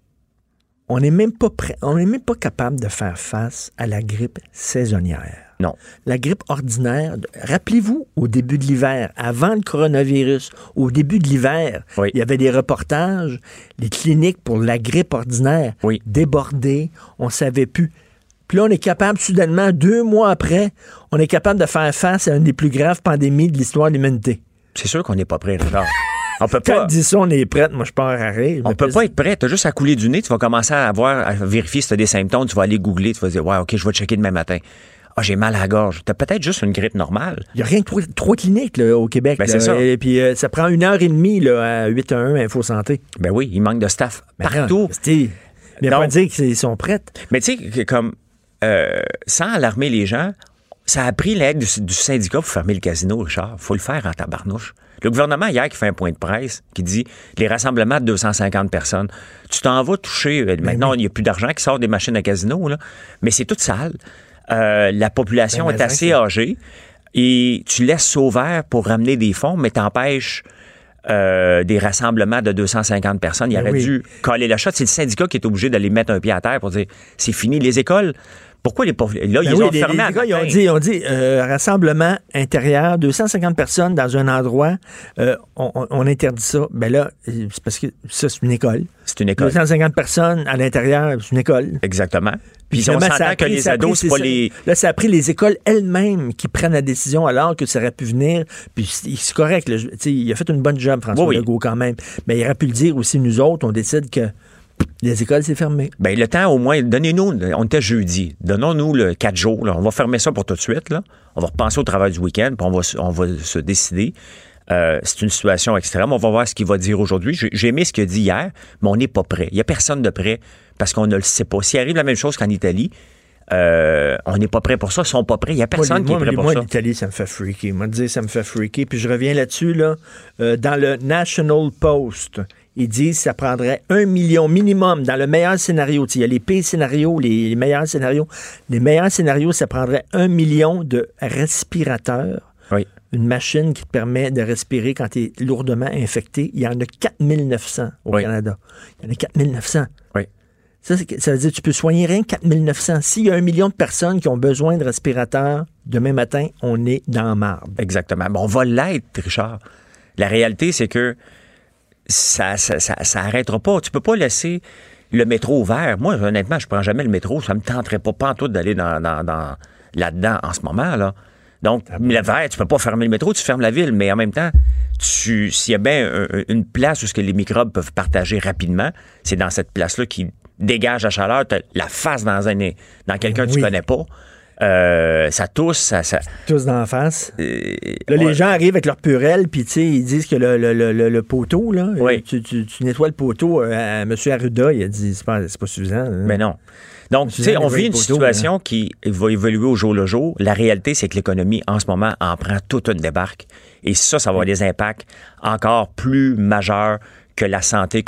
On n'est même pas prêt, on n'est même pas capable de faire face à la grippe saisonnière. Non. La grippe ordinaire, rappelez-vous, au début de l'hiver, avant le coronavirus, au début de l'hiver, il y avait des reportages, les cliniques pour la grippe ordinaire débordées, on ne savait plus. Puis là, on est capable, soudainement, 2 mois après, on est capable de faire face à une des plus graves pandémies de l'histoire de l'humanité. C'est sûr qu'on n'est pas prêt, Richard. On peut Quand pas. tu dis ça, on est prête, moi je pars à rire. On peut pas être prêt. Tu as juste à couler du nez, tu vas commencer à vérifier si tu as des symptômes, tu vas aller googler, tu vas dire, ouais, OK, je vais te checker demain matin. Ah, j'ai mal à la gorge. T'as peut-être juste une grippe normale. Il n'y a rien que 3 cliniques là, au Québec. Ben, c'est ça. Et puis ça prend 1h30 là, à 811 Info Santé. Ben oui, il manque de staff partout. Il ne pas dire qu'ils sont prêts. Mais tu sais, comme sans alarmer les gens, ça a pris l'aide du syndicat pour fermer le casino, Richard. Faut le faire en tabarnouche. Le gouvernement, hier, qui fait un point de presse, qui dit les rassemblements de 250 personnes, tu t'en vas toucher. Maintenant, il n'y a plus d'argent qui sort des machines à casino, là, mais c'est tout sale. La population est assez âgée et tu laisses ça ouvert pour ramener des fonds, mais t'empêches des rassemblements de 250 personnes. Il aurait dû coller la shot. C'est le syndicat qui est obligé d'aller mettre un pied à terre pour dire c'est fini. Les écoles, pourquoi les pauvres... Là, ils ont fermé à les écoles, ils ont dit rassemblement intérieur, 250 personnes dans un endroit, on interdit ça. Ben là, c'est parce que ça, c'est une école. C'est une école. 250 personnes à l'intérieur, c'est une école. Puis on s'entend que les ados, c'est pas les... Là, ça a pris les écoles elles-mêmes qui prennent la décision alors que ça aurait pu venir. Puis c'est correct. Là, il a fait une bonne job, François Legault, quand même. Mais il aurait pu le dire aussi, nous autres, on décide que les écoles, c'est fermé. Bien, le temps, au moins, donnez-nous, on était jeudi, donnons-nous le 4 jours. Là. On va fermer ça pour tout de suite. Là. On va repenser au travail du week-end, puis on va se décider. C'est une situation extrême. On va voir ce qu'il va dire aujourd'hui. J'ai aimé ce qu'il a dit hier, mais on n'est pas prêt. Il n'y a personne de prêt parce qu'on ne le sait pas. S'il arrive la même chose qu'en Italie, on n'est pas prêt pour ça. Ils sont pas prêts. Il n'y a personne qui est prêt pour ça. Moi, l'Italie, ça me fait freaker. Moi, dire ça me fait freaker. Puis je reviens là-dessus, là, dans le National Post. Ils disent que ça prendrait 1 million minimum dans le meilleur scénario. Il y a les pires scénarios, les meilleurs scénarios. Les meilleurs scénarios, ça prendrait 1 million de respirateurs. Oui. Une machine qui te permet de respirer quand tu es lourdement infecté. Il y en a 4900 au Canada. Il y en a 4900. Oui. Ça veut dire que tu peux soigner rien que 4900. S'il y a 1 million de personnes qui ont besoin de respirateurs, demain matin, on est dans la marde. Exactement. Mais on va l'être, Richard. La réalité, c'est que ça arrêtera pas. Tu peux pas laisser le métro ouvert. Moi, honnêtement, je prends jamais le métro. Ça me tenterait pas en tout d'aller là-dedans en ce moment, là. Donc, l'hiver, tu peux pas fermer le métro, tu fermes la ville, mais en même temps, s'il y a bien une place où ce que les microbes peuvent partager rapidement, c'est dans cette place-là qui dégage la chaleur, t'as la face dans quelqu'un que tu connais pas. Ça tousse, ça... Tousse dans la face. Là, les gens arrivent avec leur purelle, puis tu sais, ils disent que le poteau, là, tu nettoies le poteau. M. Arruda, il a dit, c'est pas suffisant. Hein. Mais non. Donc, tu sais, on vit une situation qui va évoluer au jour le jour. La réalité, c'est que l'économie, en ce moment, en prend toute une débarque. Et ça va avoir des impacts encore plus majeurs que la santé,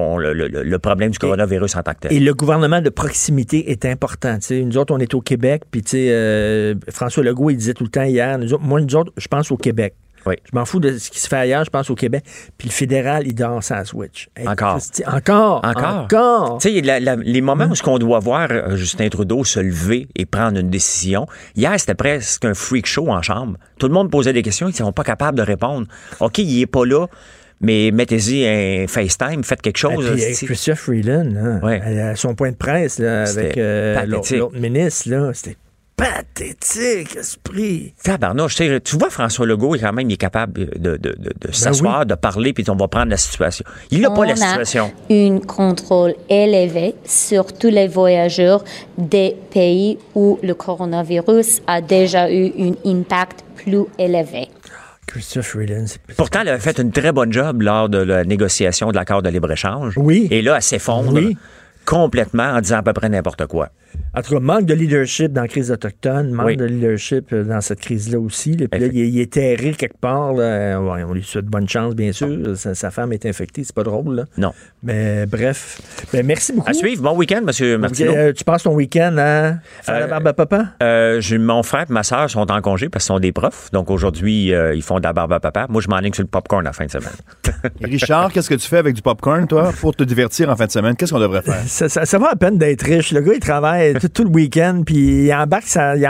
le problème du coronavirus en tant que tel. Et le gouvernement de proximité est important. T'sais. Nous autres, on est au Québec, puis François Legault, il disait tout le temps hier, nous autres, je pense au Québec. Oui. Je m'en fous de ce qui se fait ailleurs, je pense au Québec. Puis le fédéral, il dort sans switch. Hey, Encore. Encore. Tu sais, les moments où on doit voir Justin Trudeau se lever et prendre une décision, hier, c'était presque un freak show en chambre. Tout le monde posait des questions, ils ne sont pas capables de répondre. OK, il n'est pas là, mais mettez-y un FaceTime, faites quelque chose. Et puis Chrystia Freeland, à son point de presse là, avec l'autre ministre, là, c'était pathétique, esprit. Tabarnouche, tu vois, François Legault, il est capable de s'asseoir, de parler, puis on va prendre la situation. Il n'a pas la situation. On a un contrôle élevé sur tous les voyageurs des pays où le coronavirus a déjà eu un impact plus élevé. Chrystia Freeland. Pourtant, elle avait fait une très bonne job lors de la négociation de l'accord de libre-échange. Oui. Et là, elle s'effondre complètement en disant à peu près n'importe quoi. En tout cas, manque de leadership dans la crise autochtone, manque de leadership dans cette crise-là aussi. Puis là, il est terré quelque part. Là. On lui souhaite bonne chance, bien sûr. Sa femme est infectée, c'est pas drôle. Là. Non. Mais bref. merci beaucoup. À suivre. Bon week-end, M. Martineau. Tu passes ton week-end à faire la barbe à papa? Mon frère et ma soeur sont en congé parce qu'ils sont des profs. Donc aujourd'hui, ils font de la barbe à papa. Moi, je m'enligne sur le popcorn la fin de semaine. Richard, qu'est-ce que tu fais avec du popcorn, toi, pour te divertir en fin de semaine? Qu'est-ce qu'on devrait faire? Ça va à peine d'être riche. Le gars, il travaille tout le week-end, puis il embarque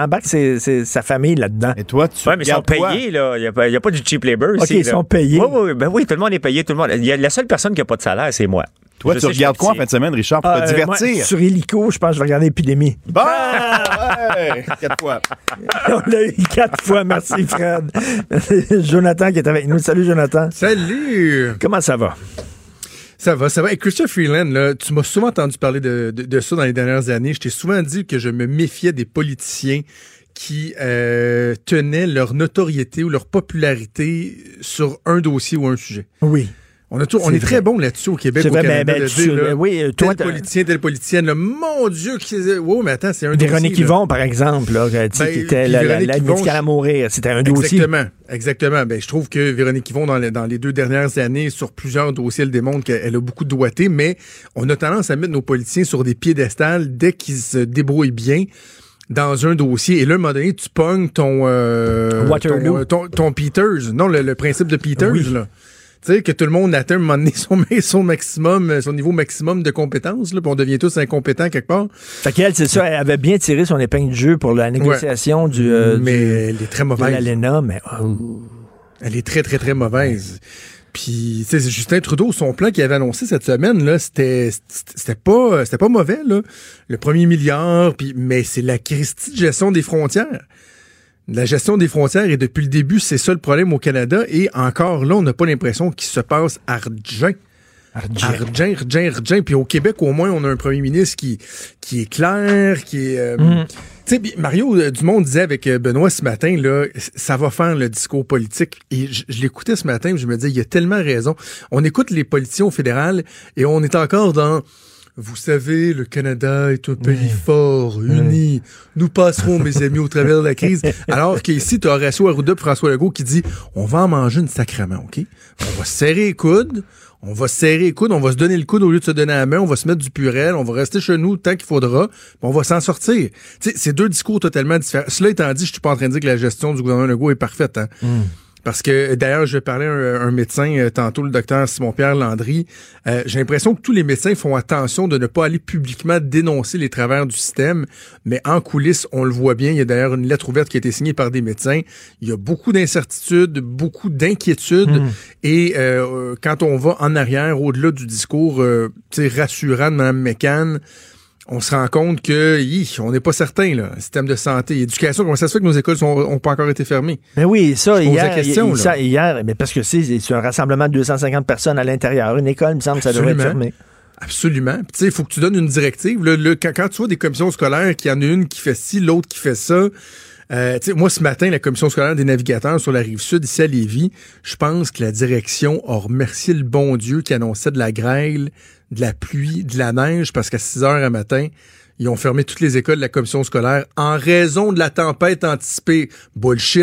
sa famille là-dedans. Et toi, tu mais ils sont payés, là. Il n'y a pas du cheap labor ici. OK, ils sont payés. Oui, tout le monde est payé. Tout le monde. La seule personne qui n'a pas de salaire, c'est moi. Toi, tu regardes quoi en fin de semaine, Richard, pour te divertir? Moi, sur Hélico, je pense que je vais regarder Épidémie. Bon! Ouais! 4 fois. On l'a eu 4 fois. Merci, Fred. Jonathan qui est avec nous. Salut, Jonathan. Salut! Comment ça va? Ça va. Et Chrystia Freeland, là, tu m'as souvent entendu parler de ça dans les dernières années. Je t'ai souvent dit que je me méfiais des politiciens qui tenaient leur notoriété ou leur popularité sur un dossier ou un sujet. Oui. On est très bon là-dessus au Québec, au Canada, de dire, tel politicien, telle politicienne, là, mon Dieu, mais attends, c'est un dossier. Véronique Yvon, par exemple, qui était l'aide médicale à mourir, c'était un dossier. Exactement. Je trouve que Véronique Yvon, dans les 2 dernières années, sur plusieurs dossiers, elle démontre qu'elle a beaucoup de doigté, mais on a tendance à mettre nos politiciens sur des piédestals dès qu'ils se débrouillent bien dans un dossier. Et là, à un moment donné, tu pognes ton Peters. Non, le principe de Peters, là. Tu sais, que tout le monde atteint à un moment donné son maximum, son niveau maximum de compétences, là, puis on devient tous incompétents quelque part. Fait qu'elle, c'est ça, elle avait bien tiré son épingle du jeu pour la négociation mais elle est très mauvaise. De l'ALENA, mais... Elle est très, très, très mauvaise. Puis, tu sais, Justin Trudeau, son plan qu'il avait annoncé cette semaine, là, c'était pas mauvais, là. Le 1er milliard, mais c'est la Christie de gestion des frontières. La gestion des frontières, et depuis le début, c'est ça le problème au Canada. Et encore là, on n'a pas l'impression qu'il se passe argent. Puis au Québec, au moins, on a un premier ministre qui est clair, qui est... Tu sais, Mario Dumont disait avec Benoît ce matin, là, ça va faire le discours politique. Et je l'écoutais ce matin, je me disais, il a tellement raison. On écoute les politiciens au fédéral et on est encore dans... Vous savez, le Canada est un pays fort, uni. Nous passerons, mes amis, au travers de la crise. Alors qu'ici, tu as Horacio Arruda et François Legault qui dit, on va en manger une sacrement, OK? On va serrer les coudes. On va se donner le coude au lieu de se donner la main, on va se mettre du purel, on va rester chez nous tant qu'il faudra, puis on va s'en sortir. Tu sais, c'est 2 discours totalement différents. Cela étant dit, je suis pas en train de dire que la gestion du gouvernement Legault est parfaite, hein. Parce que, d'ailleurs, je vais parler à un médecin tantôt, le docteur Simon-Pierre Landry. J'ai l'impression que tous les médecins font attention de ne pas aller publiquement dénoncer les travers du système, mais en coulisses, on le voit bien. Il y a d'ailleurs une lettre ouverte qui a été signée par des médecins. Il y a beaucoup d'incertitudes, beaucoup d'inquiétudes. Et quand on va en arrière, au-delà du discours rassurant de Mme McCann, on se rend compte que on n'est pas certain, là. Système de santé, éducation, comment ça se fait que nos écoles n'ont pas encore été fermées? Mais oui, ça, hier, mais parce que c'est un rassemblement de 250 personnes à l'intérieur. Une école, il me semble, ça devrait être fermé. Absolument. Puis tu sais, il faut que tu donnes une directive. Quand tu vois des commissions scolaires, qu'il y en a une qui fait ci, l'autre qui fait ça. Moi, ce matin, la commission scolaire des navigateurs sur la Rive-Sud, ici à Lévis, je pense que la direction a remercié le bon Dieu qui annonçait de la grêle, de la pluie, de la neige, parce qu'à 6 heures à matin, ils ont fermé toutes les écoles de la commission scolaire en raison de la tempête anticipée. Bullshit.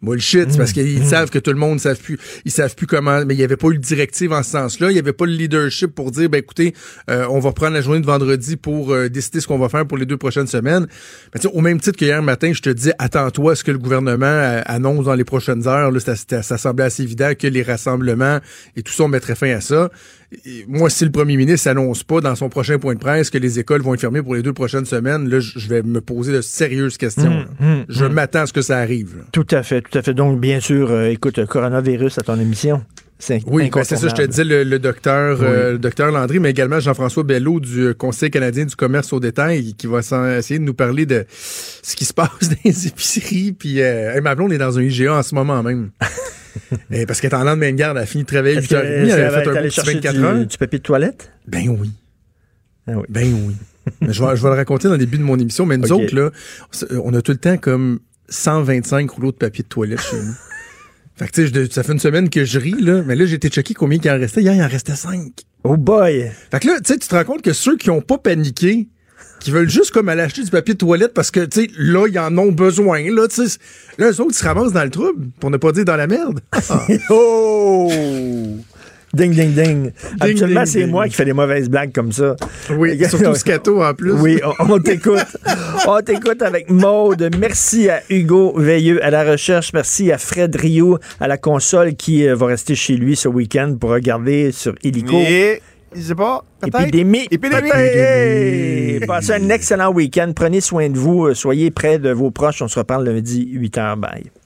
Bullshit, c'est parce qu'ils savent que tout le monde ils savent plus comment, mais il n'y avait pas eu de directive en ce sens-là, il n'y avait pas le leadership pour dire, écoutez, on va prendre la journée de vendredi pour décider ce qu'on va faire pour les 2 prochaines semaines. Mais au même titre que hier matin, je te dis, attends-toi à ce que le gouvernement annonce dans les prochaines heures, là, ça semblait assez évident que les rassemblements et tout ça, on mettrait fin à ça. Et moi, si le premier ministre s'annonce pas dans son prochain point de presse que les écoles vont être fermées pour les 2 prochaines semaines, là, je vais me poser de sérieuses questions. Je m'attends à ce que ça arrive. Là. Tout à fait. Donc, bien sûr, écoute, coronavirus à ton émission. C'est ça, je te disais, le docteur Landry, mais également Jean-François Belleau du Conseil canadien du commerce au détail, qui va essayer de nous parler de ce qui se passe dans les épiceries. Puis, ma blonde est dans un IGA en ce moment même. Parce qu'elle est en lendemain de garde, elle a fini de travailler 8h30, elle a fait un petit 24 heures. Du papier de toilette? Ben oui. Ben oui. Mais je vais le raconter dans le début de mon émission, mais nous autres, là, on a tout le temps comme 125 rouleaux de papier de toilette chez nous. Fait que tu sais, ça fait une semaine que je ris, là, mais là, j'ai été checké combien il en restait. Hier, il en restait 5. Oh boy! Fait que là, tu sais, tu te rends compte que ceux qui ont pas paniqué, qui veulent juste comme aller acheter du papier de toilette parce que, tu sais, là, ils en ont besoin, là, tu sais. Là, eux autres, ils se ramassent dans le trouble, pour ne pas dire dans la merde. Oh! Ding, ding, ding. Habituellement, c'est moi qui fais des mauvaises blagues comme ça. Oui, surtout scato en plus. Oui, on t'écoute. On t'écoute avec Maude. Merci à Hugo Veilleux à la recherche. Merci à Fred Rioux à la console qui va rester chez lui ce week-end pour regarder sur Illico. Je sais pas. Épidémie. Passez un excellent week-end. Prenez soin de vous. Soyez près de vos proches. On se reparle lundi, 8h. Bye.